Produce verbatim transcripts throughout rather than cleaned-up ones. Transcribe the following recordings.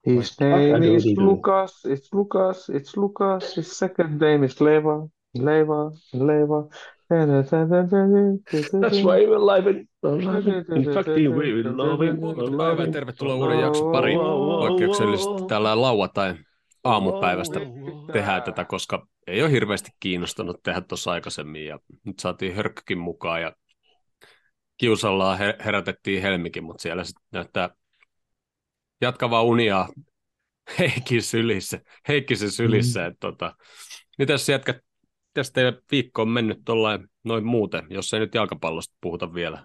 His Fuck, I name do is do do. Lucas, it's Lucas, it's Lucas, his second name is Leva, Leva, Leva. That's why we're alive and alive and in fact we will love him, Huomenta päivää ja alive. tervetuloa uuden jakson Wow, pariin. wow, wow, Poikkeuksellisesti tällä lauantai wow, aamupäivästä wow, wow. tehdään tätä, koska ei ole hirveästi kiinnostanut tehdä tuossa aikaisemmin ja nyt saatiin Hörkkökin mukaan ja kiusallaan her- herätettiin Helmikin, mutta siellä sitten näyttää jatkavaa unia Heikin sylissä, Heikkisen sylissä. Mm. Että tota, mitäs jätkät, mitäs teidän viikko on mennyt tollain noin muuten, jos ei nyt jalkapallosta puhuta vielä,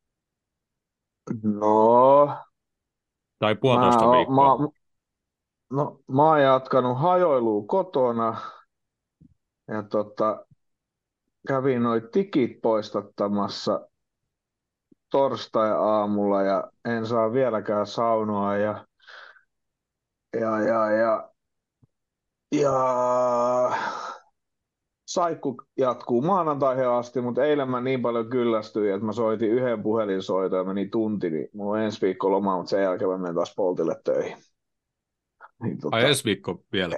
No, tai mä, puolitoista oon- viikkoa. mä, no, mä oon jatkanut hajoilua kotona ja tota, kävin noit tikit poistattamassa torstai-aamulla ja en saa vieläkään saunoa ja, ja, ja, ja, ja saikku jatkuu maanantaihin asti, mutta eilen mä niin paljon kyllästyin, että mä soitin yhden puhelinsoiton ja meni tunti, niin mulla on ensi viikko loma, mutta sen jälkeen mä menen taas poltille töihin. Niin, Ai tota, ensi viikko vielä.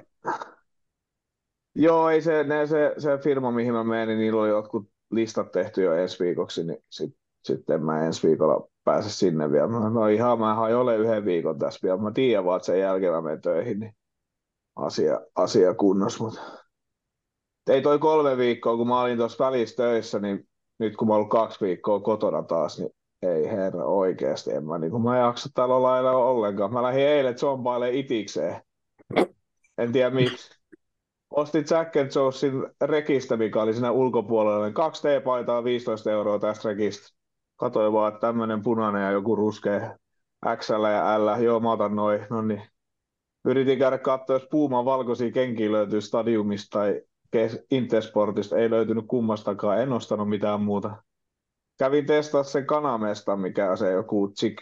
joo, ei se, ne, se, se firma, mihin mä menin, niin niillä oli jotkut listat tehty jo ensi viikoksi, niin sitten sit en mä ensi viikolla pääse sinne vielä. Mä, no ihan, mä hajoilen yhden viikon tässä vielä. Mä tiedän vaan, että sen jälkeen mä menen töihin, niin asia, asia kunnossa. Mutta ei toi kolme viikkoa, kun mä olin tuossa välissä töissä, niin nyt kun mä oon ollut kaksi viikkoa kotona taas, niin ei herra oikeasti. En mä, niin kun mä en jaksa täällä olla enää ollenkaan. Mä lähdin eilen zombailemaan itikseen. En tiedä miksi. Ostin Jack and Jonesin rekistä, mikä oli siinä ulkopuolella. Kaksi T-paitaa, viisitoista euroa tästä rekistä. Katoin vaan, että tämmönen punainen ja joku ruskea X L ja L. Joo, mä otan noin. No niin. Yritin käydä katsoa, jos Puuman valkoisia kenkiä löytyy Stadiumista tai Intersportista. Ei löytynyt kummastakaan. En ostanut mitään muuta. Kävin testaa sen kanamesta, mikä on se joku chick.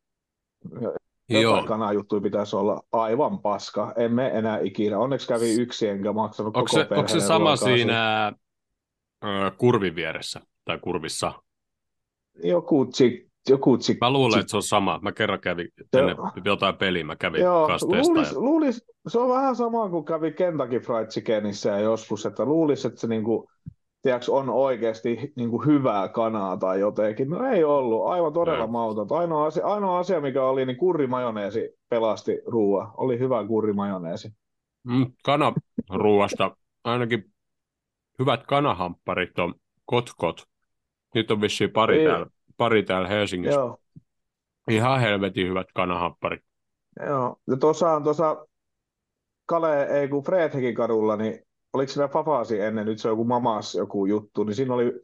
Jotain Joo. kanajuttuja pitäisi olla aivan paska. Emme enää ikinä. Onneksi kävi yksi enkä maksanut Onko koko se, onko se perheen sama ruokaa siitä. siinä ö, kurvin vieressä tai kurvissa? Joku chick, joku chick, Mä luulen, että chick. se on sama. Mä kerran kävin Se, ennen jotain peliä, mä kävin joo, kanssa testaa. luulis, luulis, se on vähän sama kuin kävi Kentucky Fried Chickenissä ja joskus, että luulisi, että se niinku, tiedätkö, on oikeasti niinku hyvää kanaa tai jotenkin. No ei ollut, aivan todella Ja, mautonta. Ainoa asia, ainoa asia, mikä oli, niin kurrimajoneesi pelasti ruoan. Oli hyvä kurrimajoneesi. mm, kanaruuasta ainakin hyvät kanahampparit on kotkot. Nyt on vissiin pari Ei, täällä, pari täällä Helsingissä. joo, Ihan helvetin hyvät kanahampparit. joo. Ja tuossa, tuossa Kale, ei kun Fredhekin kadulla, niin oliko siinä Fafasi ennen, nyt se on joku Mamas joku juttu, niin siinä oli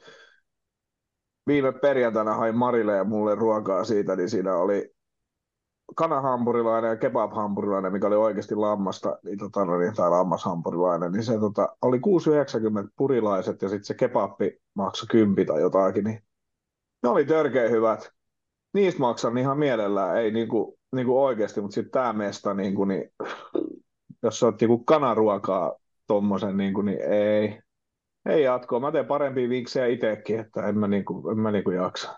viime perjantaina hain Marille ja mulle ruokaa siitä, niin siinä oli kanahampurilainen ja kebabhampurilainen, mikä oli oikeasti lammasta, niin, tota, no niin, tai lammashampurilainen, niin se tota, oli kuusi yhdeksänkymmentä purilaiset ja sitten se kebappi maksoi kymppi tai jotakin, niin ne oli törkeä hyvät. Niistä maksan ihan mielellään, ei niinku, niinku oikeasti, mutta sitten tämä mesta, niinku, niin, jos sä oot niinku kanaruokaa tommosen, niinku, niin ei, ei jatkoa. Mä teen parempia viiksejä itsekin, että en mä, niinku, en mä niinku jaksa.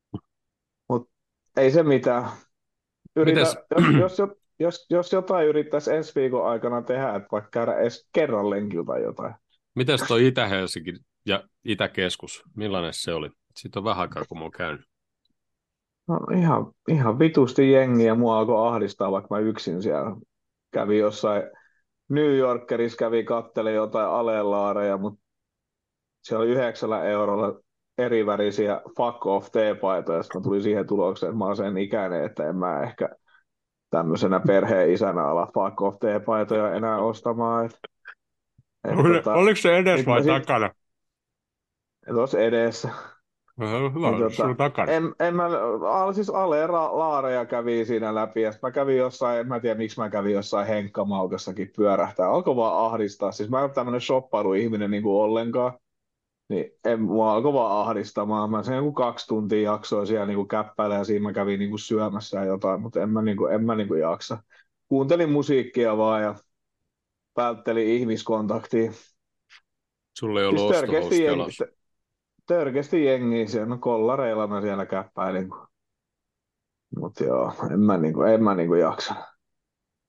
Mut ei se mitään. Mites, Yritä, jos, jos, jos, jos jotain yrittäisi ensi viikon aikana tehdä, että vaikka käydä edes kerran lenkillä tai jotain. mites toi Itä-Helsinki ja Itäkeskus, millainen se oli? Siitä on vähän aikaa, kun mä oon käynyt. No, ihan, ihan vitusti jengiä mua alkoi ahdistaa, vaikka mä yksin siellä kävin jossain New Yorkerissa, kävi kattele jotain alelaareja, mutta siellä oli yhdeksällä eurolla eri värisiä fuck off teepaitoja, ja sitten mä tulin siihen tulokseen, että mä oon sen ikäinen, että en mä ehkä tämmöisenä perheen isänä ala fuck off teepaitoja enää ostamaan. Et, et, Oli- tota, Oliko se edes sit mä vai sit, takana? tuossa edessä. Niin Hyvä, se on tota, takana. en, en mä, al- siis alera laareja kävi siinä läpi, ja sit mä kävin jossain, en mä tiedä miksi mä kävin jossain henkkamaukassakin pyörähtää, alkoi vaan ahdistaa, siis mä en ole tämmönen shoppailuihminen niin kuin ollenkaan, niin en, mua alkoi vaan ahdistamaan, mä sen joku kaksi tuntia jaksoin siellä niin kuin käppäillä, ja siinä mä kävin niin kuin syömässä ja jotain, mutta en mä, niin kuin, en mä niin kuin jaksa. Kuuntelin musiikkia vaan ja välttelin ihmiskontaktia. Sulla ei ollut Siis törkeästi ostohousuja jengi, jalassa. törkeästi jengiä siellä, no kollareilla mä siellä käppäilin. Mutta joo, en mä, niinku, en mä niinku jaksa.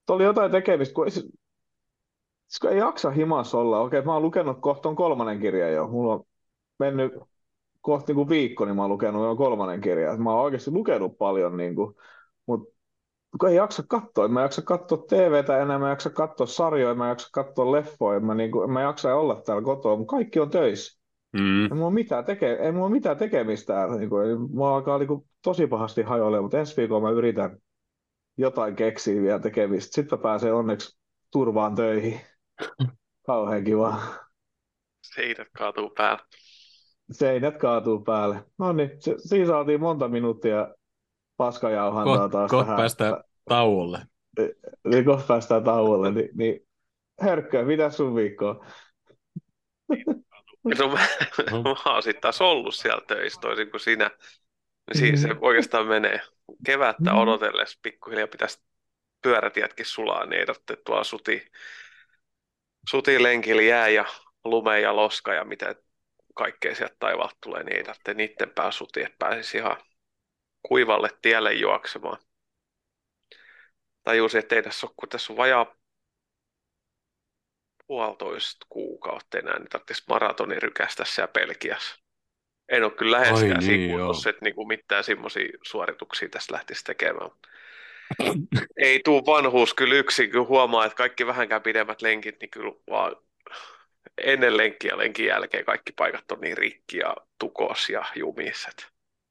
oli jotain tekemistä, kun ei, se- kun ei jaksa himas olla. Okei, mä oon lukenut kohta on kolmannen kirjan jo. Mulla on mennyt kohta niin kuin viikko, niin mä oon lukenut jo kolmannen kirjan. Mä oon oikeasti lukenut paljon, niin kuin, mutta kun ei jaksa katsoa. En mä jaksa katsoa T V:tä enää, mä en jaksa katsoa sarjoja, mä en jaksa katsoa leffoja, en mä, niin kuin, en mä jaksa olla täällä kotona, mutta kaikki on töissä. Mm. Ei mulla ole mitään, teke, ei mulla ole mitään tekemistä täällä. Niin kuin, mulla alkaa niin kuin, tosi pahasti hajoilemaan, mutta ensi viikolla mä yritän jotain keksiä vielä tekemistä. Sitten mä pääsen onneksi turvaan töihin. Kauhean kiva. Seinät kaatuu päälle. Seinät kaatuu päälle. No niin, se, siinä saatiin monta minuuttia paskajauhantaa Kohta taas koht tähän. päästään tauolle. Niin kohta päästään tauolle. Niin, niin Hörkkö, mitä sun viikkoa? No mä, No. mä oon sitten taas ollut siellä töissä toisin kuin sinä. Siinä se oikeastaan menee. Kevättä odotellessa pikkuhiljaa pitäisi pyörätietkin sulaa, niin ei tarvitse tuolla suti, suti lenkillä jää ja lume ja loska ja mitä kaikkea sieltä taivaalta tulee, niin ei tarvitse niiden päällä sutia, että pääsisi ihan kuivalle tielle juoksemaan. Tajusin, että ei tässä ole, kun tässä on vajaa puolitoista kuukautta enää, niin tarvitsisi maratoni rykästä siellä Belgiassa. En ole kyllä läheskään Ai siinä niin, kunnossa, että niinku mitään semmoisia suorituksia tässä lähtisi tekemään. Ei tuu vanhuus kyllä yksin, kyllä huomaa, että kaikki vähänkään pidemmät lenkit, niin kyllä vaan ennen lenkkiä ja lenkin jälkeen kaikki paikat on niin rikki ja tukos ja jumiset.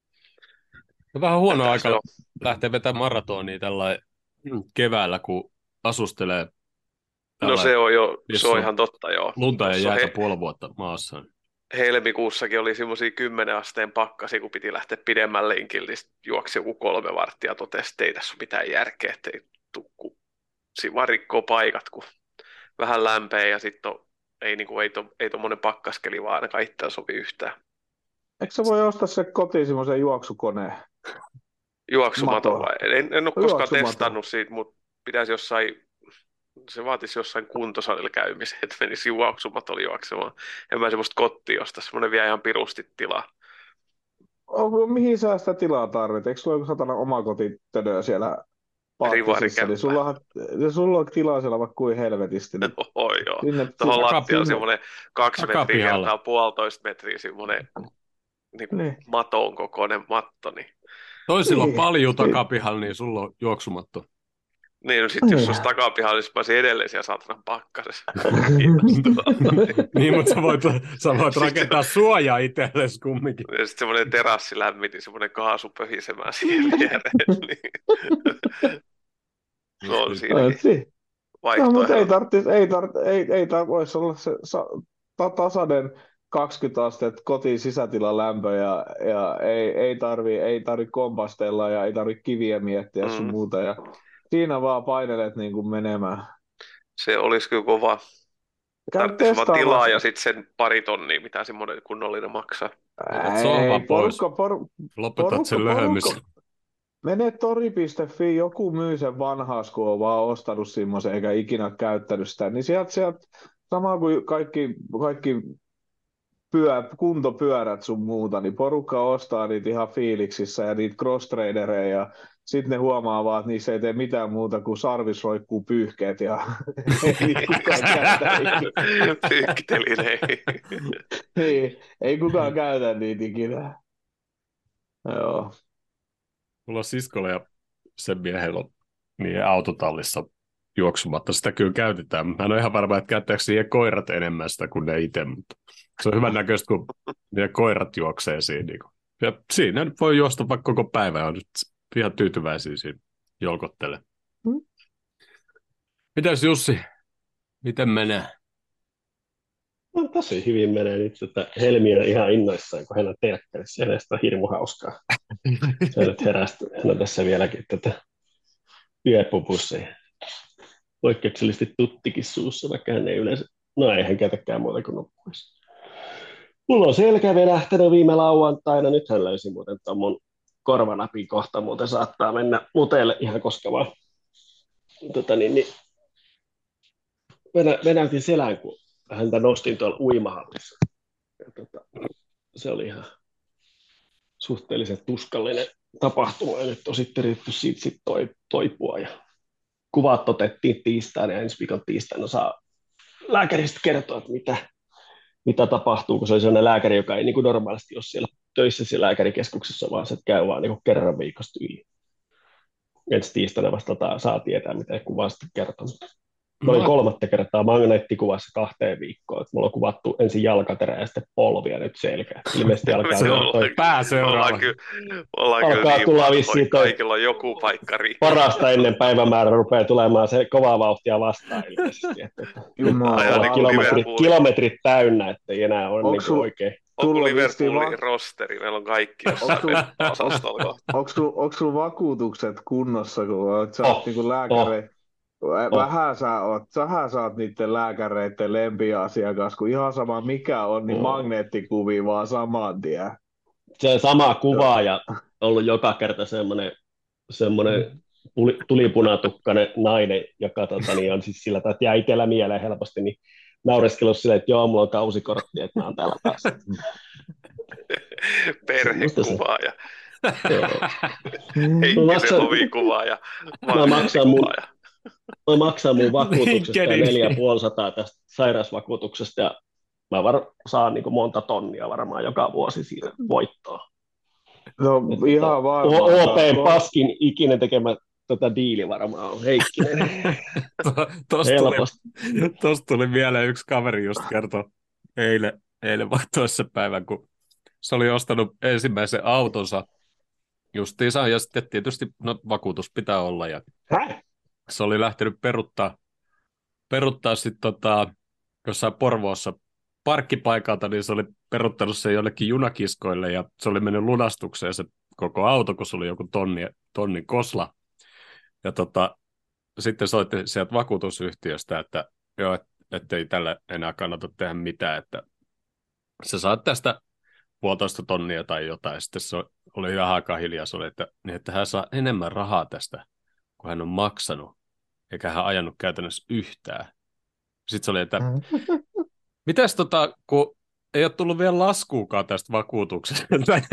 No vähän huono Tätä aika se on. lähteä vetämään maratonia tällä keväällä, kun asustelee No tällä se on jo, jos se on on ihan totta joo. lunta ja Tuossa jäätä he- puoli vuotta maassa. helmikuussakin oli semmoisia kymmenen asteen pakkasi, kun piti lähteä pidemmän lenkillä, niin sit juoksi joku kolme varttia ja totesi, että ei tässä ole mitään järkeä, että ei tukku. Siinä vaan rikkoo paikat, kun vähän lämpeä ja sitten ei, niinku, ei, to, ei tommonen pakkaskeli vaan ainakaan itseään sovi yhtään. Eikö sä voi ostaa se kotiin semmoisen juoksukoneen? Juoksumaton Mato. vai? En, en ole koskaan Juoksumato. testannut siitä, mutta pitäisi jossain, se vaatisi jossain kuntosalilla käymiseen, että menisi juoksumatolla juoksemaan. En mä semmoista kotiin osta, semmoinen vie ihan pirusti tilaa. Onko, mihin sä sitä tilaa tarvit? Eikö sulla ole joku satana omakotitönö siellä paattisissa? Niin sulla, on- sulla on tilaa siellä vaikka kuin helvetisti. Niin Oi joo. sinne, Tuohon sinne- lattiaan sinne- semmoinen kaksi metriä Takapihalla. kertaa puolitoista metriä semmoinen niin Niin. maton kokoinen matto. Niin, Toisilla on Niin. paljon Niin. takapihalla, niin sulla on juoksumatto. niin no sitten jos Niin. olisi takapihalla, niin pääsi edelleen siellä saatanan pakkasessa. Niin, mutta sä voit, sä voit rakentaa suojaa itsellesi kumminkin. Ja sitten semmoinen terassi lämmitin, semmoinen kaasu pöhisemään siihen viereen. Niin. No on Ai, siinäkin si- No, mutta ei vaihtoehto. tarvitsisi, ei tarvitse, ei, ei tar- voisi olla se sa, ta, tasainen kaksikymmentä astetta kotiin sisätilan lämpö ja, ja ei, ei tarvi, ei tarvi kompastella ja ei tarvi kiviä miettiä sun Mm. muuta ja siinä vaan painelet niin kuin menemään. Se olisi kyllä kova. Käy Tarvitsisi vaan tilaa testaamassa. ja sitten sen pari tonnia, mitä semmoinen kunnollinen maksaa. Otat sohvan Ei, pois. porukka, por, Lopetat porukka, sen löhömisen. porukka. Mene tori piste fi, joku myy sen vanhaas, kun on vaan ostanut semmoisen eikä ikinä käyttänyt sitä. Niin sieltä, sieltä sama kuin kaikki, kaikki pyö, kuntopyörät sun muuta, niin porukka ostaa niitä ihan fiiliksissä ja niitä cross-tradereja ja sitten ne huomaa vaan, että niissä ei tee mitään muuta kuin sarvis roikkuu pyyhkeet ja ei niitä kukaan käytä ikinä. Pyykkitelineen. Niin, ei kukaan käytä niitä ikinä. Joo. Mulla on siskolla ja sen miehellä on niin autotallissa juoksumatta. Sitä kyllä käytetään. Mä en ole ihan varma, että käyttääkö siihen koirat enemmän sitä kuin ne itse, mutta se on hyvän näköistä, kun ne koirat juoksee siinä. Niin kuin. Ja siinä nyt voi juosta vaikka koko päivä ja on nyt ihan tyytyväisiä siinä jolkottele. Mm. Mitäs Jussi? Miten menee? No, tosi hyvin menee nyt, että Helmi on ihan innoissaan, kun hän on telkkarissa, ja hänestä on hirmu hauskaa. Se on nyt herästä, hän on tässä vieläkin tätä yöpupussa, ja poikkeuksellisesti tuttikin suussa, vaikka hän ei yleensä, no ei hän käytäkään muuta kuin nukkuisi. Mulla on selkä venähtänyt viime lauantaina, nyt hän löysi muuten tuon mun korvanapin kohta, muuten saattaa mennä muteelle ihan koska vaan. Tota niin, niin venä, venäytin selän, kun häntä nostin tuolla uimahallissa. Ja tota, se oli ihan suhteellisen tuskallinen tapahtuma, ja nyt on sitten yritetty siitä sit toi, toipua. Ja kuvat otettiin tiistaina ja ensi viikon tiistaina saa lääkäristä kertoa, että mitä, mitä tapahtuu, kun se oli sellainen lääkäri, joka ei niin kuin normaalisti ole siellä töissä siellä lääkärikeskuksessa, vaan se käy vaan niin kuin kerran viikosta yli. Ensi tiistaina vasta saa tietää, mitä kuva sitten kertoo. Mä olin kolmatta kertaa magneettikuvassa kahteen viikkoon. Mulla on kuvattu ensin jalkaterä ja sitten polvia nyt selkä. Ilmeisesti alkaa, Se tulla toi, pää seuraava. Ollaan kyllä, ollaan alkaa kyllä niin tulla vanhoja. vissiin toi Kaikilla on joku paikka rikki. parasta ennen päivämäärä rupeaa tulemaan se kovaa vauhtia vastaan ilmeisesti. Että, että Jumala. niin kilometrit, Liverpool. kilometrit täynnä, että ei enää ole niin sul- oikein. Onko Sulla Liverpoolin vissiin va- rosteri? Meillä on kaikki jossain Onko sul- osastolla kohta. Onko sulla onks sul vakuutukset kunnossa, kun oot, sä oot Oh, niinku lääkäre... Vähän sä oot, sähän sä oot niiden lääkäreiden lempiasiakas, kun ihan sama mikä on, niin Oh. magneettikuvia vaan saman tien. Se sama kuva ja ollut joka kerta semmoinen, semmoinen tulipunatukkainen nainen, joka tota, niin on siis sillä, että jää itsellä mieleen helposti, niin naureskellut silleen, että joo, mulla on kausikortti, että mä oon täällä päässä. Perhekuvaaja, Joo. henkisen maksan- ovikuvaaja, Mä maksan mun, magneettikuvaaja. mä maksan mun vakuutuksesta ja Minkä neljä ja puoli sataa tästä sairausvakuutuksesta ja mä var, saan niin kuin monta tonnia varmaan joka vuosi siitä voittoa. No ihan varmaan. O P:n paskin ikinä tekemä tota diili varmaan on Heikkinen. Tuosta tuli, Helposti. tosta tuli mieleen yksi kaveri just kertoi eilen, eilen vai toissa päivän, kun se oli ostanut ensimmäisen autonsa justiinsa, ja sitten tietysti no, vakuutus pitää olla, ja Häh? se oli lähtenyt peruttaa, peruttaa sitten tota, jossain Porvoossa parkkipaikalta, niin se oli peruttanut sen jollekin junakiskoille, ja se oli mennyt lunastukseen se koko auto, kun se oli joku tonni, tonnin kosla. Ja tota, sitten soitti sieltä vakuutusyhtiöstä, että joo, et, ettei tällä enää kannata tehdä mitään, että sä saat tästä puolitoista tonnia tai jotain. Sitten se oli ihan aika hiljaa, se oli, että, niin, että hän saa enemmän rahaa tästä, kun hän on maksanut, eikä hän ajanut käytännössä yhtään. Sitten se oli, että mitäs tota, kun ei ole tullut vielä laskuukaan tästä vakuutuksesta,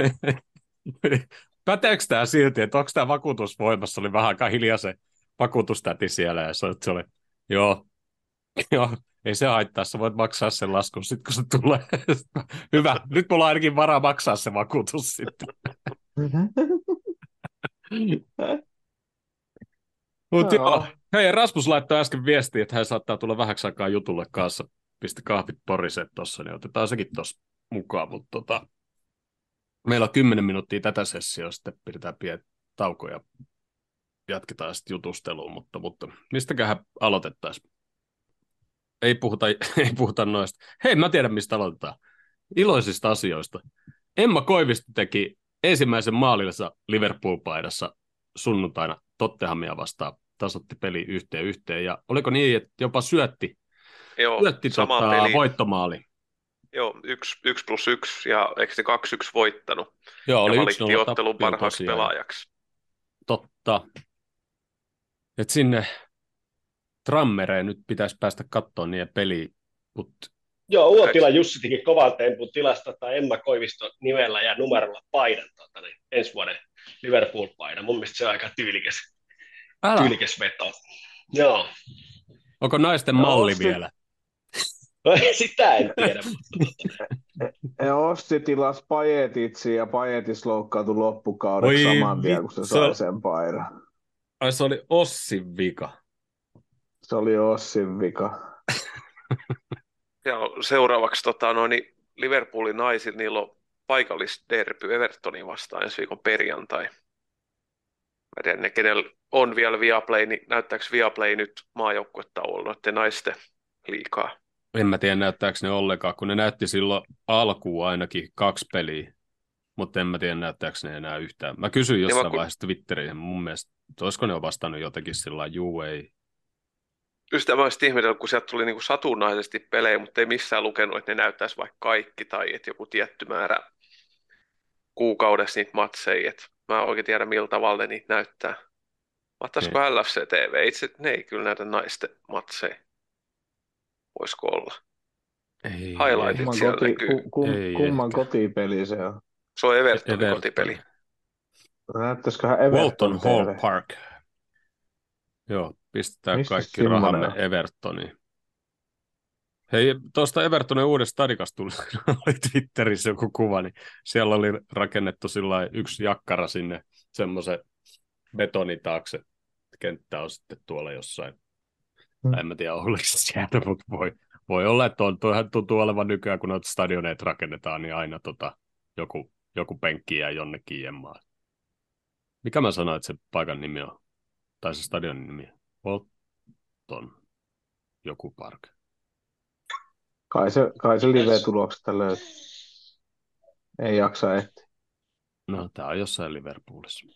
päteekö tämä silti, että onko tämä vakuutus voimassa? Oli vähän aika hiljaa se vakuutustäti siellä, ja se, se oli, joo, joo, ei se haittaa, sä voit maksaa sen laskun sitten, kun se tulee. Hyvä, nyt mulla on ainakin varaa maksaa se vakuutus sitten. Mut Joo. joo, hei, Rasmus laittoi äsken viestiä, että hän saattaa tulla vähäksi aikaa jutulle kanssa. Pisti kahvit poriset tuossa, niin otetaan sekin tuossa mukaan, mutta tota, meillä on kymmenen minuuttia tätä sessioa, sitten pidetään pieni tauko ja jatketaan sitten jutustelua, mutta, mutta mistäköhän aloitettaisiin? Ei puhuta, ei puhuta noista. Hei, mä tiedän, mistä aloitetaan. Iloisista asioista. Emma Koivisto teki ensimmäisen maalinsa Liverpool-paidassa sunnuntaina Tottenhamia vastaan. Tasoitti peli yhteen yhteen. Ja oliko niin, että jopa syötti, Joo, syötti sama tota, peli. voittomaali? Joo, yksi, yksi plus yksi, ja eikö se kaksi yksi voittanut? Joo, Ja oli yksi valittiin nolla ottelun tappio parhaaksi tosiaan. pelaajaksi. Totta. Et sinne Trammereen nyt pitäisi päästä katsomaan niiden peliä, mutta Joo, Uotila Jussi teki kovan tempun tilasta Emma Koiviston nimellä ja numerolla paidan tuota, niin, ensi vuoden Liverpool-paidan. Mun mielestä se on aika tyylikäs, älä. tyylikäs veto. Joo. Onko naisten No, malli osti- vielä? Sitä en tiedä. Ja Osti tilasi Pajetitsi ja Pajetis loukkaantui loppukaudeksi Oi saman tien, kun se vitsi. sai sen paidan. Ai se oli Ossin vika. Se oli Ossin vika. Ja seuraavaksi tota, noin, niin Liverpoolin naisilla, niillä on paikallisderby Evertonin vastaan ensi viikon perjantai. Mä tiedän, ne kenellä on vielä Viaplay, niin näyttääkö Viaplay nyt maajoukkuetauolla noiden naisten liikaa? En mä tiedä näyttääkö ne ollenkaan, kun ne näytti silloin alkuun ainakin kaksi peliä, mutta en mä tiedä näyttääkö ne enää yhtään. Mä kysyin jossain kun- vaiheessa Twitteriin, mun mielestä, olisiko ne vastannut jotenkin sillä lailla, juu ei. Just mä olisin ihmetellyt, kun sieltä tuli niinku satunnaisesti pelejä, mutta ei missään lukenut, että ne näyttäisi vaikka kaikki tai että joku tietty määrä kuukaudessa niitä matseja. Et mä en oikein tiedä, millä tavalla ne niitä näyttää. Mahtaisiko L F C T V? Itse ne ei kyllä näytä naisten matseja. Voisiko olla? Ei, Highlightit. ei. Kumman, siellä koti, näkyy. ku, kum, Ei kumman ehkä. kotipeli se on? Se on Evertonin Everton. kotipeli. Näyttäisiköhän Everton Walton Hall T V? Park. Joo, Pistetään Missä kaikki semmoinen rahamme on? Evertoniin. Hei, tuosta Evertonin uudesta stadikasta tuli oli Twitterissä joku kuva, niin siellä oli rakennettu sillä yksi jakkara sinne semmoisen betonin taakse. Kenttä on sitten tuolla jossain. Hmm. En mä tiedä, oliko se sieltä, mutta voi, voi olla, että on, tuohan tuntuu olevan nykyään, kun noita stadioneita rakennetaan, niin aina tota, joku, joku penkki jää jonnekin jemmaan. Mikä mä sanoin, että se paikan nimi on? Tai se stadionin nimi? Bolton. Joku park. Kai se, kai se live-tuloksesta löytyy. Ei jaksa etsiä. No, tää on jossain Liverpoolissa.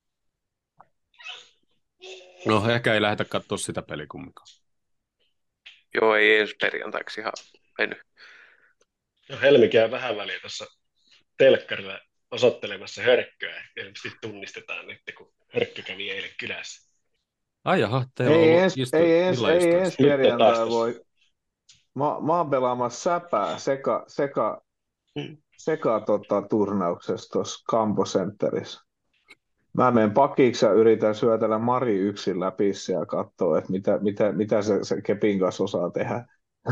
No, ehkä ei lähdetä katsoa sitä peliä kumminkaan. Joo, ei ensi perjantaiksi ihan mennyt. No Helmi käy vähän väliä tuossa telkkarilla osoittelemassa hörkköä. Ilmeisesti tunnistetaan nyt, kun hörkkö kävi eilen kylässä. Ai jaha, teillä on Ei ollut ens, istu, ei ens, ei illaistuja. ens Nyt on taas perjantai tossa. voi. Mä, mä oon pelaamassa säpää seka, seka, seka tota, turnauksessa tuossa Campo Centerissä. Mä menen pakiksi ja yritän syötellä Mari yksin läpi ja katsoa, että mitä, mitä, mitä se, se kepin kanssa osaa tehdä.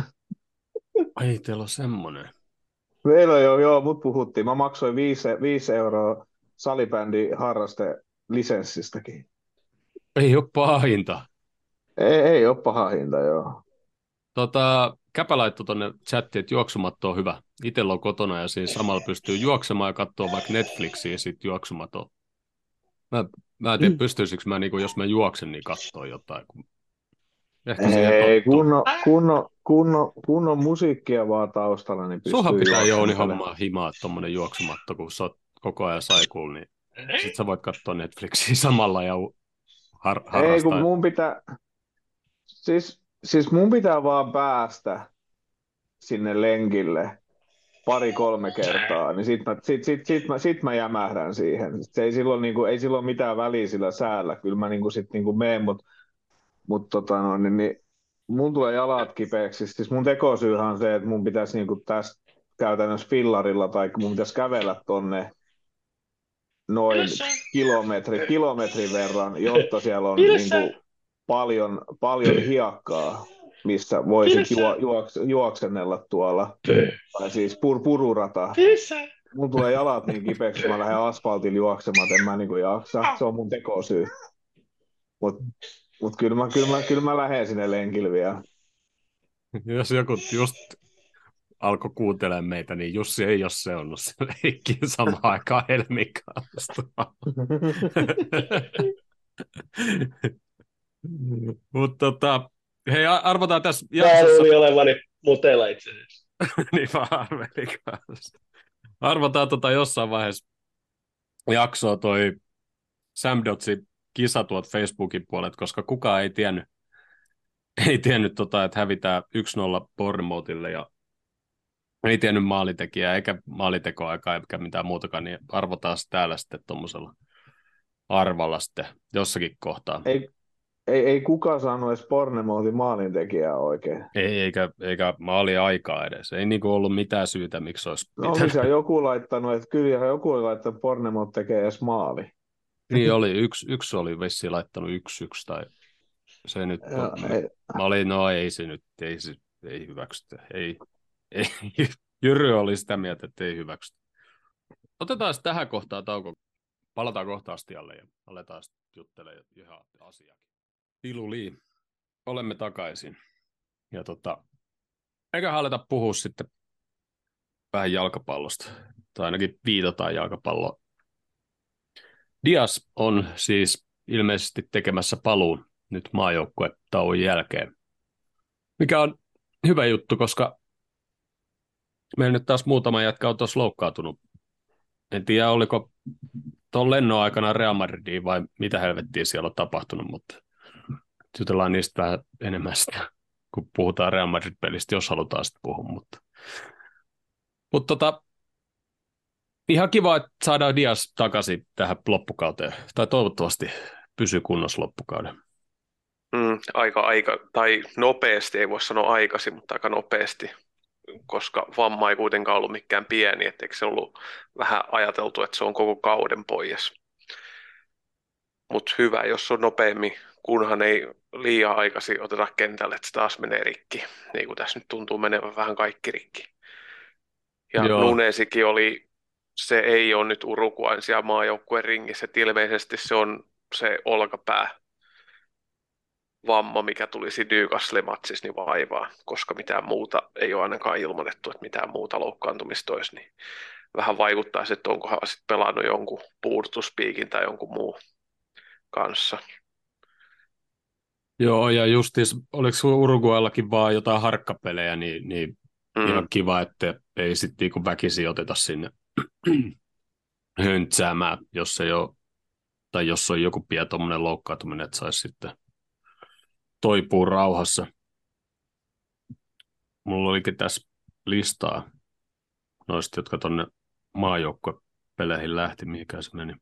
Ai, teillä on semmonen. Meillä jo, joo, mut puhuttiin. Mä maksoin viisi, viisi euroa salibändi harraste lisenssistäkin. Ei ole pahinta. Ei, ei ole paha hinta, joo. Tota, Käpä laittoi tonne chattiin, että juoksumatto on hyvä. Itellä on kotona ja siinä samalla pystyy juoksemaan ja katsoa vaikka Netflixiä ja sitten juoksumaton. Mä, mä en tiedä, pystyisikö mä, niin jos mä juoksen, niin katsoa jotain. Kun... Ehkä siihen Ei, tottuu. kunnon, kunnon, kunnon, kunnon musiikkia vaan taustalla, niin pystyy Suhan pitää Jouni juoksentelemaan. hommaa himaa tommonen juoksumatto, kun sä oot koko ajan saikulla, niin sit sä voit katsoa Netflixiä samalla ja har- Ei, kun harrastaa. mun pitää, siis, siis mun pitää vaan päästä sinne lenkille pari-kolme kertaa, niin sit mä, sit, sit, sit, mä, sit mä jämähdän siihen. Se ei silloin, niinku, ei silloin mitään väliä sillä säällä, kyllä mä niinku sit niinku meen, mutta mut, tota, no, niin, niin, mun tulee jalat kipeäksi. Siis mun tekosyyhän on se, että mun pitäisi niinku tästä käytännössä fillarilla tai mun pitäisi kävellä tonne noin kilometri, kilometrin verran, jotta siellä on niinku paljon, paljon hiekkaa, missä voisit juo, juoks, juoksennella tuolla. Tai siis pur, pururata. Mun tulee jalat niin kipeäksi, kun mä lähden asfaltilla juoksemaan, että en mä niinku jaksa. Se on mun tekosyy. Mut, mut kyllä mä, kyllä mä, kyllä mä lähden sinne lenkille vielä. Jos joku just alkoi kuuntelemaan meitä, niin Jussi ei ole seonnut se leikkiin samaan aikaan Helmin kanssa. Mutta tota, hei, arvotaan tässä Mä jaksossa. luulin olevani mutella itse asiassa. Niin mä arvelin kanssa. Arvotaan tota jossain vaiheessa jaksoa toi Sam Dotsin kisa tuolta Facebookin puolelta, koska kukaan ei tiennyt, ei tiennyt tota, että hävitään yksi nolla Bournemouthille ja ei tiennyt maalintekijää eikä maalintekoaikaa eikä mitään muutakaan, niin arvotaan se täällä sitten tuommoisella arvalla sitten jossakin kohtaa. Ei, ei, ei kukaan saanut edes Bournemouthin maalintekijää oikein. Ei, eikä, eikä maali aikaa edes. Ei niinku ollut mitään syytä, miksi olisi No oli siellä joku laittanut, että kyllä joku oli laittanut, että Bournemouth tekee edes maali. Niin oli, yksi, yksi oli vissiin laittanut yksi yksi tai se nyt Ja, on. ei, Mä olin, no ei se nyt, ei, se, ei hyväksytä. Ei, ei. Jyry oli sitä mieltä, että ei hyväksytä. Otetaan tähän kohtaan tauko. Palataan kohta astialle ja aletaan juttelemaan ihan asiakin. Piluli, olemme takaisin. Ja tota, eiköhän aleta puhua sitten vähän jalkapallosta. Tai ainakin viitataan jalkapalloa. Dias on siis ilmeisesti tekemässä paluun nyt maajoukkuetauon jälkeen. Mikä on hyvä juttu, koska meillä nyt taas muutama jätkä on tuossa loukkaantunut. En tiedä, oliko tuon lennon aikana Real Madridiin vai mitä helvettiä siellä on tapahtunut, mutta jutellaan niistä vähän enemmän sitä, kun puhutaan Real Madrid-pelistä, jos halutaan sitten puhua. Mutta, mutta tota, ihan kiva, että saadaan Dias takaisin tähän loppukauteen, tai toivottavasti pysyy kunnossa loppukauden. Mm, aika, aika, tai nopeasti, ei voi sanoa aikaisin, mutta aika nopeasti, koska vamma ei kuitenkaan ollut mikään pieni, etteikö se ollut vähän ajateltu, että se on koko kauden pois. Mutta hyvä, jos on nopeammin kunhan ei liian aikaisin oteta kentälle, että se taas menee rikki, niin kuin tässä nyt tuntuu menevän vähän kaikki rikki. Ja Joo, Nunesikin oli, se ei ole nyt Uruguayn siellä maajoukkueen ringissä, että ilmeisesti se on se olkapää vamma, mikä tulisi Newcastle-matsissa, niin vaivaa, koska mitään muuta ei ole ainakaan ilmoitettu, että mitään muuta loukkaantumista olisi, niin vähän vaikuttaisi, että onkohan sitten pelannut jonkun puudutuspiikin tai jonkun muun kanssa. joo, ja justis, oliko Uruguayallakin vaan jotain harkkapelejä, niin, niin Mm. ihan kiva, että ei sitten niinku väkisin oteta sinne höntsäämään, jos ei ole, tai jos on joku pieni tommoinen loukkaantuminen, että saisi sitten toipua rauhassa. Mulla olikin tässä listaa noista, jotka tonne maajoukkuepeleihin lähti, mihinkään se meni.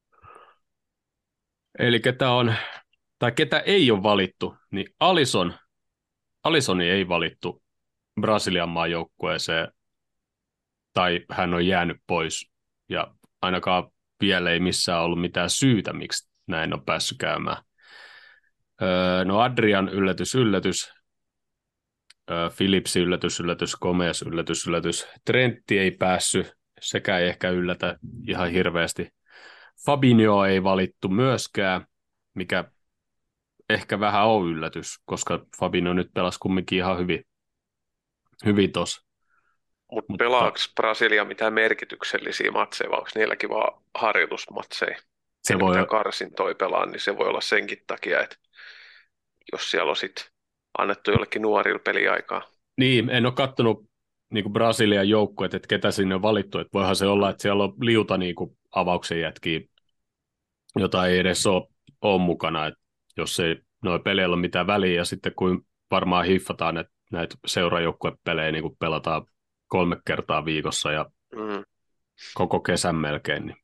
Eli ketä on, tai ketä ei ole valittu, niin Alisson, Alissoni ei valittu Brasilian maajoukkueeseen, tai hän on jäänyt pois, ja ainakaan vielä ei missään ollut mitään syytä, miksi näin on päässyt käymään. Öö, no Adrian yllätys, yllätys, öö, Phillips yllätys, yllätys, Gomez yllätys, yllätys, Trentti ei päässyt, sekä ei ehkä yllätä ihan hirveästi. Fabinho ei valittu myöskään, mikä ehkä vähän on yllätys, koska Fabinho nyt pelasi kumminkin ihan hyvin, hyvin tossa. Mut Mutta pelaako Brasilia mitään merkityksellisiä matseja, vai onko niilläkin vaan harjoitusmatseja? se Eli voi, mitä Karsin toi pelaa, niin se voi olla senkin takia, että jos siellä on sit annettu jollekin nuorille peliaikaa. niin, en ole katsonut niin Brasilian joukkueet, että ketä sinne on valittu, että voihan se olla, että siellä on liuta niin kuin avauksen jätkiä, jota ei edes ole, ole mukana, että jos ei noin peleillä ole mitään väliä, ja sitten kun varmaan hiffataan, että näitä seurajoukkuepelejä niin kuin pelataan kolme kertaa viikossa ja Mm. koko kesän melkein. Niin.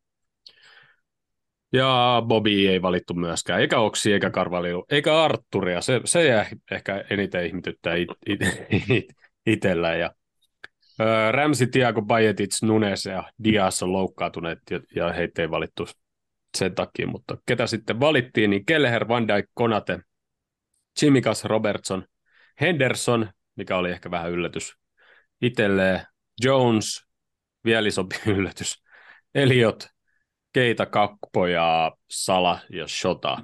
Ja Bobby ei valittu myöskään, eikä Oksi, eikä Carvalho, eikä Arturia. Se, se jää ehkä eniten ihmetyttää it, it, it, itsellä. Ja, ää, Ramsey, Thiago, Bajetic, Nunes ja Diaz on loukkaantuneet ja, ja heitä ei valittu sen takia. Mutta ketä sitten valittiin, niin Kelleher, Van Dijk, Konate, Tsimikas, Robertson, Henderson, mikä oli ehkä vähän yllätys itselleen, Jones, vielä isompi yllätys, Elliot, Keita, Kakpo ja Sala ja Shota.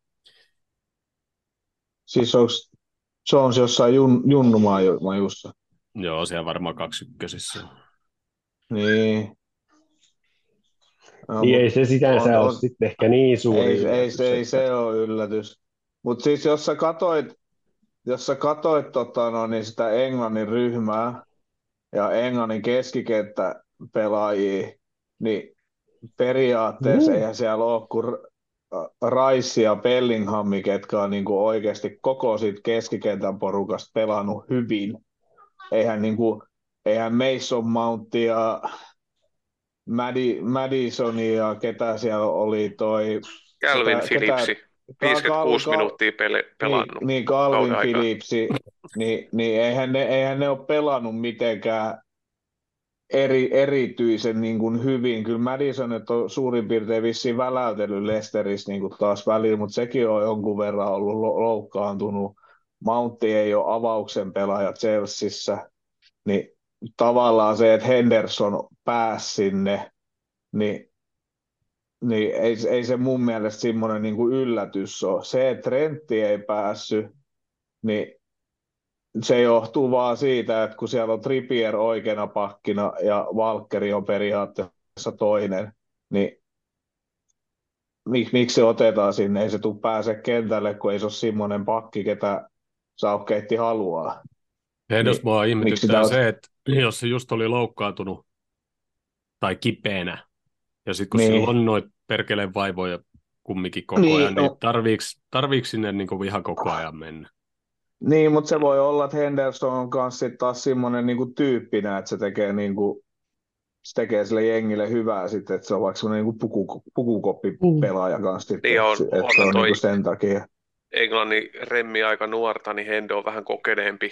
Siis onko Jones jossain jun, junnumajussa? Joo, siellä varmaan kaksi ykkösissä. Niin. No, Niin mut ei se sitänsä on, ole on, sitten ehkä niin suuri ei, ei, yllätys, se, ei että... se ole yllätys. Mutta siis jos sä katoit, jos sä katoit tota, no, niin sitä Englannin ryhmää ja Englannin keskikenttäpelaajia, niin periaatteessa Mm. eihän siellä ole kuin Rice ja Bellingham, ketkä on niinku oikeasti koko siitä keskikentän porukasta pelannut hyvin. Eihän, niinku, eihän Mason Mount ja Madi, Madison ja ketä siellä oli toi... Calvin Ketä, ketä, Phillipsi, Kal, Kal, viisikymmentäkuusi Kal, minuuttia pele, niin, pelannut niin kauden Calvin aikaa. Phillipsi, niin, niin eihän, ne, eihän ne ole pelannut mitenkään eri, erityisen niin kuin hyvin. Kyllä Madison on suurin piirtein vissiin väläytellyt Leicesterissä niin kuin taas välillä, mutta sekin on jonkun verran ollut loukkaantunut. Mountti ei ole avauksen pelaaja Chelseassa, niin tavallaan se, että Henderson pääsi sinne, niin, niin ei, ei se mun mielestä semmoinen niin kuin yllätys ole. Se, että Trentti ei päässyt, niin se johtuu vaan siitä, että kun siellä on Trippier oikeana pakkina ja Valkkeri on periaatteessa toinen, niin mik, miksi se otetaan sinne? Ei se tule pääse kentälle, kun ei se ole semmoinen pakki, ketä Southgate haluaa. Ehdos Niin, mua miksi ihmetyttää sitä se, että jos se just oli loukkaantunut tai kipeänä, ja sitten kun niin, sillä on noita perkeleen vaivoja kumminkin koko niin, ajan, niin no, tarviiks, tarviiks sinne niinku ihan koko ajan mennä? niin, mutta se voi olla, että Henderson on kanssa sit taas semmoinen niinku tyyppinä, että se tekee, niinku, se tekee sille jengille hyvää sitten, että se on vaikka semmoinen niinku puku, pukukoppipelaaja kanssa sitten, Niin on, että se onhan on toi niinku sen takia. Englannin remmi aika nuorta, niin Hendo on vähän kokeneempi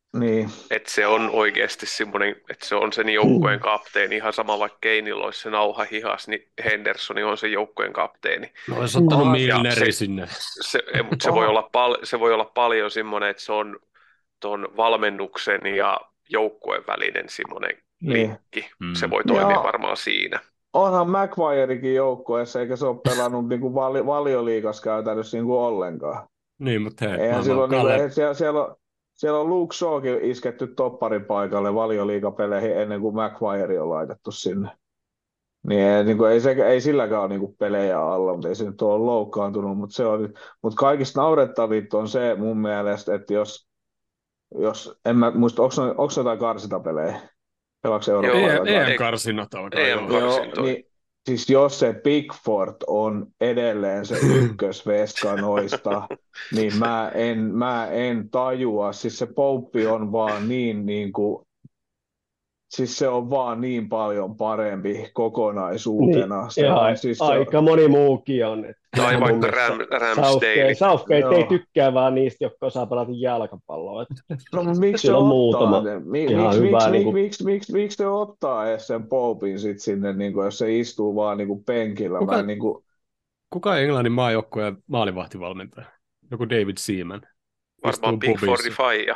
Niin. Että se on oikeasti semmoinen, että se on sen joukkueen kapteeni. Ihan sama vaikka Keinillä olisi se nauha hihas, niin Hendersoni on se joukkueen kapteeni. No olisi ottanut Onhan- Ja Milneri se, sinne. se, ei, mutta se, voi Oho. olla pal- se voi olla paljon semmoinen, että se on tuon valmennuksen ja joukkueen välinen semmoinen Niin. linkki. Mm. Se voi toimia Joo. varmaan siinä. Onhan McGuirekin joukkueessa, eikä se ole pelannut niinku vali, valioliigassa käytännössä niinku ollenkaan. Niin, mutta hei, Eihän mä silloin, Kalle, niinku, eihän siellä, siellä, on, siellä on Luke Shawkin isketty topparin paikalle valioliigapeleihin ennen kuin McGuire on laitettu sinne. Niin ei, niinku, ei, se, ei silläkään ole niinku pelejä alla, mutta ei se nyt ole loukkaantunut. Mutta, se on, mutta kaikista naurettavinta on se mun mielestä, että jos, jos en mä muista, onko, ne- onko ne jotain karsintapelejä? Pelaako Euroopan Joo, jotain E M ei- karsinat alkaa E M jo. karsinat. Joo, karsintoja. niin, siis jos se Pickford on edelleen se ykkösveska noista, niin mä en, mä en tajua. Siis se Pouppi on vaan niin, niin kuin, siis se on vaan niin paljon parempi kokonaisuutena. Niin, Se ja on, siis se on, aika moni muukin on. Että Tai mun vaikka mielestä Ram, Southgate, Ramsdale. Southgate Joo. ei tykkää vaan niistä, jotka osaa pelata jalkapalloa. Että no, mutta miksi se Siellä on ottaa muutama ne? Mi, ihan miksi, hyvä miksi, niinku- miksi, miksi, miksi se ottaa edes sen Poupin sit sinne, niin kuin, jos se istuu vaan niin kuin penkillä? Kuka- Mä, niin kuin, Kuka on Englannin maajoukkueen maalivahtivalmentaja? Joku David Seaman. Varmaan Istuu Pickfordi pubissa. faija.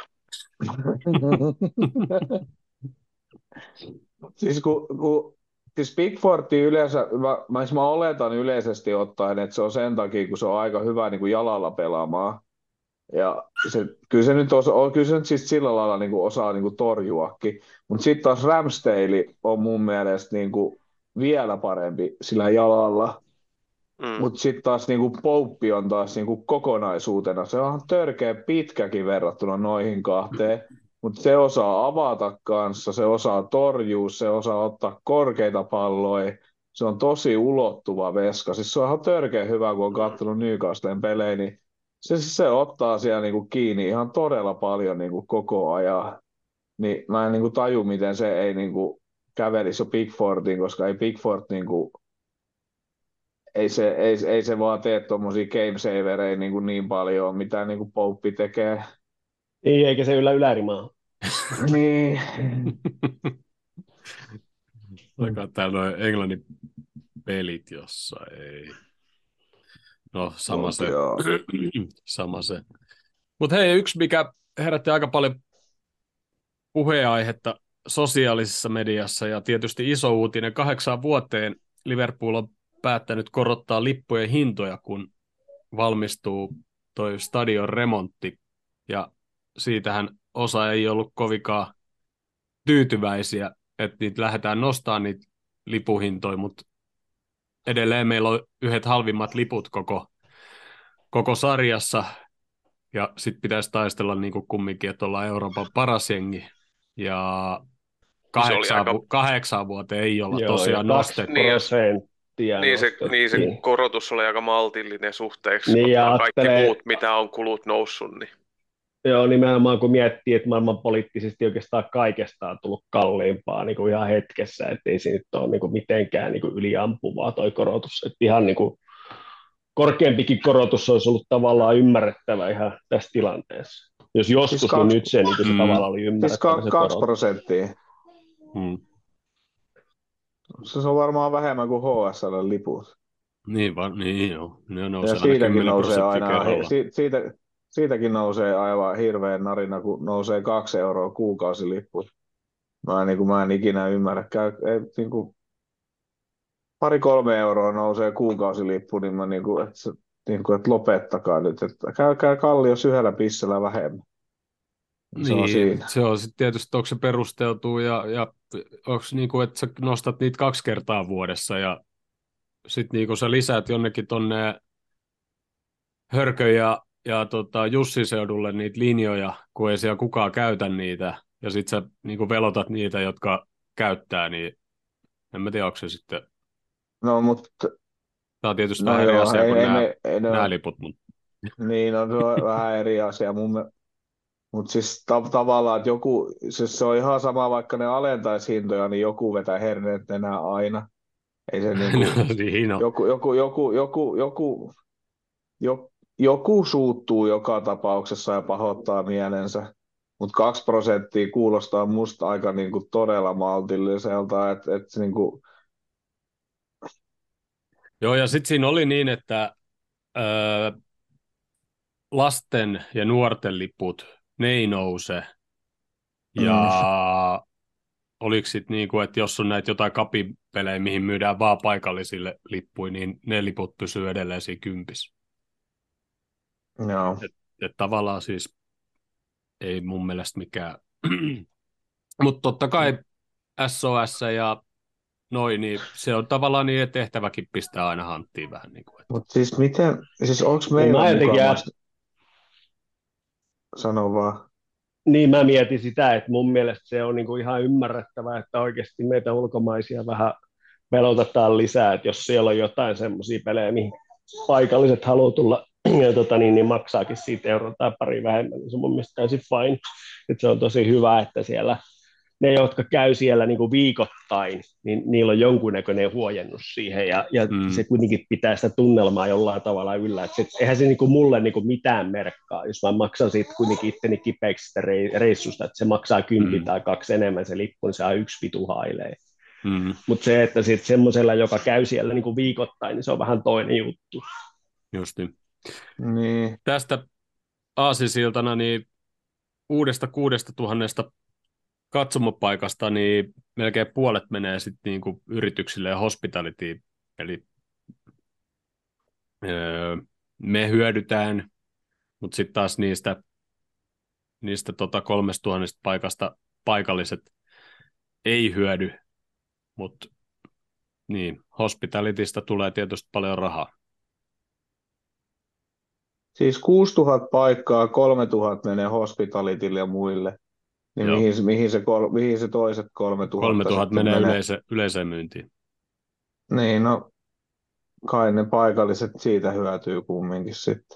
Siis kun, kun siis Pickfordi yleensä, mä, mä, siis mä oletan yleisesti ottaen, että se on sen takia, kun se on aika hyvä niin kuin jalalla pelaamaan. Ja se, kyllä se nyt, osa, kyllä se nyt siis sillä lailla niin kuin osaa niin kuin torjuakin. Mutta sitten taas Ramsdale on mun mielestä niin kuin vielä parempi sillä jalalla. Mm. Mutta sitten taas niinku Pouppi on taas niinku kokonaisuutena. Se on törkeä pitkäkin verrattuna noihin kahteen. Mutta se osaa avata kanssa, se osaa torjua, se osaa ottaa korkeita palloja. Se on tosi ulottuva veska. Siis se on ihan törkeä hyvä, kun on katsonut Newcastlen pelejä, niin se, se ottaa siellä niinku kiinni ihan todella paljon niinku koko ajan. Niin mä en niinku taju, miten se ei niinku kävelisi jo Pickfordin, koska ei Pickford niinku ei se, ei, ei se vaan tee tuommoisia game savereja niin, kuin niin paljon, mitä niin kuin Pouppi tekee. Ei, eikä se yllä ylärimaa. Niin. Oliko täällä noin Englannin pelit jossain? Ei. No, sama Mut se. joo. sama se. Mutta hei, yksi mikä herätti aika paljon puheenaihetta sosiaalisessa mediassa ja tietysti iso uutinen. Kahdeksaan vuoteen Liverpool on päättänyt korottaa lippujen hintoja, kun valmistuu toi stadion remontti. Ja siitähän osa ei ollut kovinkaan tyytyväisiä, että niitä lähdetään nostamaan niitä lipuhintoja, mutta edelleen meillä on yhdet halvimmat liput koko, koko sarjassa, ja sitten pitäisi taistella niin kuin kumminkin, että ollaan Euroopan paras jengi, ja kahdeksaan, aika- vu- kahdeksaan vuoteen ei olla Joo, tosiaan ja nostettu. kaksi prosenttia Niin se, nostettiin. niin se korotus oli aika maltillinen suhteeksi, Niin, ja ottaa kaikki ajattelee- muut, mitä on kulut noussut. Niin. Joo, nimenomaan kun miettii, että maailman poliittisesti oikeastaan kaikesta on tullut kalliimpaa niin kuin ihan hetkessä, että ei se nyt ole niin kuin mitenkään niin kuin yliampuvaa toi korotus. Että ihan niin kuin korkeampikin korotus olisi ollut tavallaan ymmärrettävä ihan tässä tilanteessa. Jos joskus, Siis niin kaksi- nyt se, niin kuin se Mm. tavallaan oli Siis ymmärrettävä ka- se kaksi korotus. prosenttia. Hmm. Se on varmaan vähemmän kuin H S L-liput. Niin, va- niin joo. Ne Ja nousee aina siitäkin kymmenen nousee prosenttia aina, kerralla. si, siitä, siitäkin nousee aivan hirveän narina, kun nousee kaksi euroa kuukausilippu. Mä en, niin kuin, mä en ikinä ymmärrä. Käy, ei, niin kuin, pari-kolme euroa nousee kuukausilippu, niin mä niin kuin, että, se, niin kuin, että lopettakaa nyt. Että käykää Kallios yhdellä pissellä vähemmän. Se on Niin, siinä. se on sitten tietysti, onko se perusteltu ja, ja onko niinku, että sä nostat niitä kaksi kertaa vuodessa ja sitten niinku sä lisäät jonnekin tonne Hörkö ja, ja tota Jussin seudulle niitä linjoja, kun ei siellä kukaan käytä niitä ja sitten sä niinku velotat niitä, jotka käyttää, niin en mä tiedä, onko se sitten, No, mutta tämä on tietysti no vähän eri joo, asia ei, kuin ei, nämä, me, ei, nämä no, liput, mutta niin on, se on vähän eri asia. Mutta siis ta- tavallaan, että joku, siis se on ihan sama, vaikka ne alentaisi hintoja, niin joku vetää herneet enää aina. Ei se niinku, niin no. joku, joku, joku, joku, joku, joku, joku suuttuu joka tapauksessa ja pahoittaa mielensä. mutta kaksi prosenttia kuulostaa musta aika niin kuin todella maltilliselta, että et, niin kuin, Joo, ja sitten siinä oli niin, että öö, lasten ja nuorten liput, ne ei nouse. mm, Ja oliko sitten niin kuin, että jos on näitä jotain kapipelejä, mihin myydään vaan paikallisille lippuja, niin ne liput pysyy edelleen siinä kympissä. joo. Että et tavallaan siis ei mun mielestä mikään. Mutta totta kai S O S ja noin, niin se on tavallaan niiden tehtäväkin pistää aina hanttiin vähän. Niin kuin, että. Mutta siis miten, siis onko Ja meillä mä jotenkin mukamasta, sano vaan. Niin mä mietin sitä, että mun mielestä se on niinku ihan ymmärrettävää, että oikeasti meitä ulkomaisia vähän pelotetaan lisää, että jos siellä on jotain semmoisia pelejä, mihin paikalliset haluaa tulla ja tota, niin, niin maksaakin siitä euron tai pari vähemmän, niin se on mun mielestä täysin fine. Että se on tosi hyvä, että siellä ne, jotka käy siellä niin kuin viikoittain, niin niillä on jonkunnäköinen huojennus siihen, ja, ja Mm. se kuitenkin pitää sitä tunnelmaa jollain tavalla yllä. Et sit, eihän se niin kuin mulle niin kuin mitään merkkaa, jos mä maksan siitä kuitenkin itteni kipeäksi sitä reissusta, että se maksaa kympi Mm. tai kaksi enemmän se lippu, niin se on yksi vitu hailee. Mm, Mutta se, että sitten semmoisella, joka käy siellä niin kuin viikoittain, niin se on vähän toinen juttu. just niin. Niin. Tästä aasisiltana niin uudesta kuudesta tuhannesta katsomopaikasta, niin melkein puolet menee sitten niinku yrityksille ja hospitality, eli öö, me hyödytään, mutta sitten taas niistä, niistä tota kolmesta tuhannesta paikasta paikalliset ei hyödy, mutta niin, hospitalitysta tulee tietysti paljon rahaa. Siis kuusituhatta paikkaa, kolmetuhatta menee hospitalitylle ja muille. Niin Joo. mihin, mihin, se kol, mihin se toiset kolmetuhatta kolmetuhatta sitten menee menee? yleise, yleiseen myyntiin. Niin, no kai ne paikalliset siitä hyötyy kumminkin sitten.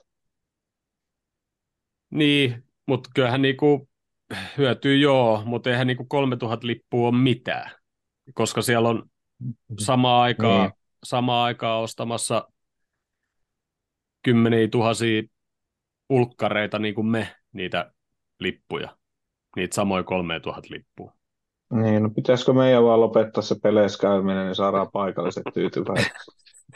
Niin, mutta kyllähän niinku hyötyy joo, mutta eihän niinku kolmetuhatta lippua ole mitään, koska siellä on samaan aikaan, Niin. samaan aikaan ostamassa kymmeniä tuhansia ulkkareita niin kuin me niitä lippuja, niitä samoin kolmetuhatta lippua. Niin, no pitäisikö meidän vaan lopettaa se peleissä käyminen, niin saadaan paikalliset tyytyväiseksi.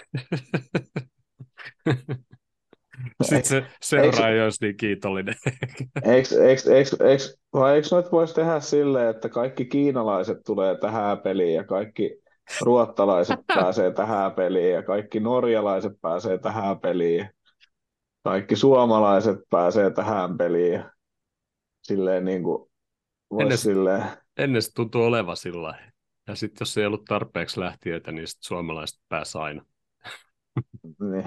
Sitten se seuraaja olisi niin kiitollinen. Eikö, eikö, eikö, eikö, vai eikö noita voisi tehdä silleen, että kaikki kiinalaiset tulee tähän peliin ja kaikki ruottalaiset pääsee tähän peliin ja kaikki norjalaiset pääsee tähän peliin. Kaikki suomalaiset pääsee tähän peliin. Silleen niin kuin Ennen, voisi silleen. ennen se tuntuu olevan sillä lailla. Ja sitten jos ei ollut tarpeeksi lähtiöitä, niin sitten suomalaiset pääsi aina. Niin.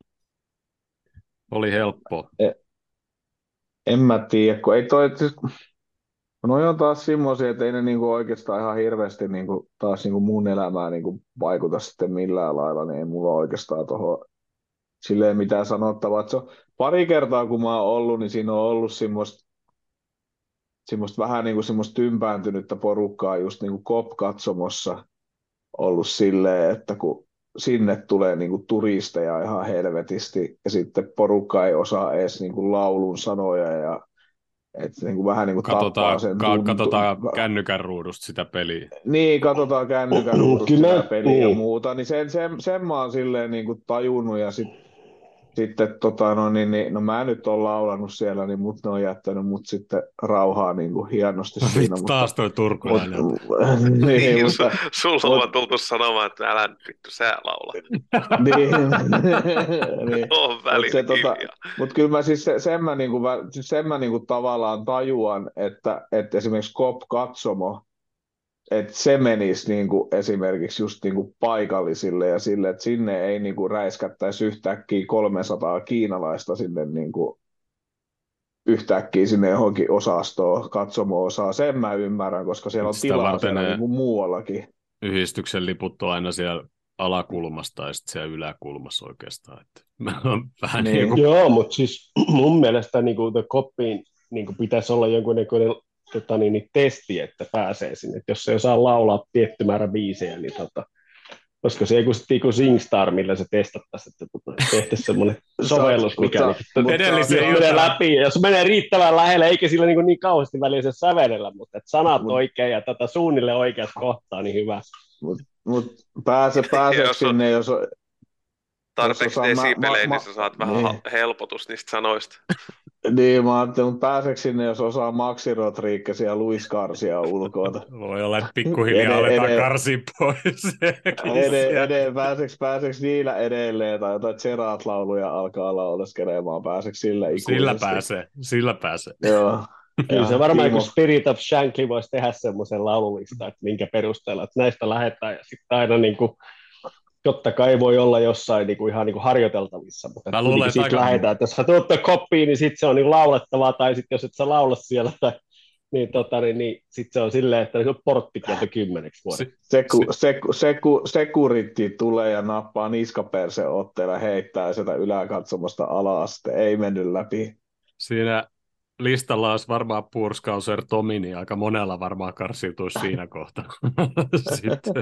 Oli helppoa. En mä tiedä, kun ei toi, siis, no on taas semmoisia, että ei ne niinku oikeastaan ihan hirveästi niinku, taas niinku mun elämään niinku vaikuta sitten millään lailla, niin ei mulla oikeastaan tuohon silleen mitään sanottavaa. Että se on, pari kertaa kun mä oon ollut, niin siinä on ollut semmoista, semmoista vähän niinku semmoista tympääntynyttä porukkaa just niinku Kop-katsomossa ollut silleen, että kun sinne tulee niinku turisteja ihan helvetisti ja sitten porukka ei osaa edes niinku laulun sanoja ja että niin kuin vähän niin kuin tappaa Katsotaan, sen ka- tuntu. katsotaan kännykän ruudusta sitä peliä. Niin, katsotaan kännykän ruudusta Kyllä, sitä peliä ja niin. muuta. Niin sen, sen, sen mä oon silleen niin kuin tajunnut ja sit, sitten tota, no, niin, niin, no mä nyt oon laulannut siellä, niin mut ne on jättänyt mut sitten rauhaa niin kuin hienosti siinä. Vittu, Mutta, taas toi turkulainen. niin, Niin, mutta, su- sulla on vaan tultu sanomaan, että älä nyt vittu sä laula. niin, niin. On Mutta välillä tota, hiljaa. mut kyllä mä siis se, sen mä, niinku, vä- siis sen mä niinku tavallaan tajuan, että, että esimerkiksi Kop-katsomo, että se menisi niinku esimerkiksi just niinku paikallisille ja sille, että sinne ei niinku räiskättäisi yhtäkkiä kolmesataa kiinalaista sinne niinku yhtäkkiä sinne johonkin osastoon, katsomo-osaa. Sen mä ymmärrän, koska siellä on Sitä tilaa varten siellä ne- niinku muuallakin. Yhdistyksen liput on aina siellä alakulmassa tai sitten siellä yläkulmassa oikeastaan. Että mä oon vähän Niin. niin kuin, Joo, mutta siis mun mielestä niin kuin The Copiin niin kuin pitäisi olla jonkunnäköinen tota, niin, niin, testi, että pääsee sinne. Et jos ei osaa laulaa tietty määrä biisejä, niin tota, Olisiko se joku, joku SingStar, millä se testattaisiin, että tehtäisiin semmoinen sovellus, mikä mutta, niin, mutta, Edellisen menee iltaan. läpi, ja jos menee riittävän lähelle, eikä sillä niin, niin kauheasti väliä se sävelellä, mutta että sanat Mut- oikein ja tätä suunnilleen oikeassa kohtaa, niin hyvä. mutta mut pääse, pääseekö Jos on- sinne, jos on, Tarpeeksi osaa mä- desibelejä, mä- niin sä saat mä- vähän niin. ha- helpotus niistä sanoista. Niin, mä ajattelin, mutta pääseekö sinne, jos osaa Maxi Rodriguezia ja Luis Garcia ulkoota? Voi olla, että pikkuhiljaa Ede- aletaan ede- karsia pois. Ede, ede, pääseekö, pääseekö niillä edelleen, tai jotain Gerard-lauluja alkaa lauleskelemaan, pääseekö sillä ikuisesti? Sillä pääsee, sillä pääsee. Joo. Kyllä Ja se varmaan, Timo- kun Spirit of Shankly voisi tehdä semmoisen laululistan, että minkä perusteella, että näistä lähdetään, ja sitten aina niin kuin, totta kai voi olla jossain niin kuin ihan niin kuin harjoiteltavissa, mutta Mä luulen, että siitä aika- lähdetään, että jos sä tuutte koppiin, niin sitten se on niin laulettavaa, tai sitten jos et sä laula siellä, tai, niin, tota, niin, niin sitten se on silleen, että se on porttikielto kymmeneksi vuodeksi. Si- Seku, seku, seku, sekuritti tulee ja nappaa niskaperse otteella, heittää sitä yläkatsomasta alas, ei mennyt läpi. Siinä listalla olisi varmaan Purskauser Tomi, niin aika monella varmaan karsiutuisi siinä kohtaa. Sitten.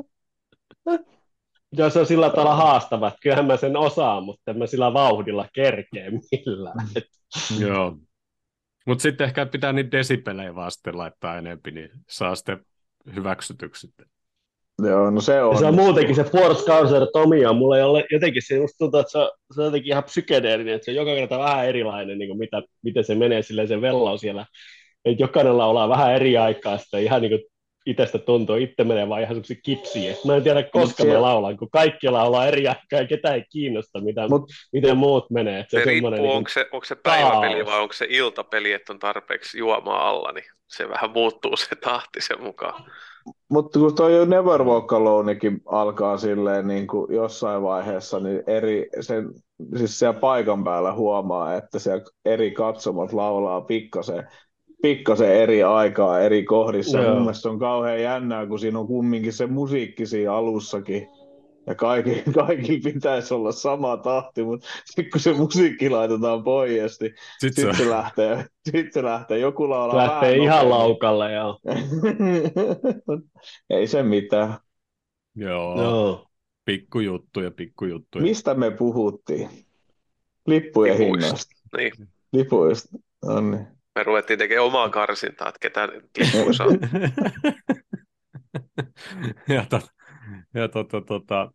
Joo, se on sillä tavalla haastava, että kyllähän mä sen osaan, mutta en mä sillä vauhdilla kerkeä millään. Et Joo. Mutta sitten ehkä pitää niitä desibelejä vaan sitten laittaa enempi, niin saa sitten hyväksytyksi. Joo, no se on. Ja se on muutenkin se Force Causer Tomia, mulla ei ole jotenkin se just tuntuu, että se on, se on jotenkin ihan psykedeellinen, että se on joka kerta vähän erilainen, niin kuin mitä, miten se menee silleen se vellaus siellä, että jokainen laulaa vähän eri aikaa, sitten ihan niin kuin itsestä tuntuu, itse menee vaan ihan semmoisia kipsiä. Mä en tiedä, koska siellä- mä laulan, kun kaikki laulaa eri aikaa ja ketään ei kiinnosta, mitä, Mut- miten muut menee. Että Se on riippuu, semmoinen niin onko se, onko se päiväpeli kaos. vai onko se iltapeli, että on tarpeeksi juomaa alla, niin se vähän muuttuu se tahti sen mukaan. Mutta kun toi Never Walk Alonekin alkaa silleen niin kuin jossain vaiheessa, niin eri, sen, siis siellä paikan päällä huomaa, että siellä eri katsomot laulaa pikkasen, pikkasen eri aikaa eri kohdissa. Joo. Mun mielestä se on kauhean jännää, kun siinä on kumminkin se musiikki siinä alussakin. Ja kaikki, kaikki pitäisi olla sama tahti, mutta sitten kun se musiikki laitetaan pois, niin Sitten se sitten on. se lähtee, sit se lähtee. Joku laulaa Lähtee vähän ihan nopeammin. laukalle, joo. Ei se mitään. Joo, Joo. pikkujuttuja, pikkujuttuja. Mistä me puhuttiin? Lippujen Lipuista. hinnoista. Niin. Lipuista. No niin. Me ruvettiin tekemään omaa karsintaa, että ketä lippuja saa. ja tot, ja tota, tota,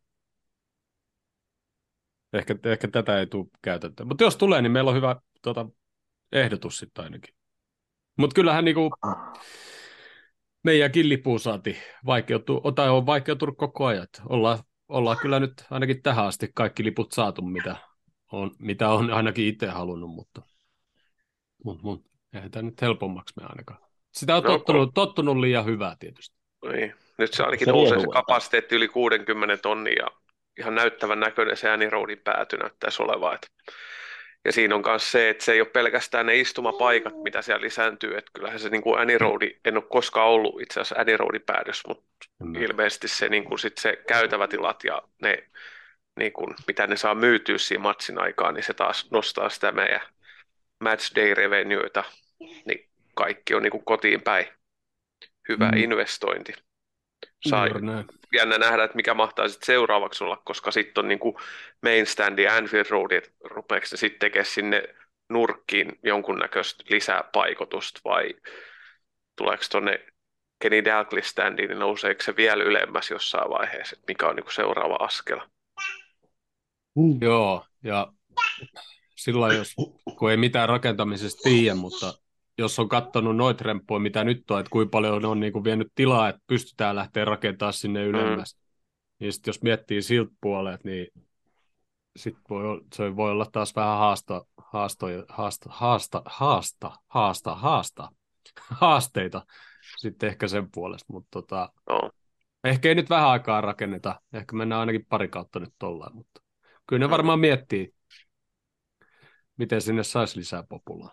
ehkä, ehkä tätä ei tule käytettyä. Mutta jos tulee, niin meillä on hyvä tota, ehdotus sitten ainakin. Mutta kyllähän niinku, meidänkin lipuun saatiin vaikeutua, tai on vaikeutunut koko ajan. Ollaan, ollaan kyllä nyt ainakin tähän asti kaikki liput saatu, mitä on, mitä on ainakin itse halunnut, mutta mut, mut, eihän tämä nyt helpommaksi me ainakaan. Sitä on No, tottunut, tottunut liian hyvää tietysti. Niin. Nyt se ainakin Se nousee se riehuu. kapasiteetti yli kuusikymmentä tonnia ja ihan näyttävän näköinen se Annie Roadin pääty näyttäisi olevan. Että. Ja siinä on myös se, että se ei ole pelkästään ne istumapaikat, mitä siellä lisääntyy. Että kyllähän se niin kuin Annie Road, en ole koskaan ollut itse asiassa Annie Roadin päädössä, mutta Mm. ilmeisesti se, niin kuin sit se käytävätilat ja ne, niin kuin, mitä ne saa myytyä siinä matsin aikaan, niin se taas nostaa sitä meidän match day revenueita, niin kaikki on niin kuin kotiin päin. Hyvä Mm. investointi. Saa Juuri näin. jännä nähdä, että mikä mahtaa sitten seuraavaksi olla, koska sitten on niin kuin main standi ja Anfield Road, että rupeeko ne sitten tekemään sinne nurkkiin jonkunnäköistä lisäpaikotusta vai tuleeko tuonne Kenny Dalglish standiin, niin nouseeko se vielä ylemmäs jossain vaiheessa, että mikä on niin kuin seuraava askel. Mm. Joo, ja silloin jos, kun ei mitään rakentamisesta tiedä, mutta jos on katsonut noita remppuja, mitä nyt on, että kuinka paljon on niin kuin vienyt tilaa, että pystytään lähteä rakentamaan sinne ylemmäs, mm. niin sitten jos miettii siltä puolet, niin sit voi, olla- se voi olla taas vähän haasta, haasto, haasta, haasta, haasta, haasta, haasta, haasteita sitten ehkä sen puolesta, mutta tota, No. ehkä ei nyt vähän aikaa rakenneta, ehkä mennään ainakin pari kautta nyt tollaan, mutta kyllä ne varmaan miettii, miten sinne saisi lisää populaa.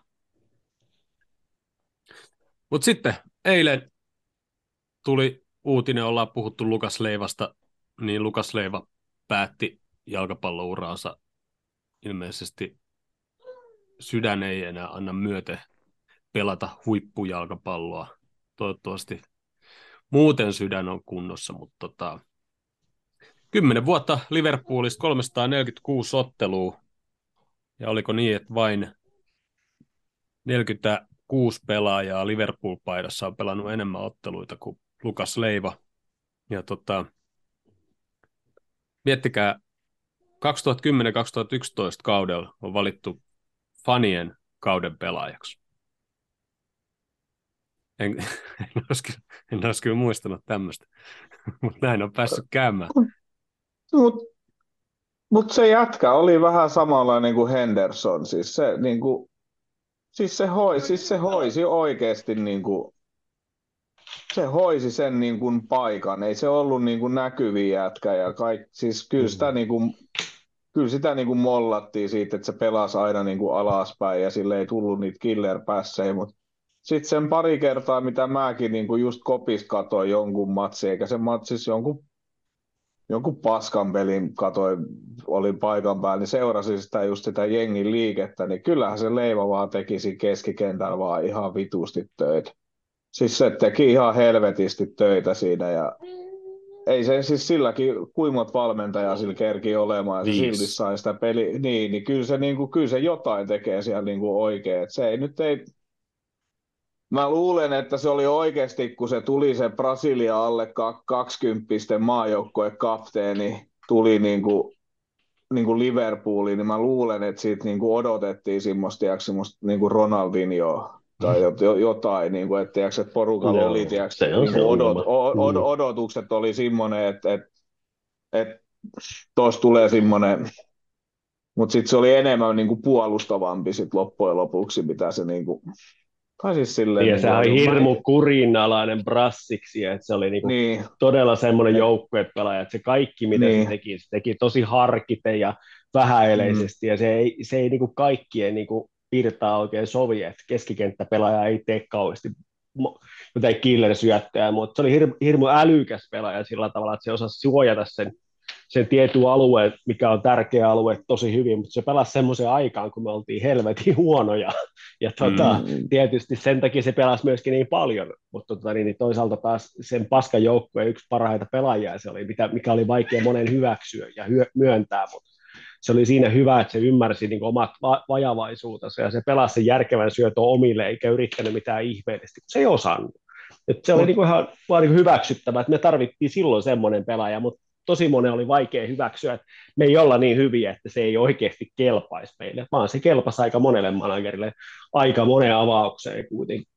Mutta sitten eilen tuli uutinen, ollaan puhuttu Lukas Leivasta, niin Lukas Leiva päätti jalkapallouraansa. Ilmeisesti sydän ei enää anna myöten pelata huippujalkapalloa. Toivottavasti muuten sydän on kunnossa, mutta tota, Kymmenen vuotta Liverpoolista, kolmesataaneljäkymmentäkuusi ottelua, ja oliko niin, että vain neljäkymmentäkuusi pelaajaa Liverpool-paidassa on pelannut enemmän otteluita kuin Lukas Leiva. Ja tota, miettikää, kaksituhattakymmenen kaksituhattayksitoista kaudella on valittu fanien kauden pelaajaksi. En, en, olisi, kyllä, en olisi kyllä muistanut tämmöistä, mutta näin on päässyt käymään. Mutta mut se jätkä oli vähän samanlainen kuin Henderson. Siis se, niinku, siis se, hoi, siis se hoisi oikeasti, niinku, se hoisi sen niinku, paikan. Ei se ollut niinku, näkyviä jätkä. Ja kaik, siis kyllä sitä, niinku, kyllä sitä niinku, mollattiin siitä, että se pelasi aina niinku, alaspäin ja sille ei tullut niitä killer-pässejä. Mutta sitten sen pari kertaa, mitä mäkin niinku, just kopista katoin jonkun matsin, eikä se matsis jonkun jonkun paskan pelin katsoin, olin paikan päällä, niin seurasin sitä just sitä jengin liikettä, niin kyllähän se Leiva vaan tekisi keskikentällä vaan ihan vitusti töitä. Siis se teki ihan helvetisti töitä siinä ja ei se siis silläkin kuimat valmentajaa sillä kerki olemaan ja se Viisi. silti sai sitä peliä. Niin, niin kyllä se, niin kuin, kyllä se jotain tekee siellä niin kuin oikein. Et se ei nyt ei... Mä luulen, että se oli oikeasti, kun se tuli se Brasilia alle kaksikymppisten maajoukkojen kapteeni, tuli niin kuin, niin kuin Liverpooliin, niin mä luulen, että siitä niin kuin odotettiin semmoista, semmoista niin kuin Ronaldinhoa tai jotain, niin kuin, että, tiiäks, että porukalla Joo, oli, tiiäks, se on niin se kuin odot, ongelma. o- od- Mm. odotukset oli semmoinen, että, että, että tuossa tulee semmoinen, mutta sitten se oli enemmän niin kuin puolustavampi sit loppujen lopuksi, mitä se niin kuin, tai siis silleen, Ja niin sehän kuin, oli mä- hirmu kurinalainen brassiksi, ja että se oli niinku niin, todella semmoinen joukkuepelaaja, että se kaikki, mitä Niin. se teki, se teki tosi harkiten ja vähäeleisesti, mm. ja se ei, se ei niinku kaikkien niinku pirtaa oikein sovi, että keskikenttäpelaaja ei tee kauheasti mo- jotain killer-syöttöjä, mutta se oli hirmu, hirmu älykäs pelaaja sillä tavalla, että se osasi suojata sen, sen tietyn alueen, mikä on tärkeä alue, tosi hyvin, mutta se pelasi semmoiseen aikaan, kun me oltiin helvetin huonoja, ja tota, Mm. tietysti sen takia se pelasi myöskin niin paljon, mutta tota, niin toisaalta taas sen paskan joukkueen yksi parhaita pelaajia, se oli, mikä oli vaikea monen hyväksyä ja hyö, myöntää, mutta se oli siinä hyvä, että se ymmärsi niin omat va- vajavaisuutensa, ja se pelasi sen järkevän syötön omille, eikä yrittänyt mitään ihmeellistä, kun se ei osannut. Et se oli niin kuin ihan vaan niin kuin hyväksyttävä, että me tarvittiin silloin semmoinen pelaaja, mutta tosi monen oli vaikea hyväksyä, että me ei olla niin hyviä, että se ei oikeasti kelpaisi meille, vaan se kelpasi aika monelle managerille, aika moneen avaukseen kuitenkin.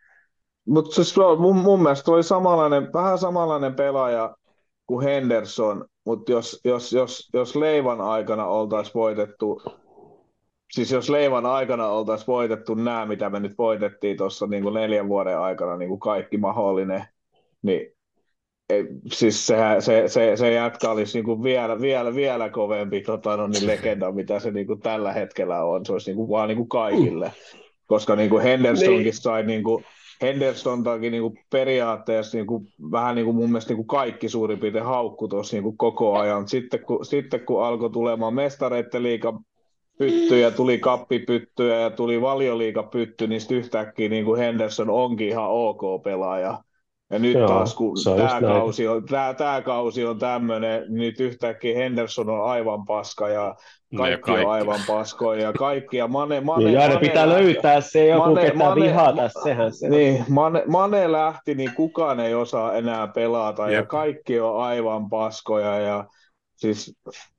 Mutta siis mun, mun mielestä oli samanlainen, vähän samanlainen pelaaja kuin Henderson, mutta jos, jos, jos, jos Leivan aikana oltaisiin voitettu, siis jos Leivan aikana oltaisiin voitettu nämä, mitä me nyt voitettiin tuossa niin neljän vuoden aikana, niin kuin kaikki mahdollinen, niin ei, siis sehän, se, se, se jätkä olisi niin kuin vielä, vielä, vielä kovempi tota, no, niin legenda, mitä se niin kuin tällä hetkellä on. Se olisi niin kuin, vaan niin kuin kaikille. Koska niin kuin Hendersonkin Niin. sai, niin kuin, Henderson takia niin kuin periaatteessa niin kuin, vähän niin kuin mun mielestä niin kuin kaikki suurin piirtein haukku tuossa niin kuin koko ajan. Sitten kun, sitten kun alkoi tulemaan mestareiden liiga pyttyjä, tuli kappipyttyjä ja tuli valioliigapytty, niin sitten yhtäkkiä niin kuin Henderson onkin ihan ok pelaaja. Ja nyt Joo, taas, kun se on just tämä näin. kausi on, tää, tää kausi on tämmöinen, niin nyt yhtäkkiä Henderson on aivan paska ja kaikki, kaikki. on aivan paskoja ja kaikki. Ja Mane, Mane, Niin, ja aina Mane pitää lähti- löytää se joku, Mane- ketä Mane- vihata, sehän se on. Niin, Mane, Mane lähti, niin kukaan ei osaa enää pelata ja Jep. kaikki on aivan paskoja ja siis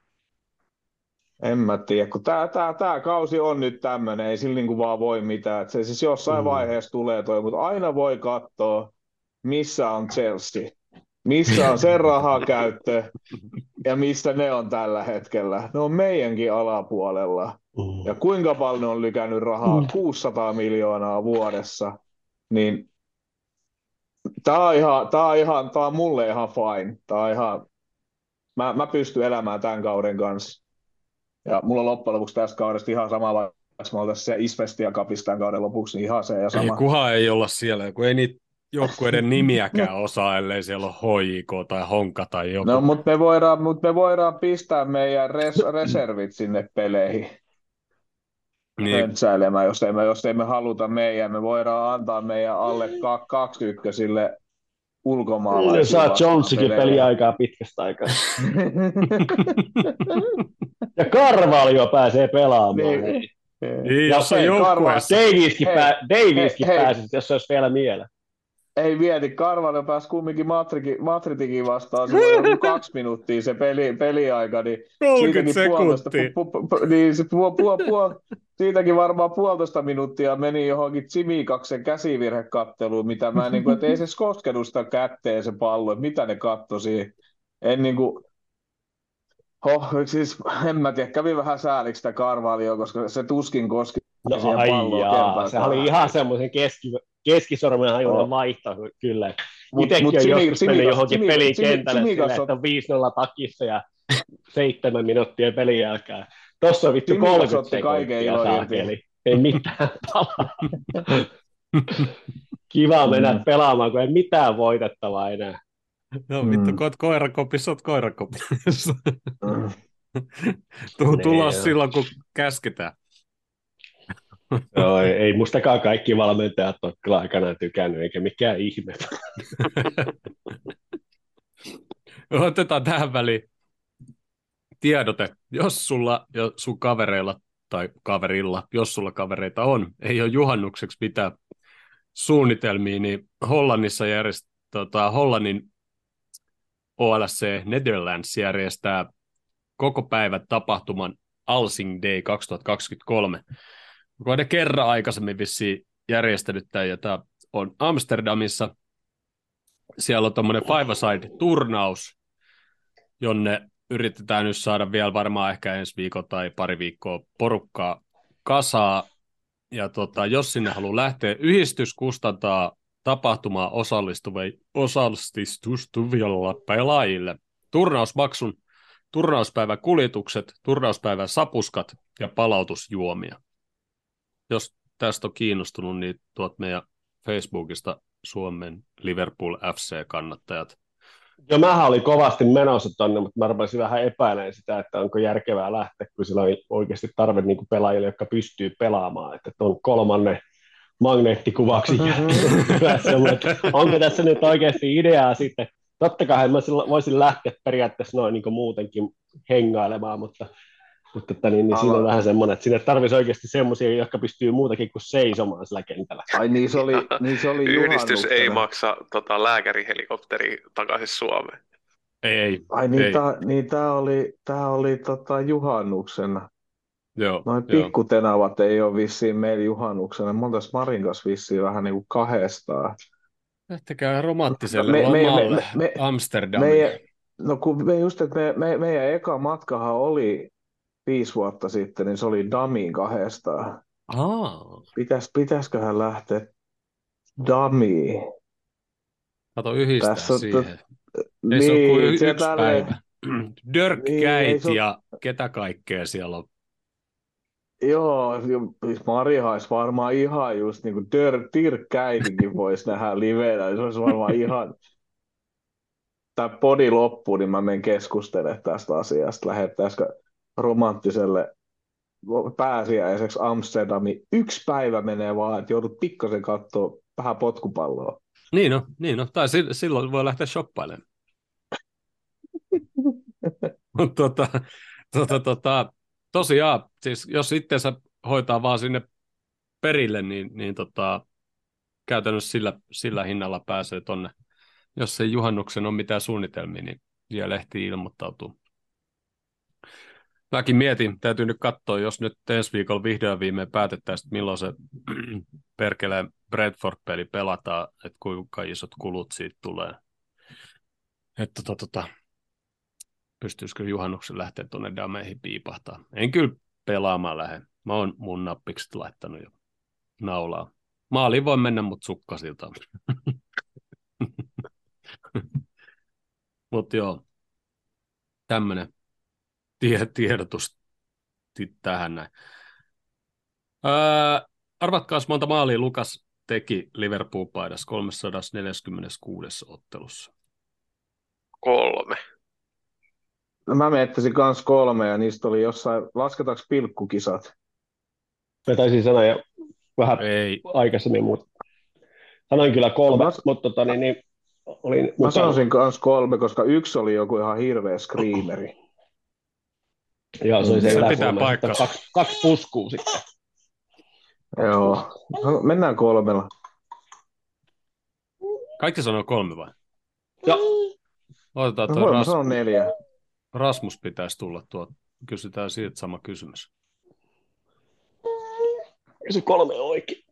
en mä tiedä, kun tää, tää, tää kausi on nyt tämmöinen, ei sillä niinku vaan voi mitään. Et se siis jossain Mm. vaiheessa tulee toi, mutta aina voi katsoa, missä on Chelsea, missä on sen rahakäyttö ja missä ne on tällä hetkellä. Ne on meidänkin alapuolella. Mm. Ja kuinka paljon ne on lykännyt rahaa? Mm. kuusisataa miljoonaa vuodessa. Niin tää on ihan, tää on ihan, tää on mulle ihan fine. Tää on ihan, mä, mä pystyn elämään tämän kauden kanssa. Ja mulla on loppujen lopuksi tästä kaudesta ihan sama, vaikka me oltaisiin se Isvestia Cupissa tämän kauden lopuksi, niin ihan se ja Ei, sama. kuhan ei olla siellä, kun ei niitä joukkueiden nimiäkään osaa, ellei siellä ole H J K tai Honka tai joku. No, mutta me voidaan, mut me voidaan pistää meidän res, reservit sinne peleihin Niin, höntsäilemään, jos emme, jos emme haluta meidän. Me voidaan antaa meidän alle ka- kaksi ykkösille ulkomaalaisia Saa vastaan Jonesikin pelejä. peliaikaa pitkästä aikaa. Ja Carvalho pääsee pelaamaan. Niin. Hei. Niin, Ja jos on hei, joukkueessa. Davieskin, Hei, pää, Davieskin hei, hei. pääsisi, jos se olisi vielä mielellä. Ei mieti, Carvalho pääsi kumminkin Madridin, Madridikin vastaan, se oli joku kaksi minuuttia se peli, peliaika, niin kolmekymmentä siitäkin puolitoista, sekuntia. pu, pu, pu, niin se puol, puol, puol, siitäkin varmaan puolitoista minuuttia meni johonkin Tsimikaksen käsivirhekatteluun, mitä mä niin kuin, että ei se koskenut sitä kätteen se pallo, että mitä ne kattoi siihen. En niin kuin, oh, siis en mä tiedä, kävi vähän sääliksi sitä Carvalhoa, koska se tuskin koski No siihen ai palloon jaa, kertaakaan. se oli ihan semmoisen keski, keskisormen hajuinen Oh. vaihto kyllä. Mut- Itsekin mut on Tsimi- joskus mennyt Tsimikas- johonkin Tsimi- pelin Tsimi- kentälle Tsimikas silleen, on- että on viisi nolla takissa ja seitsemän minuuttia pelin jälkeen. Tossa on vittu Tsimikas kolmekymmentä otti kaiken sekuntia ilon saakeli. irti. Ei mitään palaa. Kiva mennä Mm. pelaamaan, kun ei mitään voitettavaa enää. No vittu, Mm. kun oot koirakopissa, oot koirakopissa. Mm. Tuu Niin, tulos joo. silloin, kun käsketään. Joo, ei, ei mustakaan kaikki valmentajat ole kyllä aikanaan tykännyt, eikä mikään ihme. Otetaan tähän väliin tiedote. Jos sulla ja sun kavereilla tai kaverilla, jos sulla kavereita on, ei ole juhannukseksi mitään suunnitelmia, niin Hollannissa järjest, tota, Hollannin O L C Netherlands järjestää koko päivän tapahtuman Alsing Day kaksituhattakaksikymmentäkolme. Kun ne kerran aikaisemmin vissiin järjestänyt tämän, ja tämä on Amsterdamissa. Siellä on tuommoinen five-a-side-turnaus, jonne yritetään nyt saada vielä varmaan ehkä ensi viikon tai pari viikkoa porukkaa kasaa. Ja tota, jos sinne haluaa lähteä, yhdistys kustantaa tapahtumaan osallistuvilla pelaajille turnausmaksun, turnauspäivän kuljetukset, turnauspäivän sapuskat ja palautusjuomia. Jos tästä on kiinnostunut, niin tuot meidän Facebookista Suomen Liverpool F C-kannattajat. Joo, mähän olin kovasti menossa tonne, mutta mä rupesin vähän epäilemään sitä, että onko järkevää lähteä, kun sillä on oikeasti tarve niin kuin pelaajille, jotka pystyy pelaamaan, että on kolmannen magneettikuvaksi jäänyt. Onko tässä nyt oikeasti ideaa sitten? Totta kai mä voisin lähteä periaatteessa noin niin kuin muutenkin hengailemaan, mutta, mutta että niin, niin siinä on vähän semmoinen, että sinne tarvitsisi oikeasti semmoisia, jotka pystyy muutakin kuin seisomaan sillä kentällä. Ai niin se oli, niin se oli Yhdistys ei juhannuksena. maksa tota, lääkärihelikopteri takaisin Suomeen. Ei, Ai niin, ei. tää, niin tää oli, tää oli tota juhannuksena. Joo, Noin joo. pikkutenavat ei ole vissiin meillä juhannuksena. Mä oltais Marin kanssa vissiin vähän niin kuin kahdestaan. Lähtekää romanttiselle Me- me- lomalle me- me- Amsterdamiin. Meidän, no kun me just, että me, me, meidän eka matkahan oli viisi vuotta sitten, niin se oli Damiin kahdestaan. Aa, Pitäis, pitäisköhän lähteä Damiin? kato yhdistää Tässä on siihen. Ei se ole kuin y- se yksi tälleen- päivä. Dirk Niin, ei Käit se ole- ja ketä kaikkea siellä on. Joo, siis Mari olisi varmaan ihan just niin kuin Dirk Käitinkin voisi nähdä livenä, niin se olisi varmaan ihan... Tämä podi loppuu, niin mä menen keskustelemaan tästä asiasta. Lähettäisikö romanttiselle pääsiäiseksi Amsterdamiin. Yksi päivä menee vaan, että joudut pikkasen katsoa vähän potkupalloa. Niin on, niin on. Tai si- silloin voi lähteä shoppailemaan. tota, tota, tota, tosiaan, siis jos itsensä hoitaa vaan sinne perille, niin, niin tota, käytännössä sillä, sillä hinnalla pääsee tonne. Jos ei juhannuksen ole mitään suunnitelmia, niin vielä ehtii ilmoittautua. Mäkin mietin, täytyy nyt katsoa, jos nyt ensi viikolla vihdoin viimein päätettäisiin, että milloin se perkeleen Bradford-peli pelataan, että kuinka isot kulut siitä tulee. Että tota, tota, pystyisikö juhannuksen lähteä tuonne dameihin piipahtaa. En kyllä pelaamaan lähde. Mä oon mun nappikset laittanut jo naulaa. Maaliin voi mennä, mutta sukkasilta. Mutta joo, tämmöinen tie- tiedotus tähän näin. Öö, arvatkaas monta maalia Lukas teki Liverpool-paidassa kolmesataaneljäkymmentäkuusi ottelussa. Kolme. No mä menettäisin kans kolme ja niistä oli jossain, lasketaanko pilkkukisat? Mä taisin sanoa jo vähän Ei, aikaisemmin, mutta sanoin kyllä kolme, Mas- mutta tota, niin, niin, olin Mä mukana. sanoisin kans kolme, koska yksi oli joku ihan hirveä screameri. Joo, se oli se Se pitää yläkulma ja sitten paikkansa. kaksi, kaksi puskua sitten. Kaksi Joo. puskua. No, mennään kolmella. Kaikki sanoo kolme vai? Joo. Otetaan No tuo voin mä Ras... sanoa neljä. Rasmus pitäisi tulla tuo. Kysytään siitä sama kysymys. Se kolme on oikein.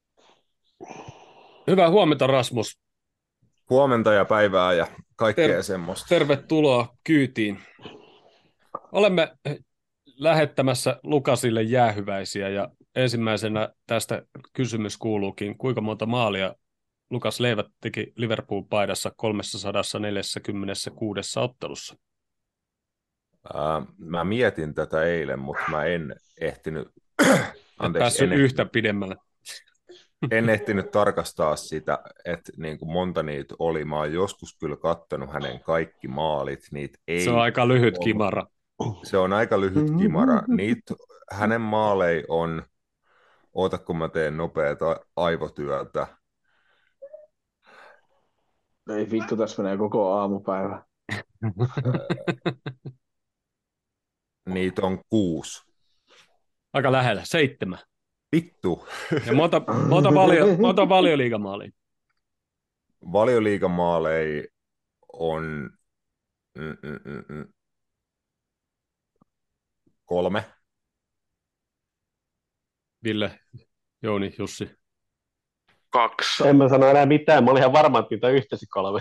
Hyvää huomenta, Rasmus. Huomenta ja päivää ja kaikkea Ter- semmoista. Tervetuloa kyytiin. Olemme lähettämässä Lukasille jäähyväisiä ja ensimmäisenä tästä kysymys kuuluukin, kuinka monta maalia Lukas Leivät teki Liverpool-paidassa kolmesataaneljäkymmentäkuusi ottelussa? Ää, mä mietin tätä eilen, mutta mä en ehtinyt, Et anteeksi, päässyt en, ehtinyt, yhtä pidemmälle. en ehtinyt tarkastaa sitä, että niin kuin monta niitä oli. Mä oon joskus kyllä kattonut hänen kaikki maalit. Niitä ei Se on aika lyhyt ole. kimara. Se on aika lyhyt kimara. Niitä, hänen maalei on, oota kun mä teen nopeata aivotyötä. Ei vittu, tässä menee koko aamupäivä. Niitä on kuusi. Aika lähellä, seitsemän. Vittu. Ja monta, monta, valio, monta valioliigamaalia. Valioliigamaalei on mm, mm, mm, mm. kolme. Ville, Jouni, Jussi. Kaksi. En mä sano enää mitään, mä olin ihan varma, että niitä on yhteensä kolme.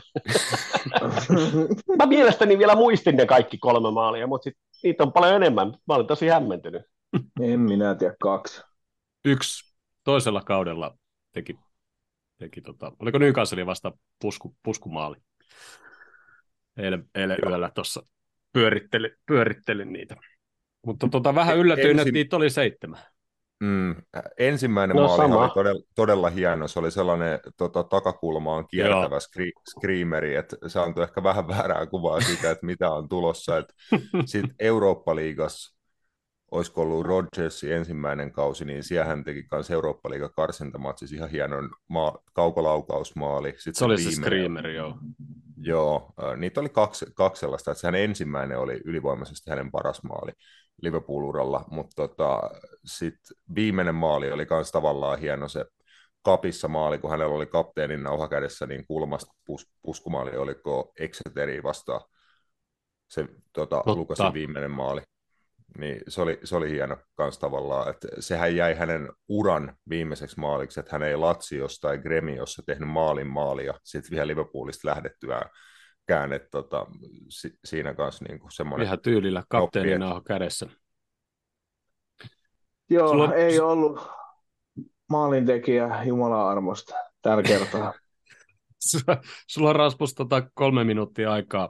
Mä mielestäni vielä muistin ne kaikki kolme maalia, mutta sit niitä on paljon enemmän. Mä olin tosi hämmentynyt. En minä tiedä, kaksi. Yksi toisella kaudella teki, teki tota, oliko Newcastle vasta pusku, puskumaali? Eilen, eilen yöllä tuossa pyörittelin, pyörittelin niitä. Mutta tota, vähän yllätyin, Ensin- että niitä oli seitsemän. Mm, ensimmäinen No, maali sama. oli todella, todella hieno. Se oli sellainen tota, takakulmaan kiertävä skri, screameri, että se antoi ehkä vähän väärää kuvaa siitä, että mitä on tulossa. Sitten Eurooppa-liigassa, olisiko ollut Rodgersin ensimmäinen kausi, niin siellä hän teki myös Eurooppa-liigan karsintamatsissa ihan hienon maa, kaukolaukausmaali. Sitten Se oli se viimeinen- screameri, joo. Joo, äh, niitä oli kaksi, kaksi sellaista, että hänen ensimmäinen oli ylivoimaisesti hänen paras maali Liverpool-uralla, mutta tota, sitten viimeinen maali oli myös tavallaan hieno se kapissa maali, kun hänellä oli kapteenin nauha kädessä, niin kulmasta pus, puskumaali oliko Exeteriä vastaan se tota, Totta. Lukasin viimeinen maali. Niin se oli, se oli hieno kans tavallaan, että sehän jäi hänen uran viimeiseksi maaliksi, että hän ei Laziossa tai Gremiossa tehnyt maalin maalia, sitten vielä Liverpoolista lähdettyään käännet tota, si, siinä kanssa niinku semmoinen. Ihan tyylillä kapteenin Oppi, nauha kädessä. Joo, Sulla- ei ollut maalintekijä Jumalan armosta tällä kertaa. Sulla- Sulla on, Rasmus, tota kolme minuuttia aikaa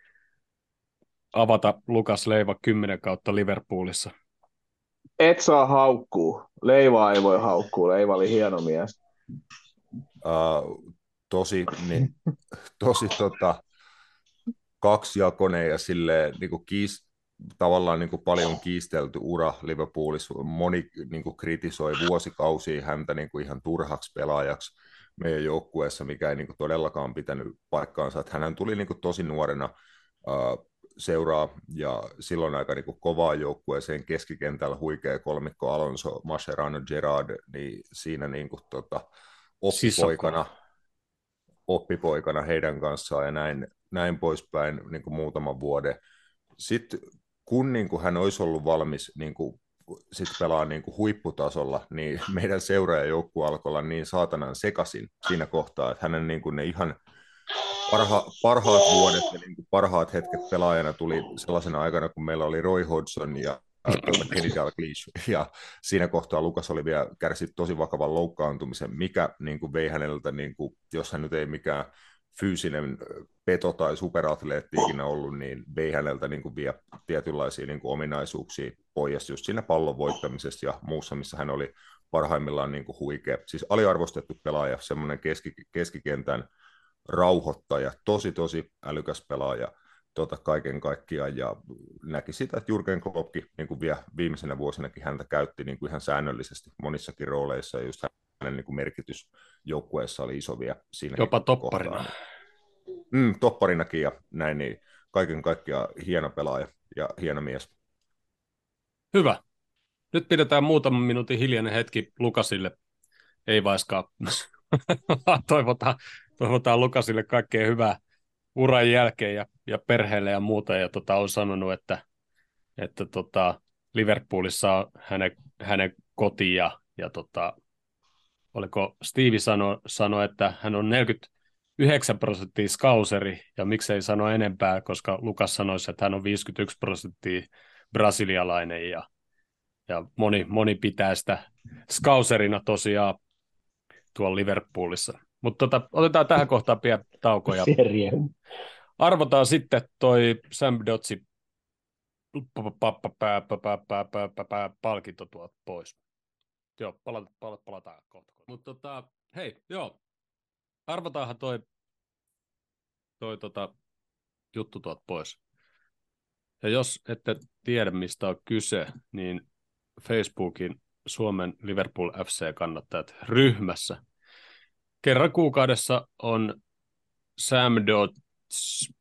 avata Lukas Leiva kymmenen kautta Liverpoolissa. Et saa haukkuu. Leivaa ei voi haukkuu. Leiva oli hieno mies. Uh, tosi, niin, tosi tota, kaksijakoinen ja silleen, niin kuin kiis, tavallaan niin kuin paljon kiistelty ura Liverpoolissa. Moni niin kuin kritisoi vuosikausia häntä niin kuin ihan turhaksi pelaajaksi meidän joukkueessa, mikä ei niin kuin todellakaan pitänyt paikkaansa. Että hän tuli niin kuin tosi nuorena uh, seuraa ja silloin aika niin kuin kovaa joukkueeseen keskikentällä huikea kolmikko Alonso, Mascherano, Gerrard, niin siinä niin kuin, tota, oppipoikana, oppipoikana heidän kanssaan ja näin, näin poispäin niin kuin muutaman vuoden. Sitten kun niin kuin hän olisi ollut valmis niin kuin, sit pelaa niin kuin huipputasolla, niin meidän seuraajajoukkue alkoi olla niin saatanan sekaisin siinä kohtaa, että hänen niin kuin ne ihan Parha, parhaat vuodet ja niin kuin parhaat hetket pelaajana tuli sellaisena aikana, kun meillä oli Roy Hodgson ja tuota Kenny Dalglish, ja siinä kohtaa Lukas oli vielä kärsinyt tosi vakavan loukkaantumisen, mikä niin kuin vei häneltä, niin kuin, jos hän nyt ei mikään fyysinen peto tai superatleetti ikinä ollut, niin vei häneltä niin kuin vielä tietynlaisia niin kuin ominaisuuksia pois just siinä pallon voittamisessa ja muussa, missä hän oli parhaimmillaan niin kuin huikea. Siis aliarvostettu pelaaja, semmoinen keski, keskikentän rauhoittaja, tosi tosi älykäs pelaaja tota, kaiken kaikkiaan, ja näki sitä, että Jürgen Kloppkin niin kuin vielä viimeisenä vuosinakin häntä käytti niin kuin ihan säännöllisesti monissakin rooleissa, ja just hänen niin kuin merkitys joukkueessa oli iso vielä siinä Jopa topparina. Mm, topparinakin ja näin, niin kaiken kaikkiaan hieno pelaaja ja hieno mies. Hyvä. Nyt pidetään muutaman minuutin hiljainen hetki Lukasille. Ei vaiskaan. toivotaan, toivotaan Lukasille kaikkea hyvää uran jälkeen ja, ja perheelle ja muuta. Ja tota, on sanonut, että, että tota, Liverpoolissa on hänen, hänen koti ja, ja tota, oliko Stevie sano, sano, että hän on neljäkymmentäyhdeksän prosenttia skauseri, ja miksei sano enempää, koska Lukas sanoisi, että hän on viisikymmentäyksi prosenttia brasilialainen, ja, ja moni, moni pitää sitä skauserina tosiaan tuolla Liverpoolissa. Mutta tota, otetaan tähän kohtaan pieni tauko, ja arvotaan sitten toi Sam Dotsin palkinto tuolta pois. Joo, palataan, palataan kohta. Mutta tota, hei, joo, arvotaanhan toi, toi tota, juttu tuolta pois. Ja jos ette tiedä, mistä on kyse, niin Facebookin Suomen Liverpool F C-kannattajat ryhmässä kerran kuukaudessa on Sam Dodds,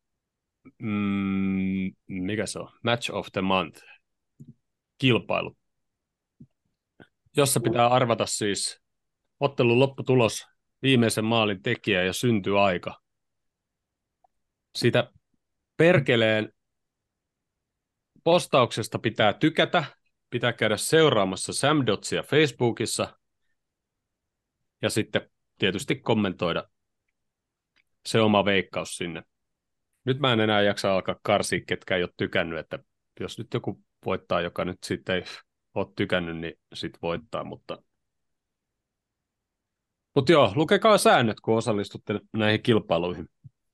mm, mikä se on, Match of the Month kilpailu, jossa pitää arvata siis ottelun lopputulos, viimeisen maalin tekijä ja syntyaika. Sitä perkeleen postauksesta pitää tykätä, pitää käydä seuraamassa Sam Doddsia Facebookissa ja sitten tietysti kommentoida se oma veikkaus sinne. Nyt mä en enää jaksa alkaa karsia, ketkä ei ole tykännyt, että jos nyt joku voittaa, joka nyt sitten ei ole tykännyt, niin sitten voittaa, mutta Mutta joo, lukekaa säännöt, kun osallistutte näihin kilpailuihin.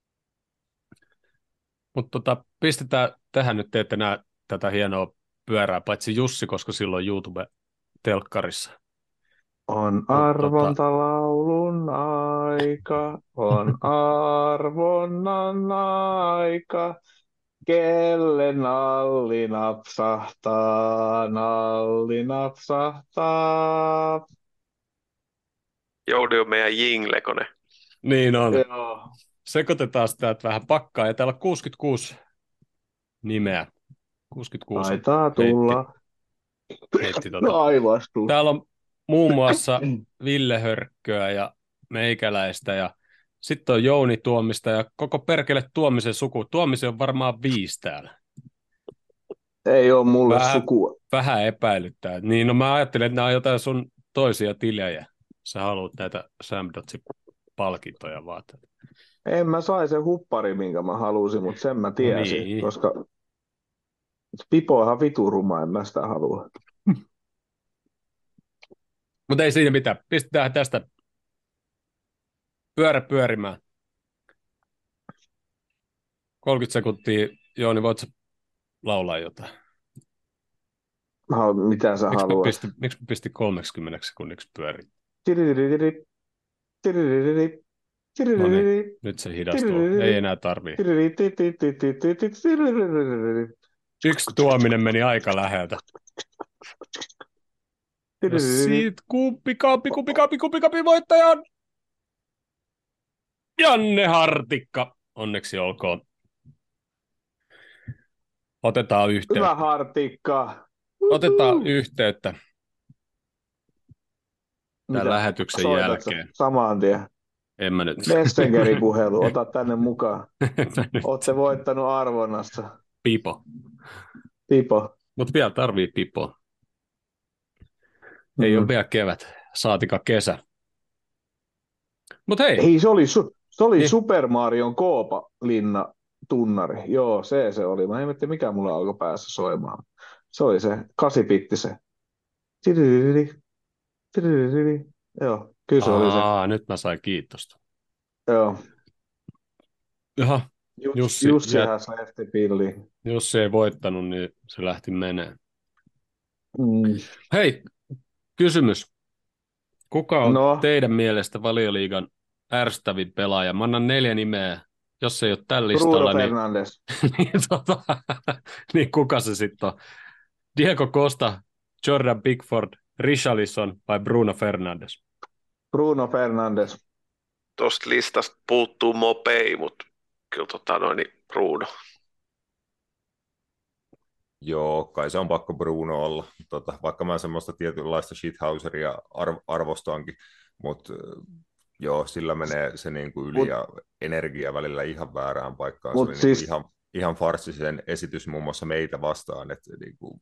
Mutta tota, pistetään tähän nyt, teette nää, tätä hienoa pyörää, paitsi Jussi, koska silloin YouTube-telkkarissa. On arvontalaulun aika, on arvonnan aika, kelle nalli napsahtaa, nalli napsahtaa. Joudi on meidän jinglekone. Niin on. Joo. Sekoitetaan sitä että vähän pakkaa. Ja täällä on kuusikymmentäkuusi nimeä. kuusikymmentäkuusi Taitaa tulla. heitti, heitti tota. No aivastuu. Täällä on muun muassa Ville Hörkköä ja meikäläistä ja sitten on Jouni Tuomista ja koko perkele Tuomisen suku. Tuomisen on varmaan viisi täällä. Ei ole mulle Vähän, sukua. vähän epäilyttää. Niin no mä ajattelin, että nämä on jotain sun toisia tilejä. Sä haluat näitä Sam Doddsin palkintoja vaan. En mä sai sen huppari, minkä mä halusin, mutta sen mä tiesin, No niin. koska Pipo on ihan vituruma, en mä sitä halua. Mutta ei siinä mitään. Pistetään tästä pyörä pyörimään. kolmekymmentä sekuntia. Jooni, voit sä laulaa jotain? Ha, mitä sä Miksi mä haluat? pistin, miksi mä pistin kolmekymmentä sekunniksi pyöriin? Tiririri, tiririri, No niin, tiririri, nyt se hidastuu. Ei enää tarvii. tiririri. Yksi tuominen meni aika läheltä. Ja sit kumpi, kampi, kumpi, kampi, kumpi, kampi voittajan! Janne Hartikka. Onneksi olkoon. Otetaan Hyvä yhteyttä. Hartikka. Otetaan yhteyttä tämän Mitä? lähetyksen Soitat sä jälkeen. saman tien. En mä nyt. Messengerin puhelu, ota tänne mukaan. Nyt. Ootte voittanut arvonnassa. Pipo. Pipo. Mutta vielä tarvii pipoa. Ei Mm. ole vielä kevät, saatika kesä. Mutta hei, Ei, se oli, su- se oli Niin. Super Marion Koopa-linna tunnari. Joo, se se oli. Mä en tiedä, mikä mulla alkoi päässä soimaan. Se oli se kasipitti se. Tiririri, tiririri. Joo, kyllä se oli se. Aa, nyt mä sain kiitosta. Joo. Jaha, Just, Jussi, Jussihan lähti pilliin. jos se ei voittanut, niin se lähti menee. Mm. Hei, kysymys. Kuka on No. teidän mielestä Valioliigan ärsyttävin pelaaja? Mä annan neljä nimeä. Jos ei ole tällä Bruno listalla, niin, Fernandes. niin, tota, niin kuka se sitten on? Diego Costa, Jordan Pickford, Richarlison vai Bruno Fernandes? Bruno Fernandes. Tuosta listasta puuttuu Mopei, mutta kyllä tota noin, niin Bruno. Joo, kai se on pakko Bruno olla, tota, vaikka mä semmoista tietynlaista shithouseria arv- arvostankin, mutta joo, sillä menee se niinku yli Mut, ja energia välillä ihan väärään paikkaan. Se mut oli niinku siis, ihan, ihan farssisen esitys muun muassa meitä vastaan, että niinku,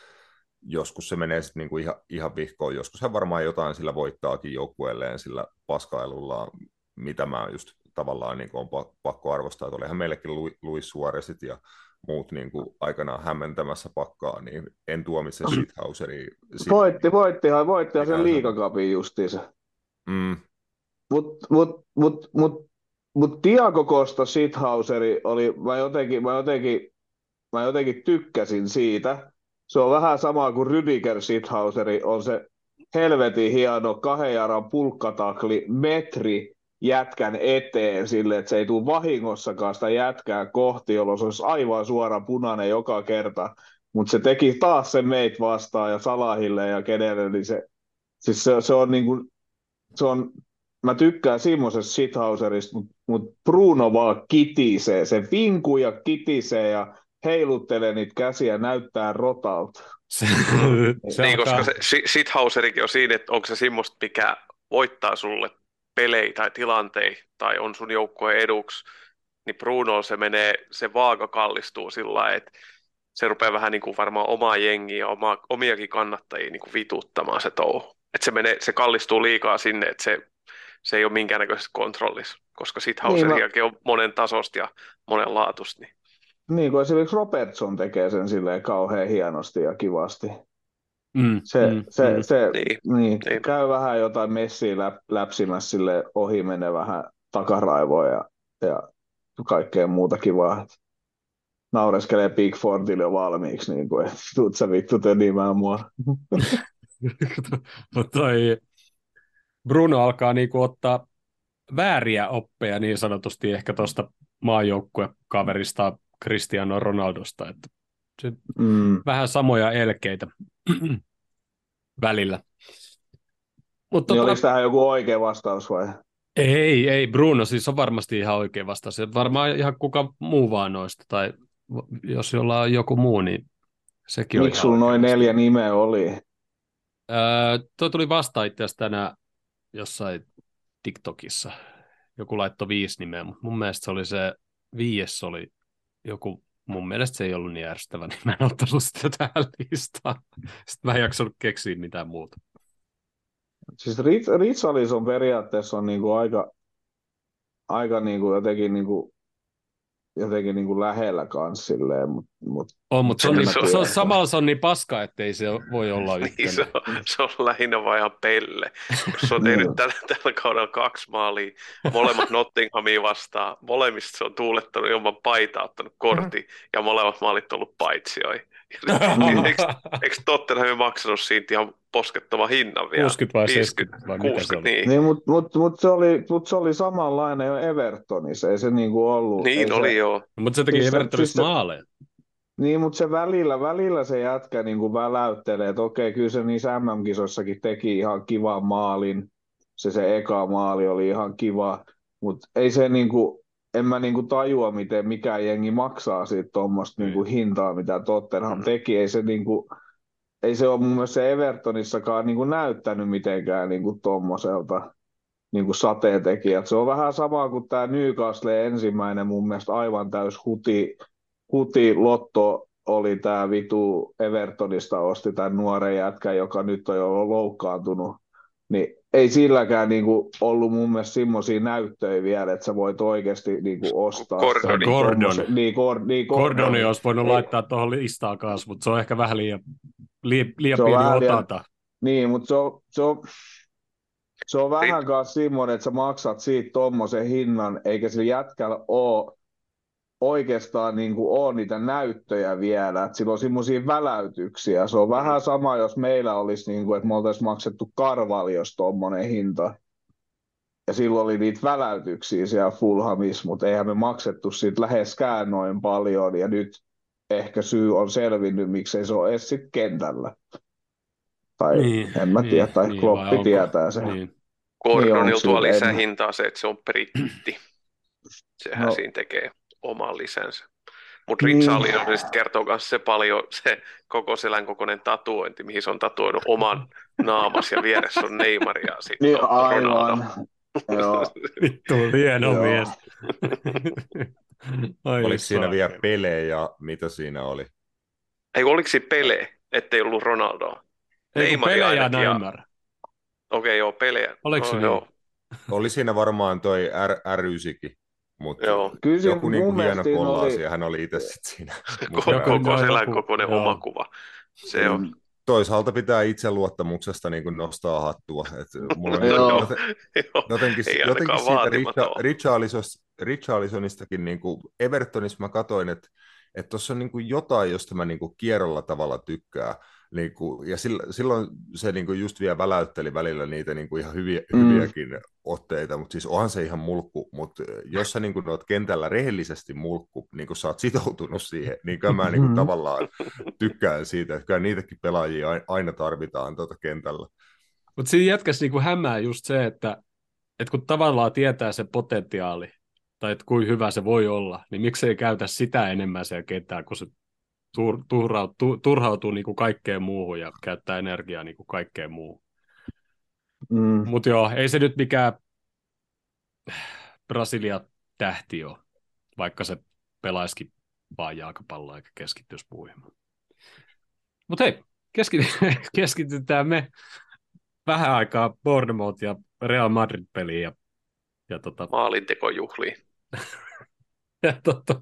joskus se menee sitten niinku ihan, ihan vihkoon, joskus hän varmaan jotain sillä voittaakin joukkueelleen sillä paskailullaan, mitä mä just tavallaan niinku on pakko arvostaa, että olihan meillekin Luis Suarezit ja muut niin kuin aikanaan hämmentämässä pakkaa, niin en tuomitse shithouseria. voitti, voittihan, voittihan sen liigakapin justiinsa. Mm. Mutta mut, mut, mut, mut Thiago Costa shithouseri oli, mä jotenkin, mä jotenkin, mä jotenkin tykkäsin siitä. Se on vähän samaa kuin Rüdiger shithouseri, on se helvetin hieno kahden jaran pulkkatakli metri jätkän eteen sille, että se ei tule vahingossakaan sitä jätkää kohti, jolloin se olisi aivan suora punainen joka kerta. Mutta se teki taas sen meit vastaan ja Salahille ja kenelle, niin se, siis se, se on niin kuin, se on, mä tykkään semmoisesta shithouserista, mutta mut Bruno vaan kitisee, se vinkuu ja kitisee ja heiluttelee niitä käsiä, näyttää rotalta. Se, se niin, alkaa... koska se shithouserikin on siinä, että onko se semmoista, mikä voittaa sulle pelejä tai tilanteita, tai on sun joukkueen eduksi, niin Bruno se menee, se vaaka kallistuu sillä lailla, että se rupeaa vähän niin kuin varmaan omaa jengiä ja oma, omiakin kannattajia niin kuin vituttamaan se touhu. Että se, menee, se kallistuu liikaa sinne, että se, se ei ole minkäännäköisessä kontrollissa, koska shithouseriakin niin, on monen tasosta ja monen laatusta. Niin. niin kuin esimerkiksi Robertson tekee sen silleen kauhean hienosti ja kivasti. Mm, se, mm, se, mm. se Niin, niin, niin. käy vähän jotain messiä läp, läpsimässä sille ohi, menee vähän takaraivoa ja, ja kaikkea muuta kivaa. Naureskelee Pickfordille jo valmiiksi, niin kuin, että tuut sä vittu tönimään mua. toi Bruno alkaa niinku ottaa vääriä oppeja niin sanotusti ehkä tuosta maajoukkuekaverista Cristiano Ronaldosta, että se Mm. vähän samoja elkeitä välillä. Mutta Niin tota, oliko tähän joku oikea vastaus vai? ei, ei, Bruno siis on varmasti ihan oikea vastaus. Varmaan ihan kuka muu vaan noista, tai jos jolla on joku muu, niin sekin on Miksi ihan sulla oikea noin vastaus. neljä nimeä oli? Öö, toi tuli vasta itse asiassa tänään jossain TikTokissa. Joku laittoi viisi nimeä, mutta mun mielestä se oli se viies oli joku, mun mielestä se ei ollut niin ärsyttävä, niin mä en ottanut sitä tähän listaan. Sitten mä en jaksanut keksiä mitään muuta. Siis Ritsalis on periaatteessa on niinku aika, aika niinku jotenkin, niinku, jotenkin niinku lähellä kans silleen, mut, mut On, mutta se on, niin, Se on- se on, samalla se on niin paska, ettei se voi olla Niin, ykkönen. se, on, se on lähinnä vaan ihan pelle. Kun se on tehnyt Niin. tällä, tällä kaudella kaksi maalia, molemmat Nottinghamia vastaan. Molemmista se on tuulettanut ilman paitaa, ottanut kortin, ja molemmat maalit on ollut paitsioja. Eikö, eikö Tottenham maksanut siitä ihan poskettavan hinnan vielä? kuusikymmentä vai viisikymmentä, seitsemänkymmentä vai mitä se kuusikymmentä, oli? niin. Niin, mutta mut, mut se, oli, mut se oli samanlainen jo Evertonissa, ei se niinku ollut. Niin ei oli se, joo. Mutta se teki Siis se- Evertonissa siis se- maaleja. Niin, mutta se välillä, välillä se jätkä niinku väläyttelee, että okei, kyllä se niissä M M-kisoissakin teki ihan kivan maalin. Se se eka maali oli ihan kiva, mutta ei se niinku, en mä niinku tajua, miten mikään jengi maksaa siitä tuommoista niinku hintaa, mitä Tottenham Mm. teki. Ei se niinku, ei se ole mun mielestä se Evertonissakaan niinku näyttänyt mitenkään niinku tuommoiselta niinku sateentekijät. Se on vähän sama kuin tämä Newcastle ensimmäinen mun mielestä aivan täys huti, huti lotto oli tämä vitu Evertonista osti tämän nuoren jätkän, joka nyt on jo loukkaantunut. Niin ei silläkään niinku ollut mun mielestä semmoisia näyttöjä vielä, että sä voit oikeasti niinku ostaa Gordoni. sen Gordon. tommosen- Niin, Gor, niin Gordoni olisi voinut Ei. laittaa tuohon listaan kanssa, mutta se on ehkä vähän liian, liian, liian Se on pieni vähän liian- otanta. Niin, mutta se on, se on, se on vähän kanssa semmoinen, että sä maksat siitä tommosen hinnan, eikä sillä jätkällä ole oikeastaan niin kuin ole niitä näyttöjä vielä, että sillä on semmoisia väläytyksiä. Se on vähän sama, jos meillä olisi, niin kuin, että me oltaisiin maksettu Karvaljosta tommonen hinta. Ja silloin oli niitä väläytyksiä siellä Fulhamissa, mutta eihän me maksettu siitä läheskään noin paljon. Ja nyt ehkä syy on selvinnyt, miksei se ole edes sit kentällä. Tai Niin, en mä niin, tiedä, tai niin, Kloppi vai onko? tietää sen. Niin. Niin, Gordonilla onko tuo sillä- lisää en- hintaa se, että se on britti. Sehän No. siinä tekee. oman lisänsä. Mutta Niin. Richarlison sitten kertoo myös se paljon, se koko selän kokoinen tatuointi, mihin se on tatuoinut oman naamas ja vieressä on Neymar ja sitten Niin, on Ronaldo. aivan. Joo. Vittu, hieno Joo. mies. Ai Oliko siinä vielä saakeli. Pele ja mitä siinä oli? Ei, oliko siinä Pele, ettei ollut Ronaldoa? Ei kun Neymari Pele ja ainakin. Ja... Neymar. Okei, joo, Pele. Oliko se no, niin? joo, Oli siinä varmaan toi R- R9kin, mutta joo. Kyllä siinä joku mun niinku hieno mielestä siinä kollaasi oli- ja hän oli itse sit siinä. Ko- mukana. Joku- koko joo, selän joku- kokoinen joo. oma kuva. Se on. Mm. Toisaalta pitää itseluottamuksesta niin kuin nostaa hattua. Et mulla on Joo. joten, Joo, jotenkin, ei jotenkin ainakaan siitä vaatimaton. Richa- Richarlisonista, Richarlisonistakin niin kuin Evertonissa mä katsoin, että että tuossa on niin kuin jotain, josta mä niin kuin kierrolla tavalla tykkään. Niin kuin, ja sillä, silloin se niin kuin just vielä väläytteli välillä niitä niin kuin ihan hyviä, Mm. hyviäkin otteita, mutta siis onhan se ihan mulkku, mutta jos sä niin kuin oot kentällä rehellisesti mulkku, niin kuin sä oot sitoutunut siihen, niin kyllä mä niin kuin Mm. tavallaan tykkään siitä, että kyllä niitäkin pelaajia ai- aina tarvitaan tuota kentällä. Mutta siinä jätkässä niinku hämää just se, että, että kun tavallaan tietää se potentiaali, tai että kuinka hyvä se voi olla, niin miksei käytä sitä enemmän siellä ketään, kun se tur, turhautuu, turhautuu niinku kaikkeen muuhun ja käyttää energiaa niinku kaikkeen muuhun. Mm. Mutta joo, ei se nyt mikään Brasilia-tähti ole, vaikka se pelaisikin vaan jalkapalloa eikä keskittyisi puimaan. Mutta hei, keskity, keskitytään me vähän aikaa Bournemouth ja Real Madrid-peliin. Ja, ja, tota, Maalintekojuhliin. ja tota,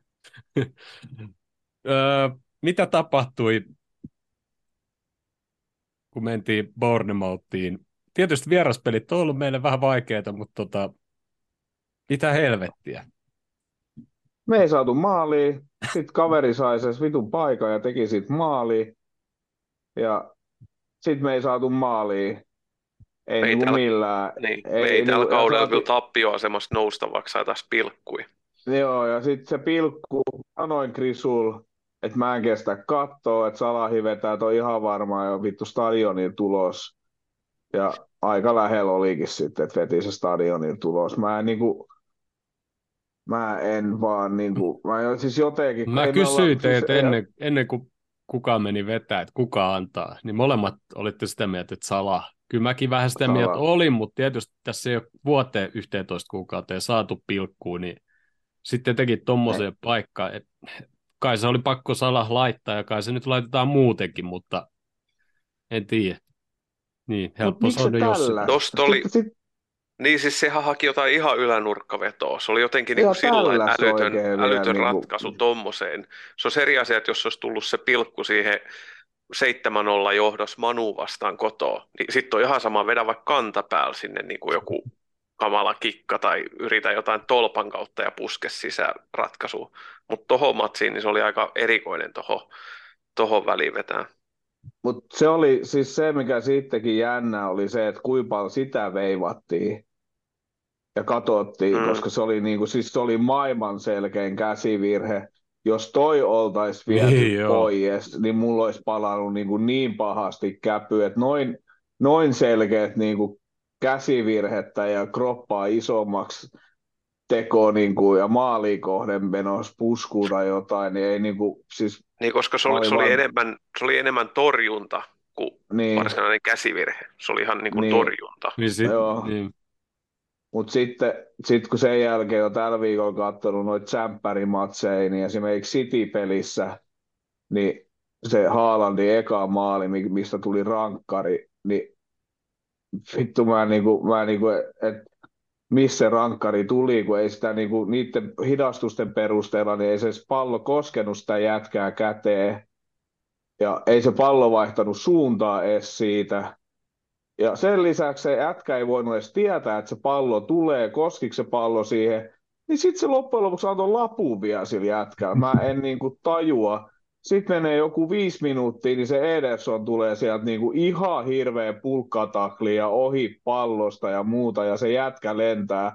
öö, mitä tapahtui, kun mentiin Bournemouthiin? Tietysti vieraspelit on ollut meille vähän vaikeita, mutta tota, mitä helvettiä? Me ei saatu maaliin. Sitten kaveri sai sen vitun paikan ja teki siitä maaliin. Ja sitten me ei saatu maaliin. Ei Me ei niinku täällä- millään. Niin, Ei me ei tällä niinku- ja kaudella saati- kyllä tappioasemassa nousta, vaikka saataisiin pilkkui. Joo, ja sitten se pilkku, sanoin Krisul, että mä en kestä katsoa, että Salahi vetää, että on ihan varmaan jo vittu stadionin tulos. Ja aika lähellä olikin sitten, että veti se stadionin tulos. Mä en niinku, mä en vaan niinku, mä en, siis jotenkin. kun Mä ei me olla- kysyin siis teiltä ei- ennen, ennen kuin kukaan meni vetää, että kuka antaa, niin molemmat olitte sitä mieltä, että Salah. Kyllä mäkin vähän sitä Salah. mieltä olin, mutta tietysti tässä ei ole vuoteen yhteentoista kuukauteen saatu pilkkuun, niin sitten teki tuommoiseen paikkaan, että kai se oli pakko Salah laittaa, ja kai se nyt laitetaan muutenkin, mutta en tiedä. Niin, helppo miksi se on se jos tällä? Tosta oli, Sit, sit, niin siis sehän haki jotain ihan ylänurkkavetoa. Se oli jotenkin Ihan niin sillä tällä se älytön, oikein vielä älytön niinku- ratkaisu tommoseen. Se on eri asia, että jos olisi tullut se pilkku siihen seitsemän nolla johdossa Manu vastaan kotoa, niin sitten on ihan sama vedä vaikka kantapäällä sinne niin kuin joku kamala kikka tai yritä jotain tolpan kautta ja puske sisään ratkaisuun. Mutta tohon matsiin niin se oli aika erikoinen tohon, tohon väliin vetää. Mut se oli siis se, mikä sittenkin jännä oli se, että kuinka paljon sitä veivattiin ja katsottiin, Mm. koska se oli, niinku, siis se oli maailman selkein käsivirhe. Jos toi oltaisi viety Niin, joo. pois, niin mulla olisi palannut niinku niin pahasti käpy, että noin, noin selkeät niinku käsivirhettä ja kroppaa isommaksi tekoa niinku, ja maaliin kohden menossa puskuun tai jotain, niin ei niinku, siis Niin, koska se oli, se oli, Aivan. enemmän, se oli enemmän torjunta kuin niin. varsinainen käsivirhe. Se oli ihan niin kuin Niin. torjunta. Niin sit, Joo. niin. Mutta sitten sit kun sen jälkeen jo tällä viikolla katsonut noita tsemppärimatseja, niin esimerkiksi City-pelissä, niin se Haalandin eka maali, mi- mistä tuli rankkari, niin vittu mä niinku, mä niinku, että missä se rankkari tuli, kun ei sitä niinku, niiden hidastusten perusteella, niin ei se pallo koskenut sitä jätkää käteen, ja ei se pallo vaihtanut suuntaa edes siitä. Ja sen lisäksi se jätkä ei voinut edes tietää, että se pallo tulee, koskiko se pallo siihen. Niin sitten se loppujen lopuksi antoi lapun vielä sillä jätkällä. Mä en niinku tajua. Sitten menee joku viisi minuuttia, niin se Ederson tulee sieltä niinku ihan hirveä pulkkatakli ja ohi pallosta ja muuta, ja se jätkä lentää.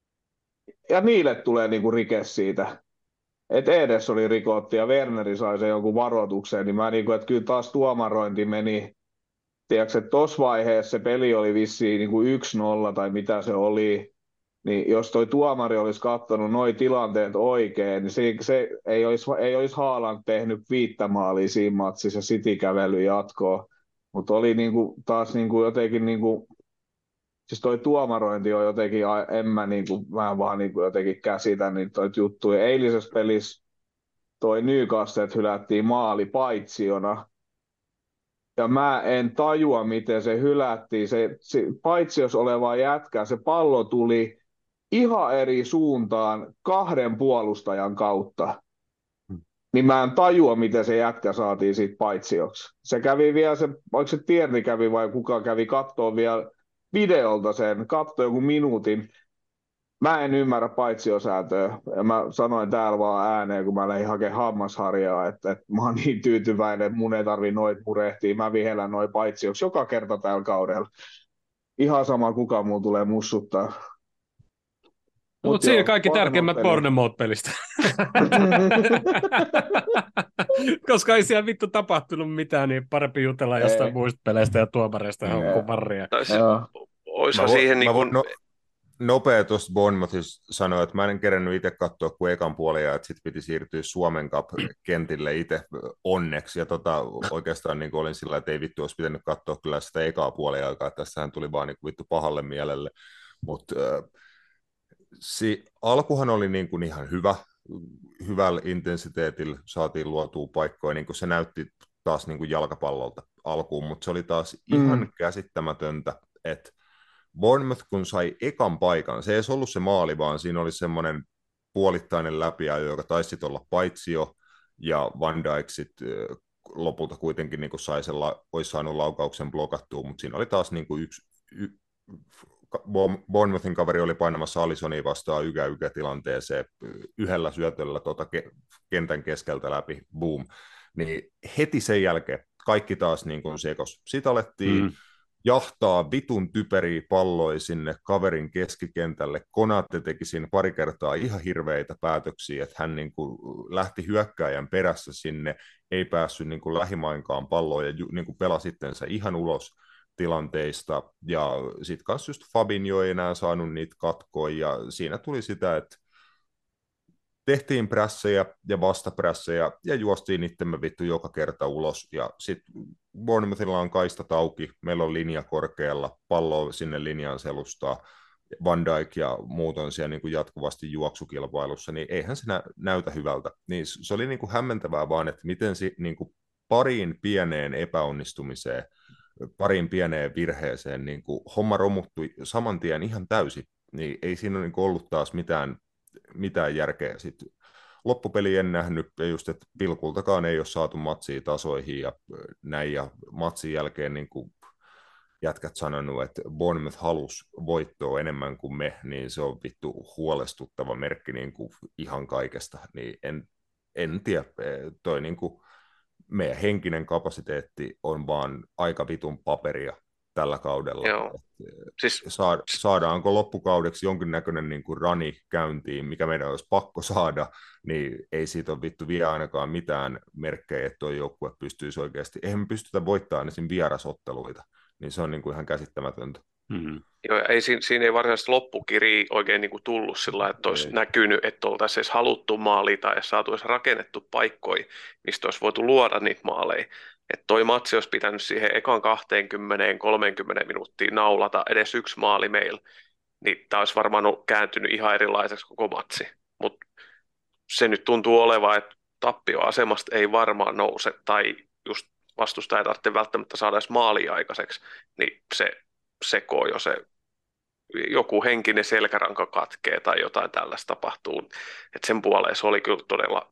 Ja niille tulee niinku rike siitä. Että Edersoni rikotti ja Werneri sai sen jonkun varoituksen, niin mä niinku, että kyllä taas tuomarointi meni. Tiedätkö, että tuossa vaiheessa se peli oli vissiin niin kuin yksi nolla tai mitä se oli, niin jos toi tuomari olisi katsonut noi tilanteet oikein, niin se, se ei olisi, ei olisi Haaland tehnyt viittä maalia siinä matsissa ja City kävely jatkoon. Mutta oli niinku, taas niinku jotenkin, niinku, siis toi tuomarointi on jotenkin, en mä, niinku, mä vaan niinku jotenkin käsitä niin toi juttu. Eilisessä pelissä toi Newcastle hylättiin maali paitsiona. Ja mä en tajua, miten se hylättiin. Se, se paitsiossa oleva jätkä, se pallo tuli ihan eri suuntaan kahden puolustajan kautta. Hmm. Niin mä en tajua, miten se jätkä saatiin siitä paitsioksi. Se kävi vielä, se, oliko se Tierney kävi vai kuka kävi katsoa vielä videolta sen, katsoi joku minuutin. Mä en ymmärrä paitsiosäätöä. Ja mä sanoin täällä vaan ääneen, kun mä lähdin hakemaan hammasharjaa, että, että mä oon niin tyytyväinen, että mun ei tarvi noit murehtia. Mä vihelän noin paitsioksi joka kerta tällä kaudella. Ihan sama, kuka mulla tulee mussuttaa. No, mutta siinä kaikki tärkeimmät Bournemouth-pelistä. Koska ei siellä vittu tapahtunut mitään, niin parempi jutella jostain ei. muista peleistä ja tuomareista kuin varria. Oishan siihen niin kuin... No, nopea tuosta Bournemouthista sanoa, että mä en kerennyt itse katsoa kuin ekan puolia, ja että sitten piti siirtyä Suomen Cup-kentille itse onneksi. Ja tota, oikeastaan niin olin sillä, että ei vittu olisi pitänyt katsoa kyllä sitä ekaa puolia aikaa, että tässähän tuli vaan niin vittu pahalle mielelle. Mutta äh, si- alkuhan oli niin kuin ihan hyvä, hyvällä intensiteetillä saatiin luotua paikkoja, niin kuin se näytti taas niin kuin jalkapallolta alkuun, mutta se oli taas ihan mm. käsittämätöntä, että Bournemouth kun sai ekan paikan, se ei edes ollut se maali, vaan siinä oli semmoinen puolittainen läpiajo, joka taisi olla paitsio, ja Van Dijk sitten lopulta kuitenkin niin kuin sai sen, olisi saanut laukauksen blokattua, mutta siinä oli taas niin kuin yksi, y, Bournemouthin kaveri oli painamassa Alisonia vastaan ykä-ykä-tilanteeseen yhdellä syötöllä tuota kentän keskeltä läpi, boom, niin heti sen jälkeen kaikki taas niin kuin sekos. Sitten alettiin mm. jahtaa vitun typeriä palloja sinne kaverin keskikentälle. Konate teki siinä pari kertaa ihan hirveitä päätöksiä, että hän niin kuin lähti hyökkääjän perässä sinne, ei päässyt niin kuin lähimainkaan palloon ja niin kuin pelasi itsensä ihan ulos tilanteista. Ja sitten kanssa just Fabinho ei enää saanut niitä katkoja ja siinä tuli sitä, että tehtiin prässejä ja vastaprässejä ja juostiin itsemme vittu joka kerta ulos. Ja sitten Bournemouthilla on kaistat auki, meillä on linja korkealla, pallo sinne linjan selustaa, Van Dijk ja muut on siellä niin kuin jatkuvasti juoksukilpailussa, niin eihän se nä- näytä hyvältä. Niin se oli niin kuin hämmentävää vaan, että miten si- niin kuin pariin pieneen epäonnistumiseen, pariin pieneen virheeseen niin kuin homma romuttui saman tien ihan täysin, niin ei siinä niin kuin ollut taas mitään mitään järkeä. Sitten loppupeli en nähnyt, ja just, että pilkultakaan ei ole saatu matsia tasoihin, ja näin, ja matsin jälkeen niin kuin jätkät sanonut, että Bournemouth halusi voittoa enemmän kuin me, niin se on vittu huolestuttava merkki niin kuin ihan kaikesta, niin en, en tiedä, toi niin kuin meidän henkinen kapasiteetti on vaan aika vitun paperia tällä kaudella. Siis... Saadaanko loppukaudeksi jonkinnäköinen niin kuin rani käyntiin, mikä meidän olisi pakko saada, niin ei siitä ole vittu vielä ainakaan mitään merkkejä, että tuo joukkue pystyisi oikeasti, eihän me pystytä voittamaan esim. Vierasotteluita, niin se on niin kuin ihan käsittämätöntä. Mm-hmm. Joo, ei, siinä, siinä ei varsinaisesti loppukiri oikein niin kuin tullut sillä, että olisi ei. näkynyt, että oltaisiin edes haluttu maalia tai saatu edes rakennettu paikkoja, mistä olisi voitu luoda niitä maaleja. Että toi matsi olisi pitänyt siihen ekan kaksikymmentä kolmekymmentä minuuttia naulata edes yksi maali meillä, niin tämä olisi varmaan kääntynyt ihan erilaiseksi koko matsi. Mutta se nyt tuntuu olevan, että tappioasemasta ei varmaan nouse, tai just vastustaja ei tarvitse välttämättä saada edes maalia aikaiseksi, niin se sekoo jo se, joku henkinen selkäranka katkee tai jotain tällaista tapahtuu. Että sen puoleen se oli kyllä todella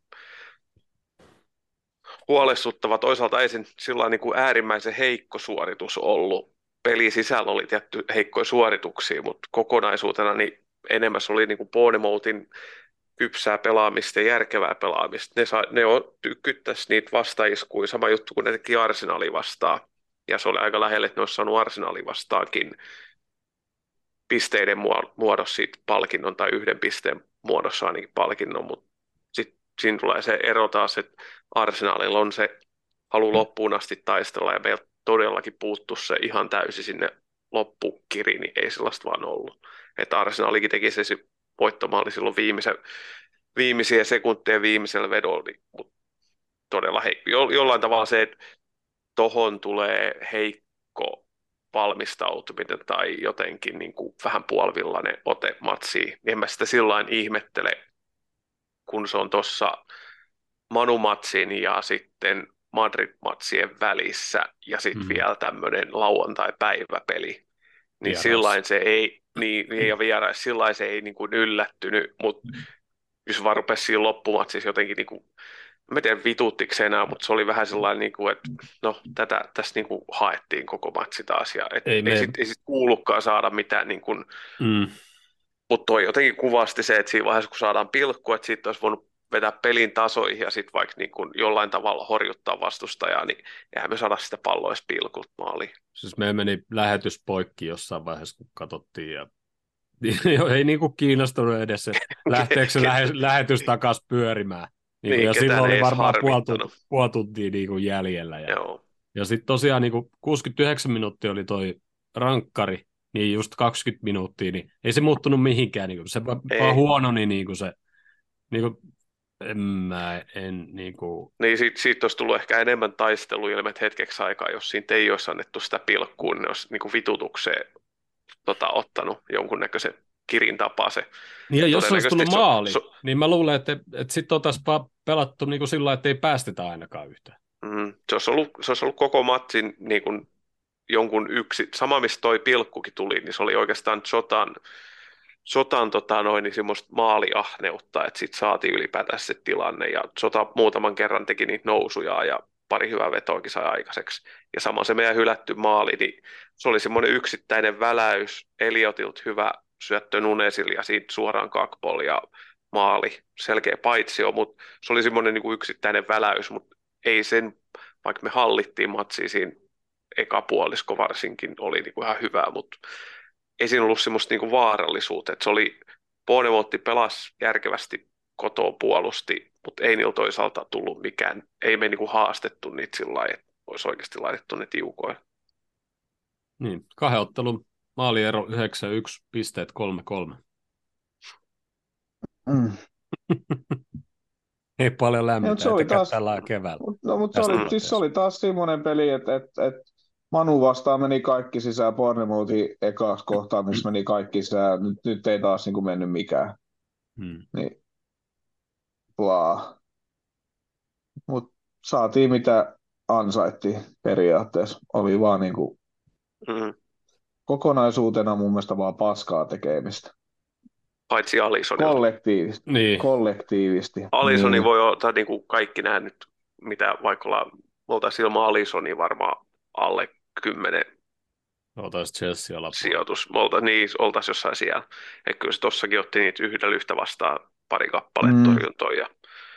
huolestuttava. Toisaalta ei sen sillä niin kuin äärimmäisen heikko suoritus ollut. Peli sisällä oli tietty heikkoja suorituksia, mutta kokonaisuutena niin enemmän se oli niin kuin Bournemouthin kypsää pelaamista ja järkevää pelaamista. Ne, saa, ne on, kyttäisi niitä vastaiskuja, sama juttu kuin ne teki Arsenali vastaan. Ja se oli aika lähellä, että ne olisi saanut Arsenali vastaankin pisteiden muodossa siitä palkinnon tai yhden pisteen muodossa ainakin palkinnon, mutta sitten siinä tulee se ero taas, että Arsenalilla on se halu loppuun asti taistella ja meiltä todellakin puuttuu se ihan täysin sinne loppukiri, niin ei sellaista vaan ollut. Että Arsenalikin teki se voittomaali silloin viimeisen, viimeisiä sekunteja viimeisellä vedolla, niin, mutta todella heikko. Jo, jollain tavalla se, että tohon tulee heikko valmistautuminen tai jotenkin niin kuin vähän puolivillainen ote matsiin, niin en mä sitä sillain ihmettele, kun se on tuossa Manu-matsin ja sitten Madrid-matsien välissä ja sitten mm. vielä tämmöinen lauantai-päiväpeli, niin sillain se ei, niin, niin ja vierais, sillain se ei niin kuin yllättynyt, mutta jos vaan rupesi siinä loppumatsissa jotenkin, niin kuin, en tiedä vituuttiko se enää, mutta se oli vähän sellainen, niin kuin, että no tätä tässä niin kuin haettiin koko matsi taas ja et, ei, ei sitten sit kuulukaan saada mitään, niin kuin, mm. mutta toi jotenkin kuvasti se, että siinä vaiheessa kun saadaan pilkku, että siitä olisi voinut vetää pelin tasoihin ja sitten vaikka niin kuin jollain tavalla horjuttaa vastustajaa, niin eihän me saada sitä palloa edes pilkulta maaliin. Siis me meni lähetys poikki jossain vaiheessa, kun katsottiin ja ei niin kuin kiinnostunut edes, että lähteekö se lähe, lähetys takaisin pyörimään. Niin niin, ja silloin oli varmaan puoli tuntia, puoli tuntia niin kuin jäljellä. Ja, ja sitten tosiaan niin kuin kuusikymmentäyhdeksän minuuttia oli toi rankkari, niin just kaksikymmentä minuuttia, niin ei se muuttunut mihinkään. Niin kuin, se ei. Vaan huononi niin kuin se, niin kuin, en mä, en niin kuin... Niin siitä, siitä olisi tullut ehkä enemmän taisteluilmet hetkeksi aikaa, jos siitä ei olisi annettu sitä pilkkuun, ne olisi niin kuin vitutukseen tota, ottanut jonkunnäköisen kirin tapaa se. Niin ja jos olisi tullut maali, so, niin mä luulen, että, että sitten oltaisiin pelattu niin kuin sillä, että ei päästetä ainakaan yhtään. Mm, se, olisi ollut, se olisi ollut koko matsin niin kuin jonkun yksi, sama missä toi pilkkukin tuli, niin se oli oikeastaan Jotan, Jotan tota noin, niin semmoista maaliahneutta, että sitten saatiin ylipäätään se tilanne, ja Jota muutaman kerran teki niitä nousuja, ja pari hyvää vetoakin sai aikaiseksi. Ja sama se meidän hylätty maali, niin se oli semmoinen yksittäinen väläys, Eliotilta hyvä syöttö Nunesille ja siitä suoraan Gakpolle ja maali, selkeä paitsio, mutta se oli semmoinen niin kuin yksittäinen väläys, mutta ei sen, vaikka me hallittiin matsia siinä eka puolisko varsinkin, oli niin kuin ihan hyvää, mutta ei siinä ollut semmoista niin kuin vaarallisuutta, että se oli, Bonemotti pelasi järkevästi kotoa puolusti, mutta ei niillä toisaalta tullut mikään, ei me niin kuin haastettu niitä sillä lailla, että olisi oikeasti laitettu ne tiukoille. Niin, kahden ottelun maaliero yhdeksän yksi, pisteet kolme kolme. Mm. Ei paljon lämmitä, taas, tällä keväällä. No, mutta se oli, siis se oli taas semmoinen peli, että, että, että Manu vastaan meni kaikki sisään, Bournemouthin ekaksi kohtaan, missä meni kaikki sisään, nyt, nyt ei taas niin kuin mennyt mikään. Hmm. Niin, plaa. Mutta saatiin mitä ansaittiin periaatteessa. Oli vaan niin kuin hmm. kokonaisuutena mun mielestä vaan paskaa tekemistä. Paitsi Alisoni. Kollektiivisesti. Niin. Kollektiivisesti. Alisoni niin. voi ottaa niin kuin kaikki nämä nyt, mitä vaikka ollaan, me oltaisiin ilman Alisoni varmaan alle kymmenen oltaisiin Chelsea alapuolella. Sijoitus. Me oltaisiin niin, oltaisiin jossain siellä. Että kyllä se tossakin otti niitä yhdellä yhtä vastaan pari kappaletta mm. torjuntoja.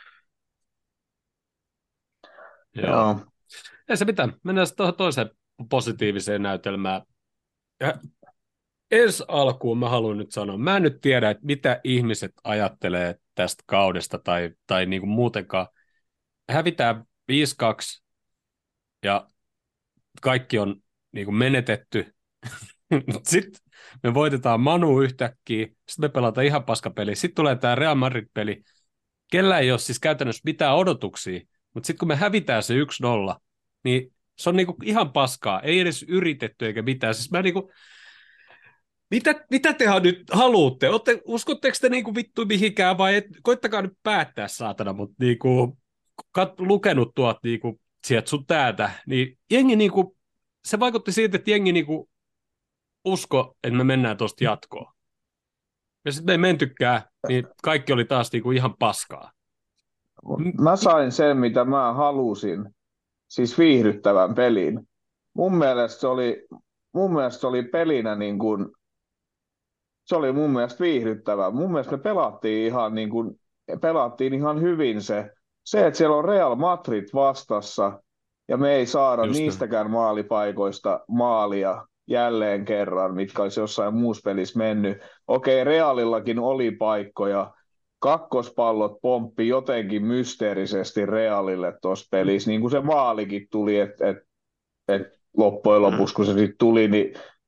Joo. Joo. Ei se mitään. Mennään sitten tuohon toiseen positiiviseen näytelmään. Ja ensi alkuun mä haluan nyt sanoa, mä en nyt tiedä, että mitä ihmiset ajattelee tästä kaudesta tai, tai niin kuin muutenkaan. Hävitään viisi kaksi ja kaikki on niin kuin menetetty. Sitten me voitetaan Manu yhtäkkiä, sitten me pelataan ihan paskapeli. Sitten tulee tämä Real Madrid-peli. Kellä ei ole siis käytännössä mitään odotuksia, mutta sitten kun me hävitään se yksi nolla, niin se on niin kuin ihan paskaa. Ei edes yritetty eikä mitään. Siis mä niin kuin Mitä, mitä te nyt haluatte? Olette, uskotteko te niinku vittu mihinkään vai et, koittakaa nyt päättää saatana, mutta niinku, kat, lukenut tuot niinku, sieltä sun täältä, niin jengi niinku, se vaikutti siitä, että jengi niinku usko, että me mennään tuosta jatkoon. Ja sitten me ei mentykään, niin kaikki oli taas niinku ihan paskaa. Mä sain sen, mitä mä halusin, siis viihdyttävän pelin. Mun mielestä se oli, mun mielestä se oli pelinä niin kuin se oli mun mielestä viihdyttävää. Mun mielestä me pelattiin ihan, niin kuin, pelattiin ihan hyvin se. Se, että siellä on Real Madrid vastassa ja me ei saada Just niistäkään ne. maalipaikoista maalia jälleen kerran, mitkä olisi jossain muussa pelissä mennyt. Okei, Realillakin oli paikkoja. Kakkospallot pomppi jotenkin mysteerisesti Realille tuossa pelissä. Niin kuin se maalikin tuli, että et, et loppujen lopuksi, kun se sitten tuli, niin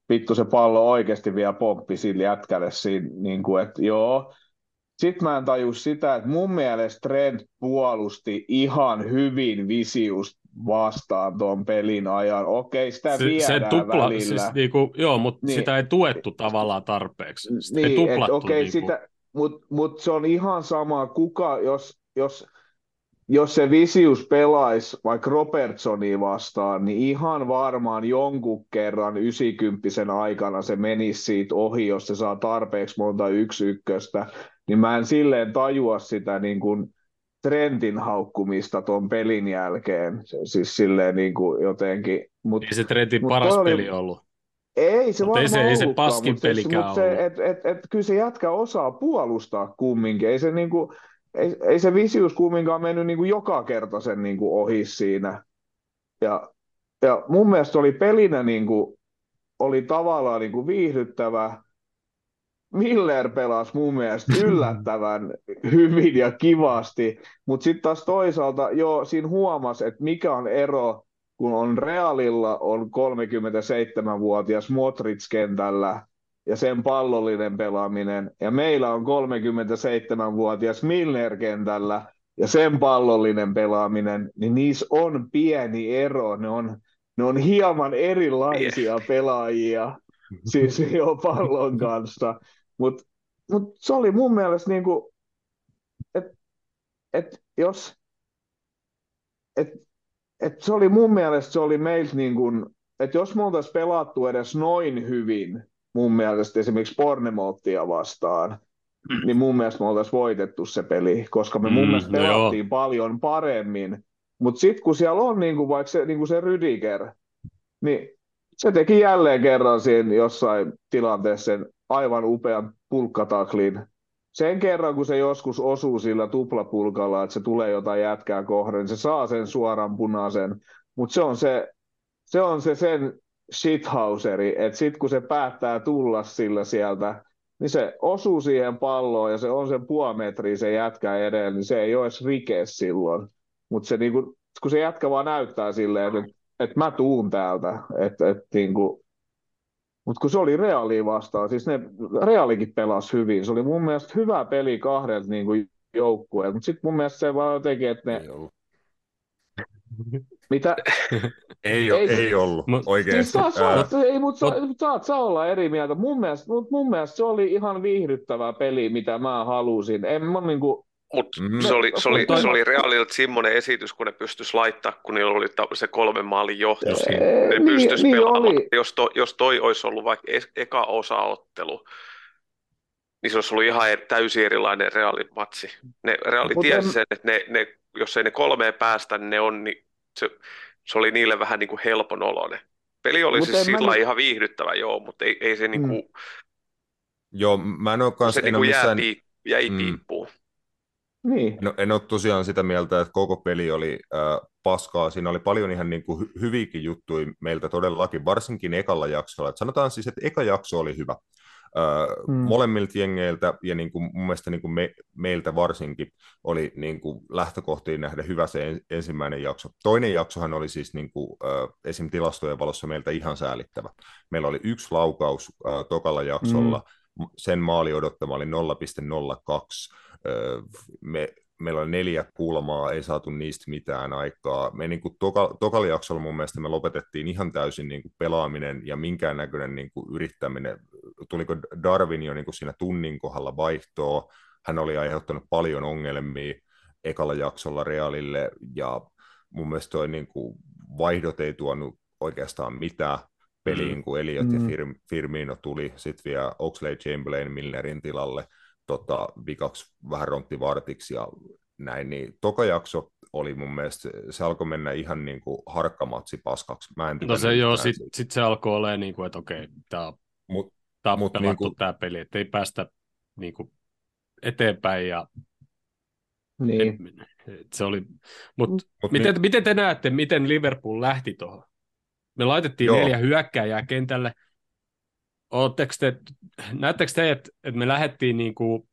vittu se pallo oikeasti vielä pomppi sille jätkälle siinä, niin kuin, että joo. Sitten mä en taju sitä, että mun mielestä Trent puolusti ihan hyvin Visius vastaan tuon pelin ajan. Okei, sitä se, viedään se tupla, välillä. siis niinku, joo, mutta Niin. sitä ei tuettu tavallaan tarpeeksi. Sitä ei Niin, tuplattu. okei, niinku. sitä, mutta mut se on ihan sama, kuka, jos, jos, jos se Visius pelaisi vaikka Robertsonia vastaan, niin ihan varmaan jonkun kerran yhdeksänkymppisen aikana se menisi siitä ohi, jos se saa tarpeeksi monta yksi ykköstä. Niin mä en silleen tajua sitä niin kuin Trentin haukkumista tuon pelin jälkeen. Siis silleen niin kuin jotenkin. Mut, Ei se Trentin mut paras toi peli oli, ollut. ei se Mut ei varmaan se- ei se ollutkaan, paskin mutta se, pelikään mut se, ollut. et, et, et, kyllä se jätkä osaa puolustaa kumminkin. Ei se, niinku, ei, ei se Visius kumminkaan mennyt niinku joka kerta sen niinku ohi siinä. Ja, ja mun mielestä oli pelinä niinku, oli tavallaan niinku viihdyttävä. Miller pelasi mun mielestä yllättävän hyvin ja kivasti, mutta sitten taas toisaalta jo siinä huomasi, että mikä on ero, kun on Realilla on kolmekymmentäseitsemänvuotias Modric kentällä ja sen pallollinen pelaaminen, ja meillä on kolmekymmentäseitsemänvuotias Milner kentällä ja sen pallollinen pelaaminen, niin niissä on pieni ero, ne on, ne on hieman erilaisia pelaajia, siis jo pallon kanssa. Mutta mut se oli mun mielestä niinku, että et jos, et, et se oli mun mielestä se oli meiltä niinku, että jos me oltaisiin pelattu edes noin hyvin, mun mielestä esimerkiksi Bournemouthia vastaan, niin mun mielestä me oltaisiin voitettu se peli, koska me mun Mm, mielestä no joo. pelattiin paljon paremmin. Mutta sitten kun siellä on niinku vaikka se, niinku se Rüdiger, niin se teki jälleen kerran siinä jossain tilanteessa sen aivan upean pulkkataklin. Sen kerran, kun se joskus osuu sillä tuplapulkalla, että se tulee jotain jätkää kohden, niin se saa sen suoran punaisen. Mutta se on se, se on se sen shithauseri, että sitten kun se päättää tulla sillä sieltä, niin se osuu siihen palloon ja se on sen puoli metriä se jätkä edellä, niin se ei ole edes rike silloin. Mutta se niinku, kun se jätkä vaan näyttää silleen, että että mä tuun täältä, että et, niinku, mutta kun se oli Realia vastaan, siis ne Realikin pelasi hyvin, se oli mun mielestä hyvä peli kahdelta niinku joukkueelta, mutta sitten mun mielestä se vaan jotenkin, että ne, Ei ollut. mitä, Ei, ei, Ei se- ei ollut Mut- oikeasti. siis saat, Ää, saat, ei, mut, sa, mut saat sä olla eri mieltä, mun mielestä, mut mun mielestä se oli ihan viihdyttävä peli, mitä mä halusin, en mä niinku, Mutta Mhm. se oli, se, oli, Toi- se oli Realilta semmoinen esitys, kun ne pystyisi laittaa, kun niillä oli ta- se kolmen maalin johto siinä. Ee, Ne niin- pystyisi niin pelaamaan. oli. Jos, to, jos toi olisi ollut vaikka es, eka osaottelu, niin se olisi ollut ihan eri, täysin erilainen Realin matsi. Ne, Reali Mut tiesi en- sen, että ne, ne, jos ei ne kolmeen päästä, niin ne on, niin se, se oli niille vähän niin kuin helpon oloinen. Peli oli Mut siis en mä sillä lailla nyt- ihan viihdyttävä, joo, mutta ei, ei se niin kuin, joo, mä en ole kans, se en niin ole kuin jää missään, piip, jäi Mm. piippuun. niin. en, ole- en ole tosiaan sitä mieltä, että koko peli oli äh, paskaa. Siinä oli paljon ihan niin kuin hy- hyviäkin juttuja meiltä todellakin, varsinkin ekalla jaksolla. Et sanotaan siis, että eka jakso oli hyvä. Äh, Mm. Molemmilta jengeiltä ja niin kuin mun mielestä niin kuin me, meiltä varsinkin oli niin kuin lähtökohtiin nähdä hyvä se en, ensimmäinen jakso. Toinen jaksohan oli siis niin kuin, äh, esim. Tilastojen valossa meiltä ihan säälittävä. Meillä oli yksi laukaus äh, tokalla jaksolla, mm. sen maali odottama oli nolla pilkku nolla kaksi. Äh, me, meillä oli neljä kulmaa, ei saatu niistä mitään aikaa. Me niin kuin toka, tokalla jaksolla mun mielestä me lopetettiin ihan täysin niin kuin pelaaminen ja minkäännäköinen niin kuin yrittäminen. Tuliko Darwin jo niin kuin siinä tunnin kohdalla vaihtoa? Hän oli aiheuttanut paljon ongelmia ekalla jaksolla Realille ja mun mielestä toi niin kuin vaihdot ei tuonut oikeastaan mitään peliin, Mm. kun Elliot Mm. ja Fir- Firmino tuli, sitten vielä Oxlade-Chamberlain Millerin tilalle tota, vikaksi vähän ronttivartiksi ja näin, niin toka jakso oli mun mielestä, se alkoi mennä ihan niin kuin harkkamatsi paskaksi. Mä en No tykännyt se joo, yhtään sit, siitä. sit se alkoi olemaan niin kuin, että okei, tää on, Mut, tää on mut pelattu niinku- tää peli, että ei päästä niin kuin eteenpäin ja Niin. et se oli, mutta mut miten, nyt- miten te näette, miten Liverpool lähti tuohon? Me laitettiin Joo. neljä hyökkääjää kentälle. Ootteko te, näettekö te, että, että me lähdettiin niin kuin,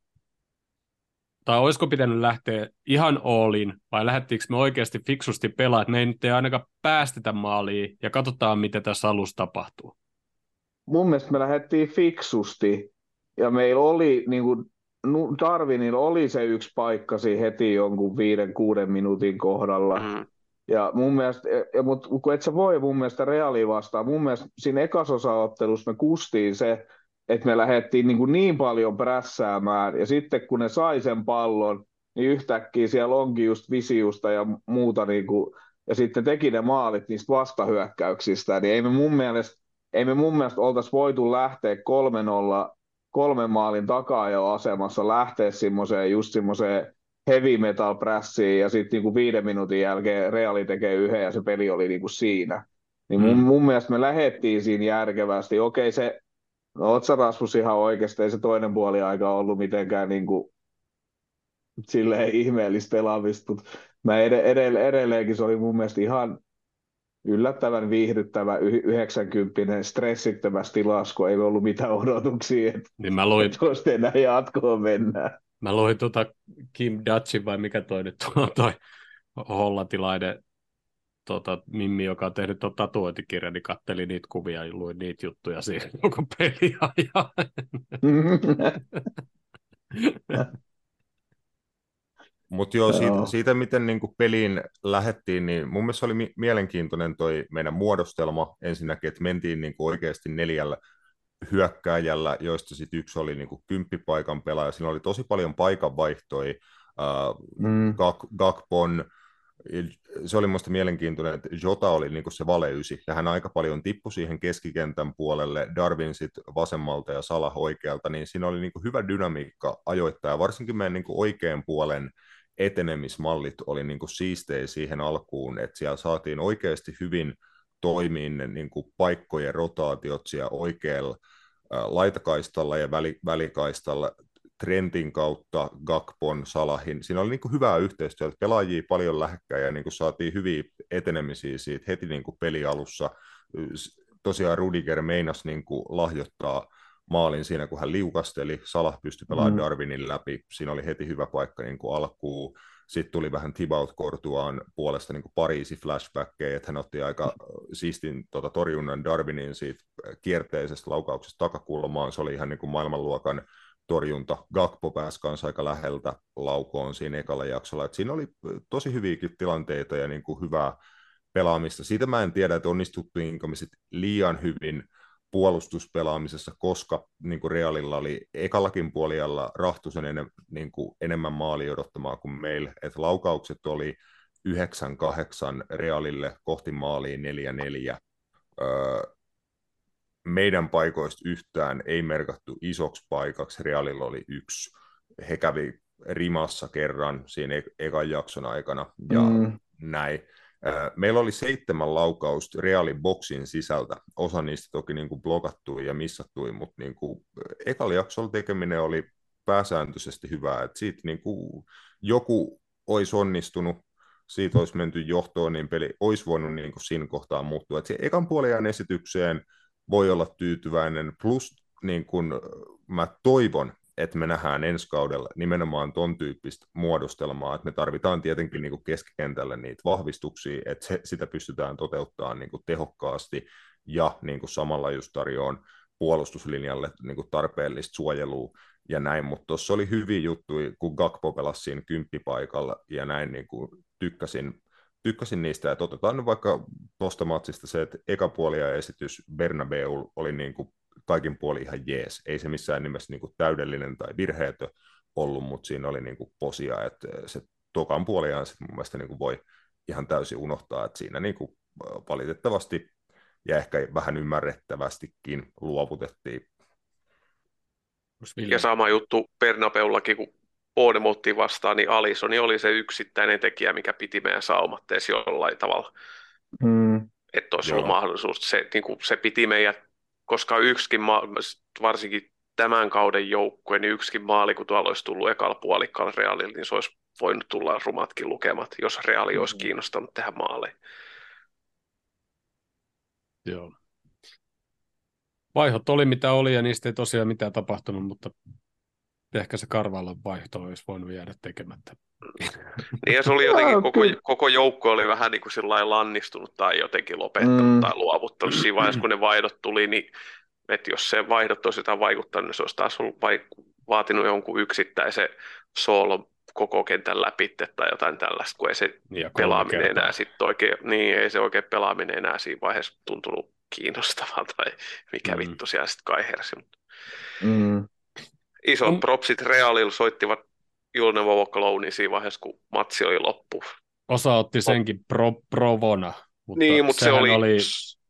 tai olisiko pitänyt lähteä ihan all-in, vai lähdettiinkö me oikeasti fiksusti pelaa, että me ei nyt ei ainakaan päästetä maaliin ja katsotaan, mitä tässä alussa tapahtuu? mun mielestä me lähdettiin fiksusti, ja meillä oli, niin kuin, Darwinilla oli se yksi paikka siinä heti jonkun viiden, kuuden minuutin kohdalla. Mm. Ja mun mielestä, ja, mutta kun et sä voi mun mielestä Realia vastaan, mun mielestä siinä ekasosaottelussa me kustiin se, että me lähdettiin niin, kuin niin paljon prässäämään, ja sitten kun ne sai sen pallon, niin yhtäkkiä siellä onkin just Visiusta ja muuta, niin kuin, ja sitten teki ne maalit niistä vastahyökkäyksistä, niin ei me mun mielestä, ei me mun mielestä oltaisi voitu lähteä kolme nolla kolmen maalin takaa-asemassa lähteä semmoiseen, just semmoiseen heavy metal prässiin, ja sitten niinku viiden minuutin jälkeen Reali tekee yhden, ja se peli oli niinku siinä. Niin mun, Mm. mun mielestä me lähdettiin siinä järkevästi. Okei, se, no oot sä Rasmus ihan oikeasti, ei se toinen puoli aika ollut mitenkään niinku silleen ihmeellistä pelaamista, mutta mä ed- edell- edelleenkin se oli mun mielestä ihan yllättävän viihdyttävä y- yhdeksänkymppinen stressittömässä tilassa, kun ei ollut mitään odotuksia, että Niin mä luin, et olisi enää jatkoon mennään. mä luin tuota Kim Dutchin, vai mikä toi nyt on, toi hollantilainen tota, Mimmi, joka on tehnyt tuon tatuointikirjan, niin kattelin niitä kuvia ja luin niitä juttuja siihen koko peliajan. Mutta joo, siitä, Joo. siitä miten niin kuin peliin lähettiin, niin mun mielestä oli mi- mielenkiintoinen toi meidän muodostelma ensinnäkin, että mentiin niin kuin oikeasti neljällä hyökkääjällä, joista sitten yksi oli niin kuin kymppipaikan pelaaja. Siinä oli tosi paljon paikanvaihtoja, äh, Mm. Gak- Gakpon, se oli minusta mielenkiintoinen, että Jota oli niin kuin se valeysi, ja hän aika paljon tippui siihen keskikentän puolelle, Darwin sitten vasemmalta ja Salah oikealta, niin siinä oli niin kuin hyvä dynamiikka ajoittaa, ja varsinkin meidän niin kuin oikean puolen etenemismallit oli niin kuin siistejä siihen alkuun, että siellä saatiin oikeasti hyvin toimiin ne niin kuin paikkojen rotaatiot siellä oikealla ää, laitakaistalla ja väli, välikaistalla, Trentin kautta, Gakpon, Salahin. Siinä oli niin kuin hyvää yhteistyötä, pelaajia paljon lähekkäin ja niin kuin saatiin hyviä etenemisiä siitä heti niin kuin pelialussa. Tosiaan Rudiger meinasi niin kuin lahjoittaa maalin siinä, kun hän liukasteli. Salah pystyi pelaamaan Mm. Darwinin läpi. Siinä oli heti hyvä paikka niin kuin alkuun. Sitten tuli vähän Thibaut Courtoisin puolesta niin kuin Pariisi flashbackkejä, että hän otti aika siistin tota, torjunnan Darwinin siitä kierteisestä laukauksesta takakulmaan. Se oli ihan niin kuin maailmanluokan torjunta. Gakpo pääsi kanssa aika läheltä laukoon siinä ekalla jaksolla. Et siinä oli tosi hyviäkin tilanteita ja niin kuin hyvää pelaamista. Siitä mä en tiedä, että onnistuttiinko me sit liian hyvin puolustuspelaamisessa, koska niin kuin Realilla oli ekallakin puolella Rahtusen enem, niin kuin enemmän maali odottamaa kuin meillä. Et laukaukset oli yhdeksän kahdeksan Realille kohti maaliin neljä neljä. Öö, meidän paikoista yhtään ei merkattu isoksi paikaksi, Realilla oli yksi. He kävi rimassa kerran siinä e- ekan jakson aikana ja Mm. näin. Meillä oli seitsemän laukausta Realin boksin sisältä. Osa niistä toki niin kuin blokattui ja missattui, mutta niin kuin ekalla jaksolla tekeminen oli pääsääntöisesti hyvää. Et siitä niin kuin joku olisi onnistunut, siitä olisi menty johtoon, niin peli olisi voinut niin kuin siinä kohtaa muuttua. Et ekan puoliajan esitykseen voi olla tyytyväinen, plus niin kuin mä toivon, että me nähdään ensi kaudella nimenomaan ton tyyppistä muodostelmaa, että me tarvitaan tietenkin niin kuin keskikentälle niitä vahvistuksia, että se, sitä pystytään toteuttamaan niin kuin tehokkaasti ja niin kuin samalla just tarjoaan puolustuslinjalle niin kuin tarpeellista suojelua ja näin, mutta tuossa oli hyviä juttuja, kun Gakpo pelasi siinä kymppipaikalla ja näin niin kuin tykkäsin, tykkäsin niistä, että otetaan nyt vaikka tuosta matsista se, että eka puolia esitys Bernabeu oli niin kuin kaikin puolin ihan jees. Ei se missään nimessä niin kuin täydellinen tai virheetö ollut, mutta siinä oli niin kuin posia, että se tokan puoliaan sit mun mielestä niin kuin voi ihan täysin unohtaa, että siinä niin kuin valitettavasti ja ehkä vähän ymmärrettävästikin luovutettiin. Ja sama juttu Bernabeullakin, kun Bournemouthiin vastaan, niin Alissoni oli se yksittäinen tekijä, mikä piti meidän saumatteessa jollain tavalla. Mm. Että olisi Joo. ollut mahdollisuus. Se, niin kuin, se piti meidät, koska yksikin, ma- varsinkin tämän kauden joukkue, niin yksikin maali, kun tuolla olisi tullut ekalla puolikkaalla Realilla, niin se olisi voinut tulla rumatkin lukemat, jos Reali olisi kiinnostanut tehdä maaleja. Joo. Vaihot oli mitä oli ja niistä ei tosiaan mitään tapahtunut, mutta ehkä se Karvalon vaihto olisi voinut jäädä tekemättä. Niin ja se oli jotenkin, Joo, koko, kyllä. koko joukko oli vähän niin kuin sillä lailla lannistunut tai jotenkin lopettanut Mm. tai luovuttanut. Siinä vaiheessa, kun ne vaihdot tuli, niin että jos se vaihdot olisi jotain vaikuttanut, niin se olisi taas ollut vaik- vaatinut jonkun yksittäisen soolon koko kentän läpi tai jotain tällaista, kun ei se Ja kolme pelaaminen kertaa. enää sit oikein, niin ei se oikein pelaaminen enää siinä vaiheessa tuntunut kiinnostavaa tai mikä Mm. vittu siellä sitten kaihersi. Mm. Isot On- propsit Realilla soittivat You'll Never Walk Alone siinä vaiheessa, kun matsi oli loppu. Osa otti senkin pro, provona, mutta, Niin, mutta se sehän oli, oli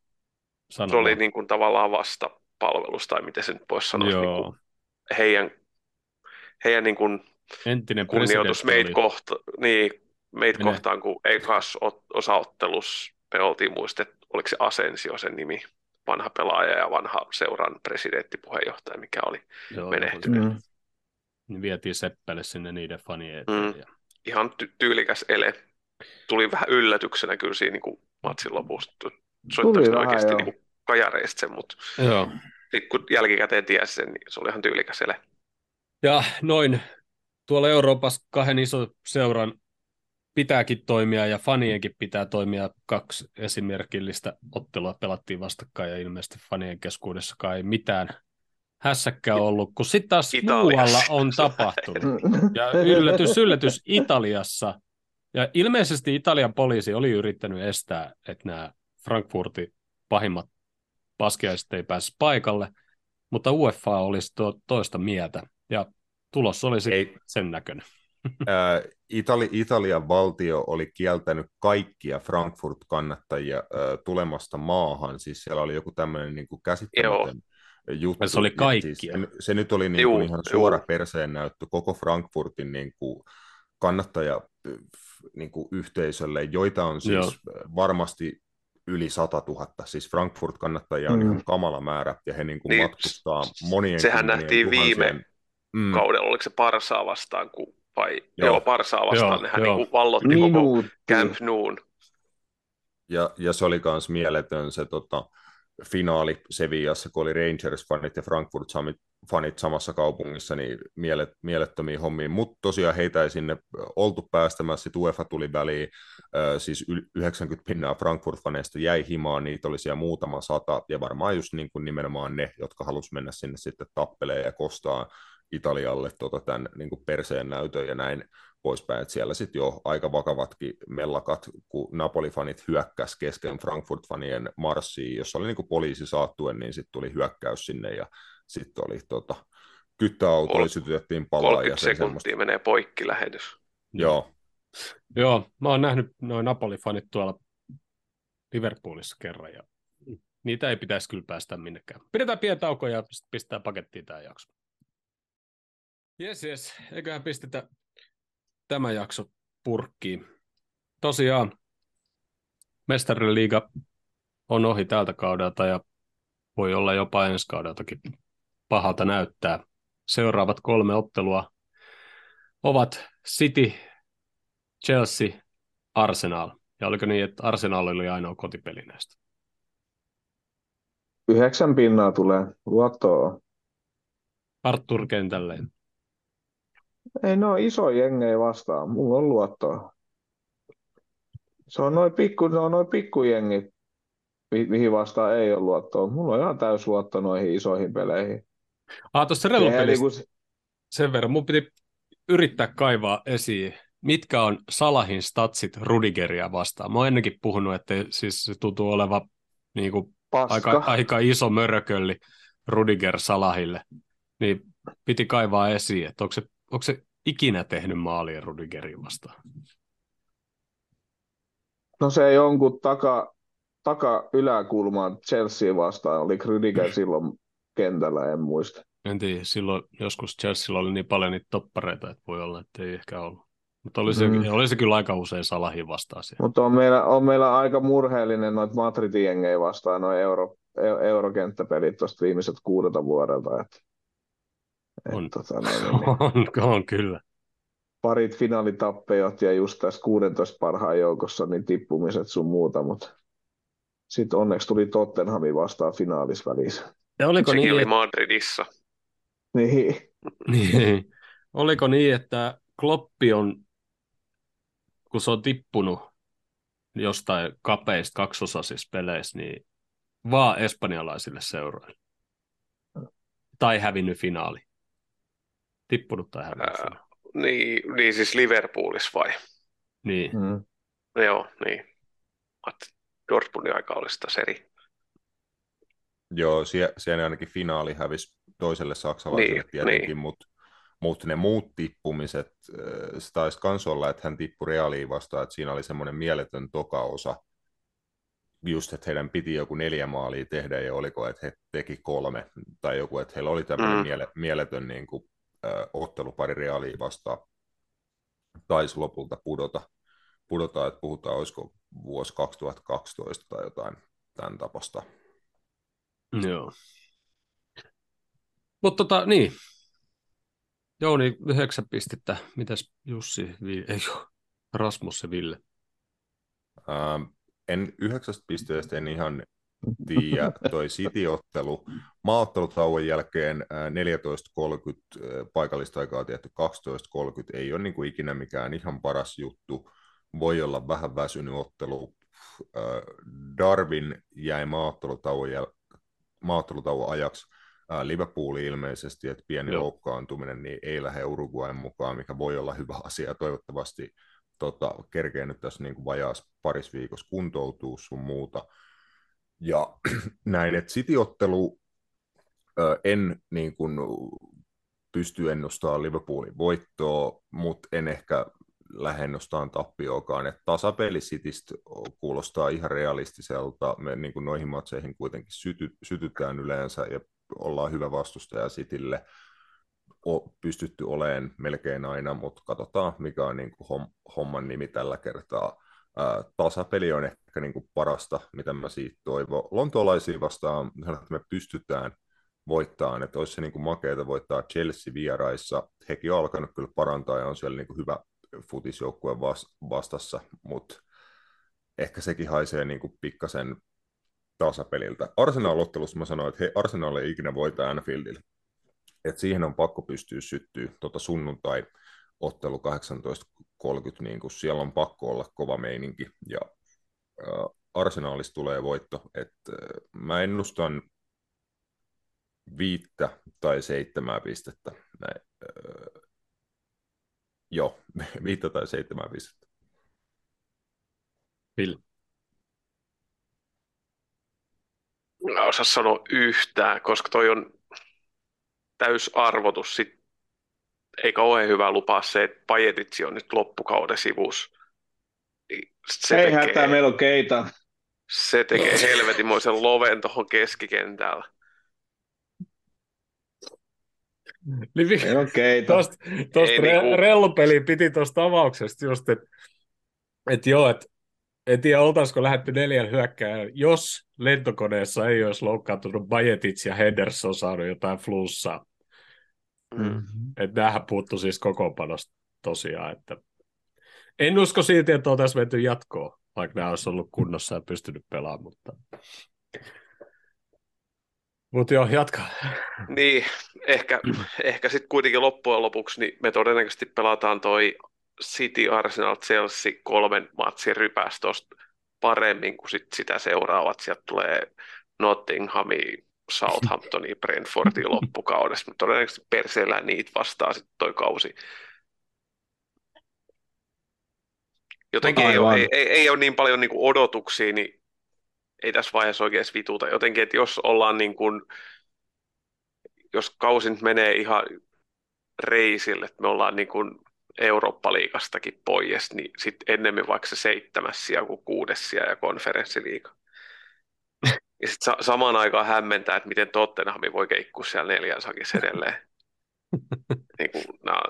se oli sanoma. niin kuin tavallaan vastapalvelus, tai miten se nyt voisi sanoa, niin Joo. kuin heidän, heidän niin kuin Entinen kunnioitus presidentti meitä, oli. kohta, niin, meitä Mene. kohtaan, kun ekas ot- osaottelus me oltiin muistettu, oliko se Asensio sen nimi, vanha pelaaja ja vanha seuran presidenttipuheenjohtaja, mikä oli Joo, menehtynyt. Mm. niin vietiin Seppele sinne niiden fanien eteen. Mm. Ja Ihan ty- tyylikäs ele. Tuli vähän yllätyksenä kyllä siinä niin kuin matsin lopussa. Soittaako Tuli ne vähän, oikeasti joo. niin kuin kajareista sen, mutta Joo. sit kun jälkikäteen tiesi sen, niin se oli ihan tyylikäs ele. Ja noin tuolla Euroopassa kahden ison seuran pitääkin toimia ja fanienkin pitää toimia. Kaksi esimerkillistä ottelua pelattiin vastakkain ja ilmeisesti fanien keskuudessakaan ei mitään hässäkkää ollut, kun sitten taas Italiassa. muualla on tapahtunut. Ja yllätys, yllätys Italiassa. Ja ilmeisesti Italian poliisi oli yrittänyt estää, että nämä Frankfurtin pahimmat paskiaiset ei pääsisi paikalle, mutta U E F A olisi to- toista mieltä. Ja tulos olisi Ei. sen näköinen. Ää, Itali, Italian valtio oli kieltänyt kaikkia Frankfurt-kannattajia ää, tulemasta maahan. Siis siellä oli joku tämmöinen niin kuin käsittämätön juttu. Se oli Ja kaikkia. Siis se, se nyt oli niin Juu, kuin ihan suora juu. perseen näyttö koko Frankfurtin niin kuin kannattaja niin kuin yhteisölle, joita on siis Joo. varmasti yli sata tuhatta. Siis Frankfurt-kannattajia on Mm. ihan kamala määrä, ja he niin kuin Niin, matkustaa monien sehän kymmenien nähtiin viime tuhansien- Mm. kaudella, oliko se Parsaa vastaan, kun, vai Joo. joo, joo Parsaa vastaan, Joo, nehän joo. niin kuin vallotti koko Minuutti. Camp Noun. Ja, ja se oli myös mieletön se tota, finaali Sevillassa, kun oli Rangers-fanit ja Frankfurt-fanit samassa kaupungissa, niin mielet, mielettömiä hommia. Mutta tosiaan heitä ei sinne oltu päästämässä, sitten UEFA tuli väliin, äh, siis yhdeksänkymmentä pinnaa Frankfurt-faneista jäi himaan, niitä oli siellä muutama sata, ja varmaan just niin kuin nimenomaan ne, jotka halusi mennä sinne sitten tappeleen ja kostaa Italialle tota, tämän niin kuin perseen näytön ja näin poispäin, että siellä sitten jo aika vakavatkin mellakat, kun Napoli-fanit hyökkäsi kesken Frankfurt-fanien marssiin, jossa oli niinku poliisi saattuen, niin sitten tuli hyökkäys sinne ja sitten oli tota, kyttäautoja, Kol- sytytettiin palaa. ja kolmekymmentä se sekuntia semmoista. menee poikki lähetys. Joo, Joo, mä oon nähnyt noin Napoli-fanit tuolla Liverpoolissa kerran, ja niitä ei pitäisi kyllä päästä minnekään. Pidetään pieni tauko ja sitten pistää pakettiin tämä jakso. Jes, jes, eiköhän pistetä tämä jakso purkkiin. Tosiaan, Mestariliiga on ohi tältä kaudelta ja voi olla jopa ensi kaudeltakin pahalta näyttää. Seuraavat kolme ottelua ovat City, Chelsea, Arsenal. Ja oliko niin, että Arsenal oli ainoa kotipeli näistä? Yhdeksän pinnaa tulee luottoa. Artur kentälleen. Ei no iso jengei vastaan. Mulla on luottoa. Se on noin pikku, ne on noin pikkujengit, mi- mihin vastaan ei ole luottoa. Mulla on ihan täys luotto noihin isoihin peleihin. Ah, tuossa Eihän relopelistä niinku- sen verran. Mun piti yrittää kaivaa esiin, mitkä on Salahin statsit Rudigeria vastaan. Mä oon ennenkin puhunut, että siis se tuntuu oleva niin kuin Paska. aika, aika iso mörökölli Rudiger Salahille. Niin piti kaivaa esiin, että onko se, onko se ikinä tehnyt maalia Rudigeria vastaan. No se jonkun taka, taka yläkulmaan Chelsea vastaan oli Rüdiger silloin kentällä, en muista. En tiedä, silloin joskus Chelsealla oli niin paljon niitä toppareita, että voi olla, että ei ehkä ollut. Mutta oli se, Mm. oli se kyllä aika usein Salahin vastaan siellä. Mutta on meillä, on meillä aika murheellinen noita Madridin jengejä vastaan, noin euro, e- eurokenttäpelit tuosta viimeiset kuudelta vuodelta. Et, et, On. tota, noin, niin, on, on kyllä. parit finaalitappeot ja just tässä kuudentoista parhaan joukossa niin tippumiset sun muuta, mutta sitten onneksi tuli Tottenhamin vastaan finaalissa välissä. Ja oliko Sekin niin, oli että, Madridissa. Niin. niin, oliko niin, että Kloppi on, kun se on tippunut jostain kapeista kaksosaisissa peleissä, niin vaan espanjalaisille seuroille. tai hävinnyt finaali. Tippunut tai hävinnyt Ää, finaali. niin, niin siis Liverpoolissa vai? Niin. Mm. No joo, niin. Dortmundin aika oli sitä seri. Joo, sie, siellä ainakin finaali hävisi toiselle saksalaiselle Niin, tietenkin, niin. mutta mut ne muut tippumiset, se taisi kans olla, että hän tippui Realiin vastaan, että siinä oli semmoinen mieletön tokaosa, just, että heidän piti joku neljä maalia tehdä, ja oliko, että he teki kolme, tai joku, että heillä oli tämmöinen Mm. miele, mieletön niin kuin, äh, ottelupari Realiin vastaan, taisi lopulta pudota, pudota, että puhutaan, olisiko vuosi kaksituhattakaksitoista tai jotain tämän tapasta. Joo. Mutta tota, niin. Jouni, yhdeksän pistettä. Mitäs Jussi, Vi- ei ole, Rasmus ja Ville? Ähm, en yhdeksästä pisteestä en ihan tiedä, toi City-ottelu. Maaottelutauon jälkeen äh, neljätoista kolmekymmentä äh, paikallista aikaa tehty kaksitoista kolmekymmentä ei ole niin kuin ikinä mikään ihan paras juttu. Voi olla vähän väsynyt ottelu. Äh, Darwin jäi maaottelutauon, jäl- maaottelutauon ajaksi äh, Liverpooliin ilmeisesti, että pieni Joo. loukkaantuminen niin ei lähde Uruguayn mukaan, mikä voi olla hyvä asia. Toivottavasti tota, kerkee nyt tässä niin kuin vajaassa paris viikossa kuntoutuu sun muuta. Ja näin, että City-ottelu ö, en niin kuin, pysty ennustamaan Liverpoolin voittoa, mutta en ehkä lähde ennustamaan tappioakaan. Että tasapeli Citystä kuulostaa ihan realistiselta. Me niin kuin noihin matseihin kuitenkin syty, sytytään yleensä ja ollaan hyvä vastustaja Citylle. O, pystytty olemaan melkein aina, mutta katsotaan, mikä on niin kuin hom, homman nimi tällä kertaa. Ää, tasapeli on ehkä niin kuin parasta, mitä mä siitä toivon. Lontoolaisia vastaan, että me pystytään voittamaan, että olisi se niin kuin makeata voittaa Chelsea vieraissa. Hekin on alkanut kyllä parantaa ja on siellä niin kuin hyvä futisjoukkue vastassa, mutta ehkä sekin haisee niin kuin pikkasen tasapeliltä. Arsenal-ottelussa mä sanoin, että he, Arsenal ei ikinä voita Anfieldillä. Et siihen on pakko pystyä syttyä tuota sunnuntai ottelu kahdeksantoista kolmekymmentä, niin kuin siellä on pakko olla kova meininki, ja äh, Arsenalista tulee voitto, että äh, mä ennustan viittä tai seitsemää pistettä. Näin, äh, joo, viittä tai seitsemää pistettä. Ville. Mä osaa sanoa yhtään, koska toi on täysarvotus. Sit ei kauhean hyvä lupaa se, että Pajetitsi on nyt loppukauden sivussa. Niin se Ei tekee, hätää, meillä on Keita. se tekee helvetimoisen loven tuohon keskikentällä. Niin, Meillä on Keita. Tuosta tosta Ei re, niinku- rellupeliin piti tuosta avauksesta just, että et joo, että en tiedä, oltaisiko lähdetty neljän hyökkääjän, jos lentokoneessa ei olisi loukkaantunut Bajetic ja Henderson saanut jotain flussaa. Mm. Että näähän puuttu siis kokoonpanosta tosiaan. Että en usko silti, että oltaisiin menty jatkoon, vaikka nämä olisi ollut kunnossa ja pystynyt pelaamaan. Mutta, mutta joo, jatka. Niin, ehkä, ehkä sitten kuitenkin loppujen lopuksi niin me todennäköisesti pelataan toi City, Arsenal, Chelsea kolmen matsin rypäs tosta paremmin kuin sit sitä seuraavat. Sieltä tulee Nottinghami, Southamptoni, Brentfordi loppukaudessa. Mutta todennäköisesti perseellään niitä vastaan sitten toi kausi. Jotenkin ei ole, ei, ei, ei ole niin paljon niin kuin odotuksia, niin ei tässä vaiheessa oikein vituta. Jotenkin, että jos ollaan niin kuin, jos kausi nyt menee ihan reisille, että me ollaan niin kuin Eurooppa-liigastakin pois, niin sitten ennemmin vaikka se seitsemäs sija kuin kuudes sija ja konferenssiliiga. Ja sitten sa- samaan aikaan hämmentää, että miten Tottenham voi keikkua siellä neljän sakissa edelleen. niin kuin, nää...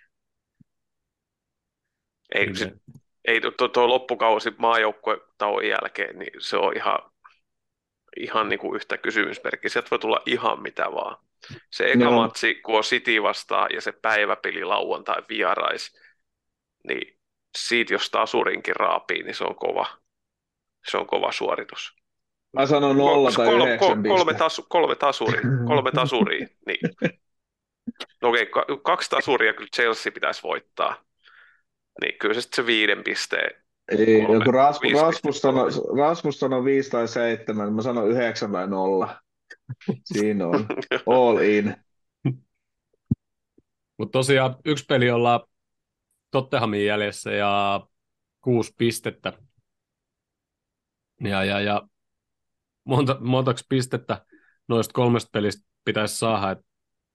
Ei, sit, ei tuo, tuo loppukausi maajoukkuetauon jälkeen, niin se on ihan, ihan niin kuin yhtä kysymysmerkki. Sieltä voi tulla ihan mitä vaan. Se eka Joo. matsi, kun on City vastaan ja se päiväpeli lauantai vierais, niin siitä jos tasurinkin raapii, niin se on kova, se on kova suoritus. Mä sanon nolla tai kolme, yhdeksän kolme, pistettä. tasu, kolme tasuria, kolme tasuria, niin. No okei, okay, kaksi tasuria kyllä Chelsea pitäisi voittaa, niin kyllä se sitten se viiden pisteen. Ei, kolme, joku Rasmus, viisi Rasmus, pistettä sanoi, Rasmus sanoi viisi tai seitsemän, mä sanon yhdeksän tai nolla. Siinä on. All in. Mutta tosiaan yksi peli ollaan Tottenhamin jäljessä ja kuusi pistettä. Ja, ja, ja monta, montaksi pistettä noista kolmesta pelistä pitäisi saada, että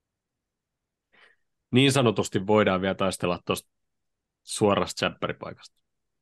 niin sanotusti voidaan vielä taistella tuosta suorasta tsäppäripaikasta.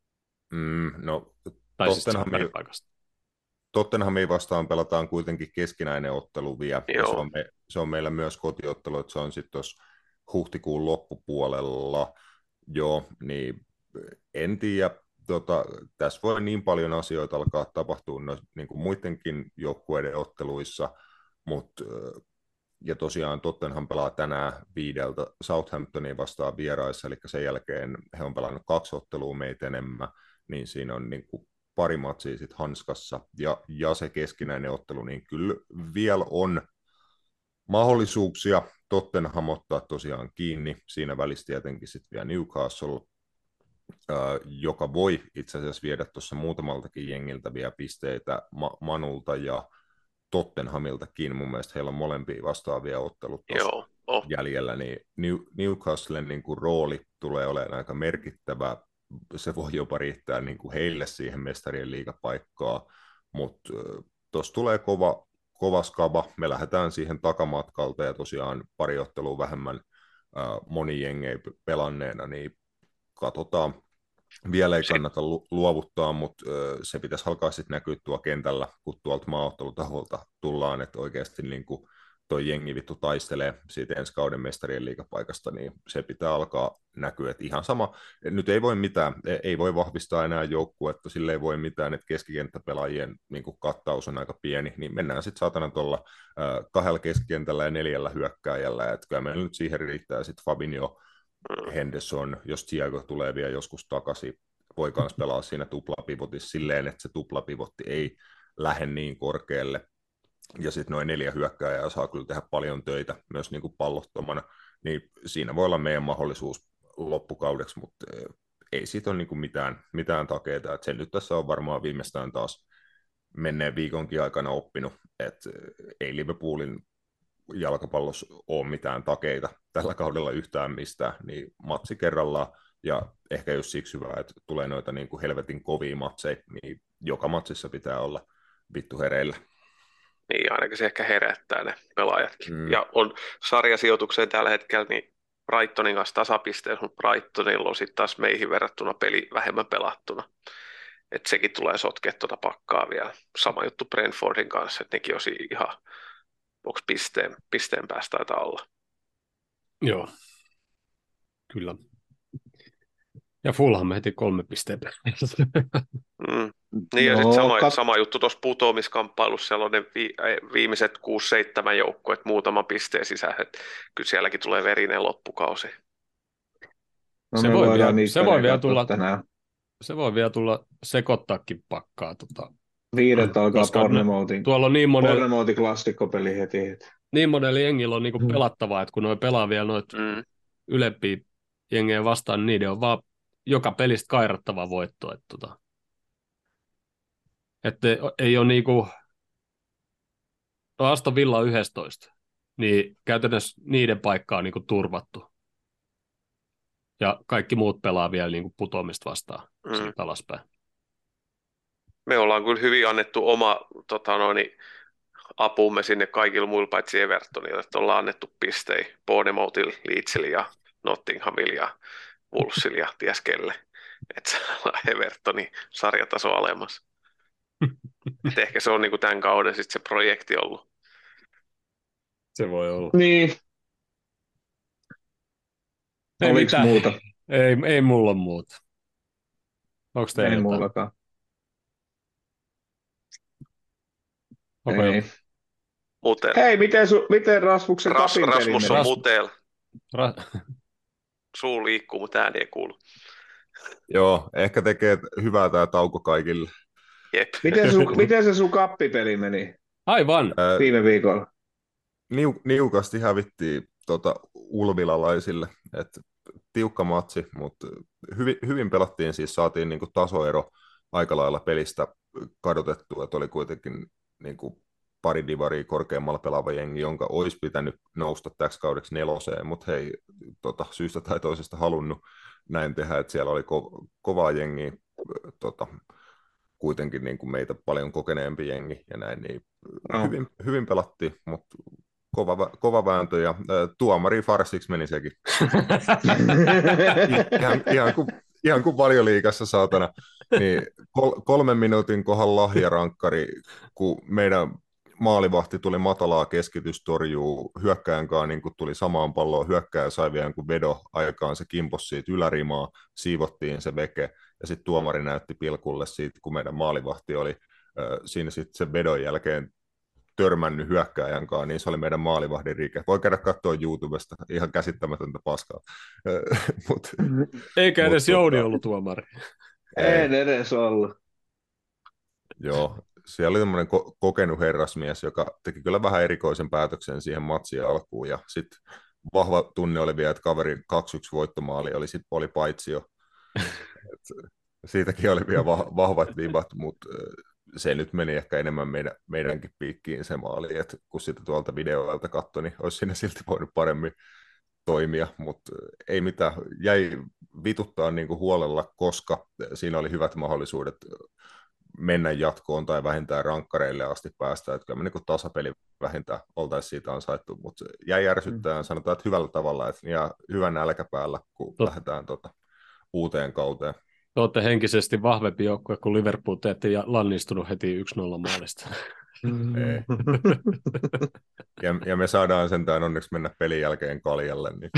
Mm, no, Tai siis Tottenhami, tsäppäripaikasta. Tottenhamia vastaan pelataan kuitenkin keskinäinen ottelu vielä. Ja se, Joo. on me, se on meillä myös kotiottelu, että se on sitten tuossa huhtikuun loppupuolella. Joo, niin en tiedä. Tota, tässä voi niin paljon asioita alkaa tapahtua no, niin kuin muidenkin joukkueiden otteluissa, mutta ja tosiaan Tottenham pelaa tänään viideltä Southamptonia vastaan vieraissa, eli sen jälkeen he on pelannut kaksi ottelua meitä enemmän, niin siinä on niin kuin pari matsia sitten hanskassa, ja, ja se keskinäinen ottelu, niin kyllä vielä on mahdollisuuksia Tottenham ottaa tosiaan kiinni, siinä välissä tietenkin sitten vielä Newcastle, ää, joka voi itse asiassa viedä tuossa muutamaltakin jengiltä vielä pisteitä Ma- Manulta ja Tottenhamiltakin, mun mielestä heillä on molempia vastaavia ottelut Joo, oh. jäljellä, niin New, Newcastlen niin kuin rooli tulee olemaan aika merkittävä, se voi jopa riittää niin kuin heille siihen mestarien liigapaikkaa, mutta tuossa tulee kova, kova skava, me lähdetään siihen takamatkalta ja tosiaan pari ottelua vähemmän äh, moni jengei pelanneena, niin katsotaan. Vielä ei kannata luovuttaa, mutta se pitäisi alkaa sitten näkyä tuolla kentällä, kun tuolta maaottelutaholta tullaan, että oikeasti niin kuin toi jengi vittu taistelee siitä ensi kauden mestarien liigapaikasta, niin se pitää alkaa näkyä, että ihan sama, nyt ei voi mitään, ei voi vahvistaa enää joukkuetta, sille ei voi mitään, että keskikenttäpelaajien niin kuin kattaus on aika pieni, niin mennään sitten saatana tuolla äh, kahdella keskikentällä ja neljällä hyökkääjällä, että kyllä meillä nyt siihen riittää sitten Fabinho, Henderson, jos Thiago tulee vielä joskus takaisin, voi myös pelaa siinä tuplapivotissa silleen, että se tuplapivotti ei lähde niin korkealle. Ja sitten noin neljä hyökkääjää saa kyllä tehdä paljon töitä myös niin kuin pallottomana, niin siinä voi olla meidän mahdollisuus loppukaudeksi, mutta ei siitä ole niin kuin mitään, mitään takeita. Et se nyt tässä on varmaan viimeistään taas menneen viikonkin aikana oppinut, että ei Liverpoolin jalkapallossa ole mitään takeita tällä kaudella yhtään mistään, niin matsi kerrallaan, ja ehkä jos siksi hyvä, että tulee noita niin kuin helvetin kovia matseja, niin joka matsissa pitää olla vittu hereillä. Niin, ainakin se ehkä herättää ne pelaajatkin. Mm. Ja on sarjasijoitukseen tällä hetkellä, niin Brightonin kanssa tasapisteessä, mutta Brightonilla on sitten taas meihin verrattuna peli vähemmän pelattuna. Että sekin tulee sotkea tuota pakkaa vielä. Sama juttu Brentfordin kanssa, että nekin on ihan, onko pisteen, pisteen päästä taitaa olla. Joo, kyllä. Ja Fulham heti kolme pisteen päästä. Mm. Niin ja No, sitten sama, kat- sama juttu tuossa putoamiskamppailussa, siellä on ne vi- viimeiset kuusi seitsemän joukkueet muutaman pisteen sisään, että kyllä sielläkin tulee verinen loppukausi. No Se me voi voidaan vielä- niitä se voi vielä katsoa tulla- tänään. Se voi vielä tulla sekoittaakin pakkaa. Tota, Viideltä alkaa koska ne- Bournemoutin tuolla on niin monella, Bournemoutin klassikkopeli heti. heti. niin monella jengillä on niinku Mm. pelattavaa, että kun noi pelaa vielä noita Mm. ylempiä jengejä vastaan, niin niiden on vaan joka pelistä kairattava voitto. Että tota, että ei ole niinku, no Aston Villa on yksitoista, niin käytännössä niiden paikka on niinku turvattu. Ja kaikki muut pelaa vielä niinku putoamista vastaan Mm. siitä alaspäin. Me ollaan kyllä hyvin annettu oma tota noin, apumme sinne kaikille muilla paitsi Evertonille, että ollaan annettu pistejä Bournemouthille, Leedsille ja Nottinghamille ja Wolvesille ja ties kelle. Että saadaan Evertonin sarjataso alemmas. Et ehkä se on niinku tämän kauden sit se projekti ollut. Se voi olla. Niin, Ei oliks mitään. muuta? Ei, ei mulla muuta. Onko teillä Ei jotain? mullakaan. Onko Ei. joku? Mutel. Hei, miten, su, miten Rasmuksen Ras, kapin peli Rasmus meni? on Ras- mutel. Ra- Suu liikkuu, mutta ääni ei kuulu. Joo, ehkä tekee hyvää tämä tauko kaikille. Jep. Miten, su, miten se sun kappipeli meni Aivan. Ää, viime viikolla? niu, niukasti hävittiin tota, ulvilalaisille, että tiukka matsi, mutta hyvin, hyvin pelattiin, siis saatiin niinku tasoero aika lailla pelistä kadotettua, että oli kuitenkin niinku pari divaria korkeammalla pelaava jengi, jonka olisi pitänyt nousta täksi kaudeksi neloseen, mutta hei, tota, syystä tai toisesta halunnut näin tehdä, että siellä oli ko- kovaa jengiä, tota, kuitenkin niin kuin meitä paljon kokeneempi jengi ja näin, niin No. hyvin, hyvin pelattiin, mutta kova, kova vääntö ja ä, tuomari farsiksi meni sekin. ihan, ihan, kuin, ihan kuin Valioliigassa saatana, niin kol, kolmen minuutin kohan lahjarankkari, kun meidän maalivahti tuli matalaa keskitystorjuu hyökkäjänkaan, niin kun tuli samaan palloon, hyökkäjä sai vielä kun vedo aikaan, se kimpos siitä ylärimaa, siivottiin se veke, ja sitten tuomari näytti pilkulle siitä, kun meidän maalivahti oli äh, siinä sitten sen vedon jälkeen törmännyt hyökkääjänkaan, niin se oli meidän maalivahdin riike. Voi käydä katsoa YouTubesta, ihan käsittämätöntä paskaa. Mut, Eikä edes mut, Jouni tota, ollut tuomari. En edes ollut. Joo, siellä oli tämmöinen ko- kokenut herrasmies, joka teki kyllä vähän erikoisen päätöksen siihen matsin alkuun, ja sitten vahva tunne oli vielä, että kaverin kaksi yksi voittomaali oli, sit, oli paitsio. Et siitäkin oli vielä va- vahvat vibat, mutta se nyt meni ehkä enemmän meidän, meidänkin piikkiin se maali, että kun sitä tuolta videoilta katsoi, niin olisi siinä silti voinut paremmin toimia, mutta ei mitään, jäi vituttaa niin kuin huolella, koska siinä oli hyvät mahdollisuudet mennä jatkoon tai vähintään rankkareille asti päästä, että kyllä me niin kuin tasapeli vähintään oltaisiin siitä ansaittu, mutta jäi järsyttää ja sanotaan, että hyvällä tavalla, että ja hyvän nälkä päällä, kun Tot. lähdetään tuota, uuteen kauteen. Te olette henkisesti vahvempi joukkue kuin Liverpool, te ette lannistunut heti yksi nolla maalista. Ei. Ja, ja me saadaan sentään onneksi mennä pelin jälkeen kaljalle. Niin.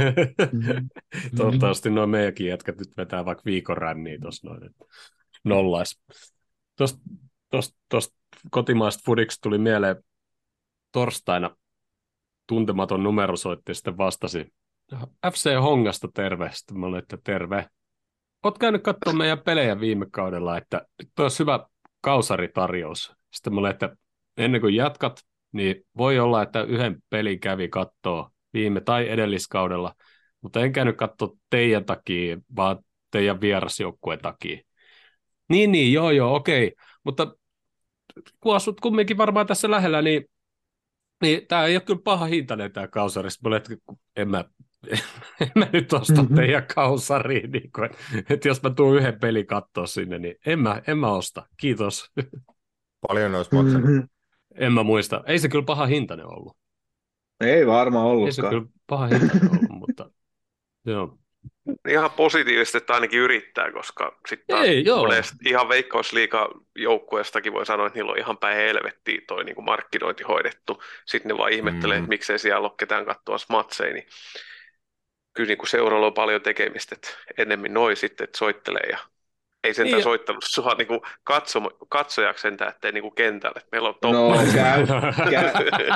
Toivottavasti noin meidänkin jätkät nyt vetää vaikka viikon ränniä tuossa noin. Nollais. Tuosta tosta, tosta kotimaista fudiksi tuli mieleen torstaina tuntematon numero soitti sitten vastasi. F C Hongasta terve. Sitten mä olin, että terve. Oot käynyt katsoa meidän pelejä viime kaudella, että tuo olisi hyvä kausaritarjous. Sitten mä olin, että ennen kuin jatkat, niin voi olla, että yhden pelin kävi katsoa viime tai edelliskaudella, mutta en käynyt katsoa teidän takia, vaan teidän vierasjoukkueen takia. Niin, niin, joo, joo, okei. Mutta kun asut kumminkin varmaan tässä lähellä, niin, niin tämä ei ole kyllä paha hintainen tämä kausari. Mä olin, että en mä, en mä nyt osta mm-hmm. teidän kausariin. Niin kuin, että jos mä tuun yhden pelin katsoa sinne, niin en mä, en mä osta. Kiitos. Paljon olisi maksanut. Mm-hmm. En mä muista. Ei se kyllä paha hintainen ollut. Ei varmaan ollutkaan. Ei se kyllä paha hintainen ollut, mutta joo. Ihan positiivisesti, että ainakin yrittää, koska sitten Ei, ihan Veikkausliigan joukkueestakin voi sanoa, että niillä on ihan päin helvettiä toi niin kuin markkinointi hoidettu. Sitten ne vaan ihmettelee, mm. että miksei siellä ole ketään katsoa matseja. Niin kyllä niin kuin seuralla on paljon tekemistä, että ennemmin noi sitten, että soittelee ja ei sentään niin. soittanut sua niin kuin katso, katsojaksi sentään, ettei niin kuin kentälle. Meillä on toppa. No, käy, käy.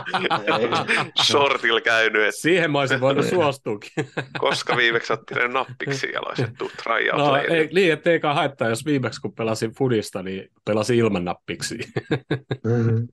Shortilla käynyt. Että siihen mä olisin voinut suostuukin. Koska viimeksi otti ne nappiksi ja laisettu tryout no, ei, niin, ettei eikä haittaa, jos viimeksi kun pelasin fudista, niin pelasin ilman nappiksi. Mm-hmm.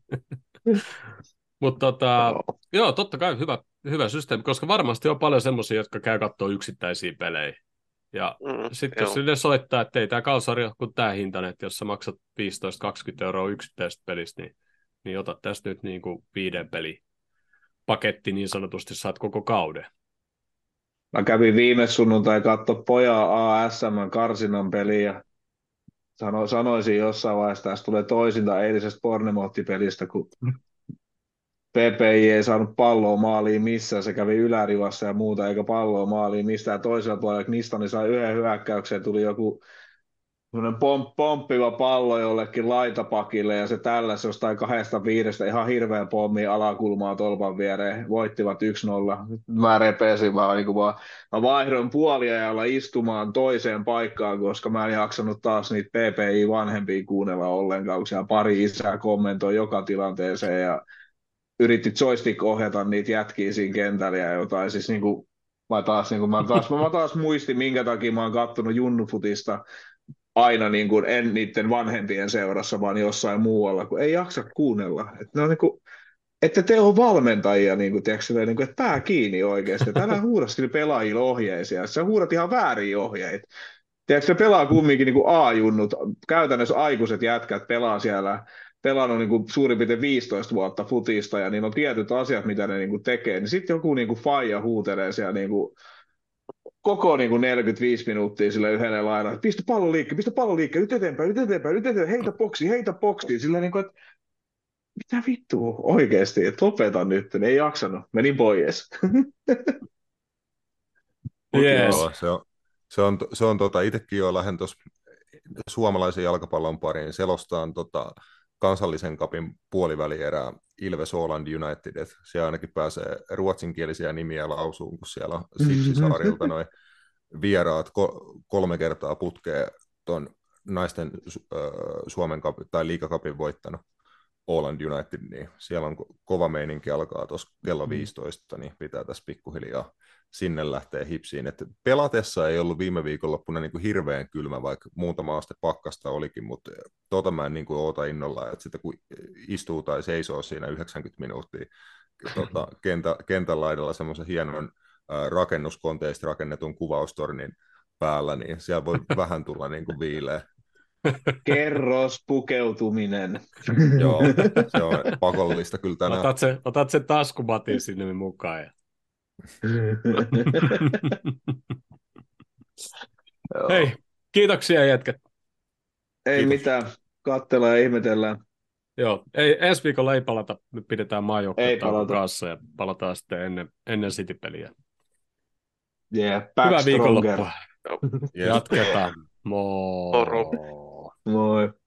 Mutta tota, oh. joo, totta kai hyvä, hyvä systeemi, koska varmasti on paljon semmoisia, jotka käy katsoa yksittäisiä pelejä. Ja mm, sitten jos sille soittaa, että ei tämä kausari ole kuin tämä hintainen, että jos sä maksat viisitoista kaksikymmentä euroa yksittäisestä pelistä, niin, niin ota tästä nyt niin kuin viiden peli paketti niin sanotusti, saat koko kauden. Mä kävin viime sunnuntai katsoa pojan A S M-karsinnan peliä ja sano, sanoisin jossain vaiheessa, että tässä tulee toisinta eilisestä Bournemouth-pelistä, kun P P I ei saanut palloa maaliin missään, se kävi ylärivassa ja muuta, eikä palloa maaliin mistään. Toisella puolella Knistani sai yhden hyökkäyksen, tuli joku pomp, pomppiva pallo jollekin laitapakille ja se tälläsi jostain kahdesta viidestä ihan hirveä pommi alakulmaa tolpan viereen. Voittivat yksi nolla. Mä repesin vaan, niin kuin vaan. Mä vaihdoin puoliajalla istumaan toiseen paikkaan, koska mä en jaksanut taas niitä P P I-vanhempia kuunnella ollenkaan, kun siellä pari isää kommentoi joka tilanteeseen ja yritti joystick ohjata niitä jätkiä siinä kentällä ja jotain. Siis niin kuin, mä, taas, niin kuin, mä, taas, mä taas muistin, minkä takia mä oon kattonut Junnufutista aina niin kuin, en niiden vanhempien seurassa, vaan jossain muualla, kun ei jaksa kuunnella. Että ne on niin kuin, että te on valmentajia, niin kuin, tiedätkö, niin kuin, että pää kiinni oikeasti. Älä huuda sille pelaajille ohjeisia. Sä huudat ihan väärin ohjeita. Tiedätkö, se pelaa kumminkin niin kuin A-junnut. Käytännössä aikuiset jätkät pelaa siellä pelannut niin kuin suurin piirtein viisitoista vuotta futista ja niillä on tietyt asiat, mitä ne niin kuin tekee, niin sitten joku niin kuin faija huutelee siellä niin kuin koko niin kuin neljäkymmentäviisi minuuttia sille yhdelle laidalle, että pistä pallo liikkeelle, pistä pallo liikkeelle, nyt eteenpäin, nyt eteenpäin, nyt eteenpäin, heitä boksiin, heitä boksiin, sillä niin kuin, että mitä vittua oikeasti, että lopeta nyt, ne ei jaksanut, menin pois. Yes. Joo, se on, se on, se on tota, itsekin jo lähden tuossa suomalaisen jalkapallon pariin selostaan tota, kansallisen kapin puolivälierää Ilves Åland United, että siellä ainakin pääsee ruotsinkielisiä nimiä lausuun, kun siellä on Sipsisaarilta noin vieraat ko- kolme kertaa putkeen tuon naisten äh, Suomen kapin, tai liigakapin voittanut Åland United, niin siellä on kova meininki, alkaa tuossa kello viisitoista, niin pitää tässä pikkuhiljaa sinne lähteä hipsiin. Et pelatessa ei ollut viime viikonloppuna niin kuin hirveän kylmä, vaikka muutama aste pakkasta olikin, mutta tota mä en niin kuin oota innolla, että sitten kun istuu tai seisoo siinä yhdeksänkymmentä minuuttia tota, kentä, kentän laidalla semmoisen hienon äh, rakennuskonteista rakennetun kuvaustornin päällä, niin siellä voi vähän tulla niin kuin viileä. Kerros pukeutuminen. Joo, se on pakollista kyllä tänään. Otat sen, otat sen taskumatin sinne mukaan. Ja... Hei, kiitoksia jätkät. Ei Kiitos. mitään, katsellaan ja ihmetellään. Joo, ei, ensi viikolla ei palata, nyt pidetään maajoukkuetta kanssa ja palataan sitten ennen, ennen City-peliä. Yeah, back Hyvää stronger. viikonloppua. Yes. Jatketaan. Moi. Moro. Moi.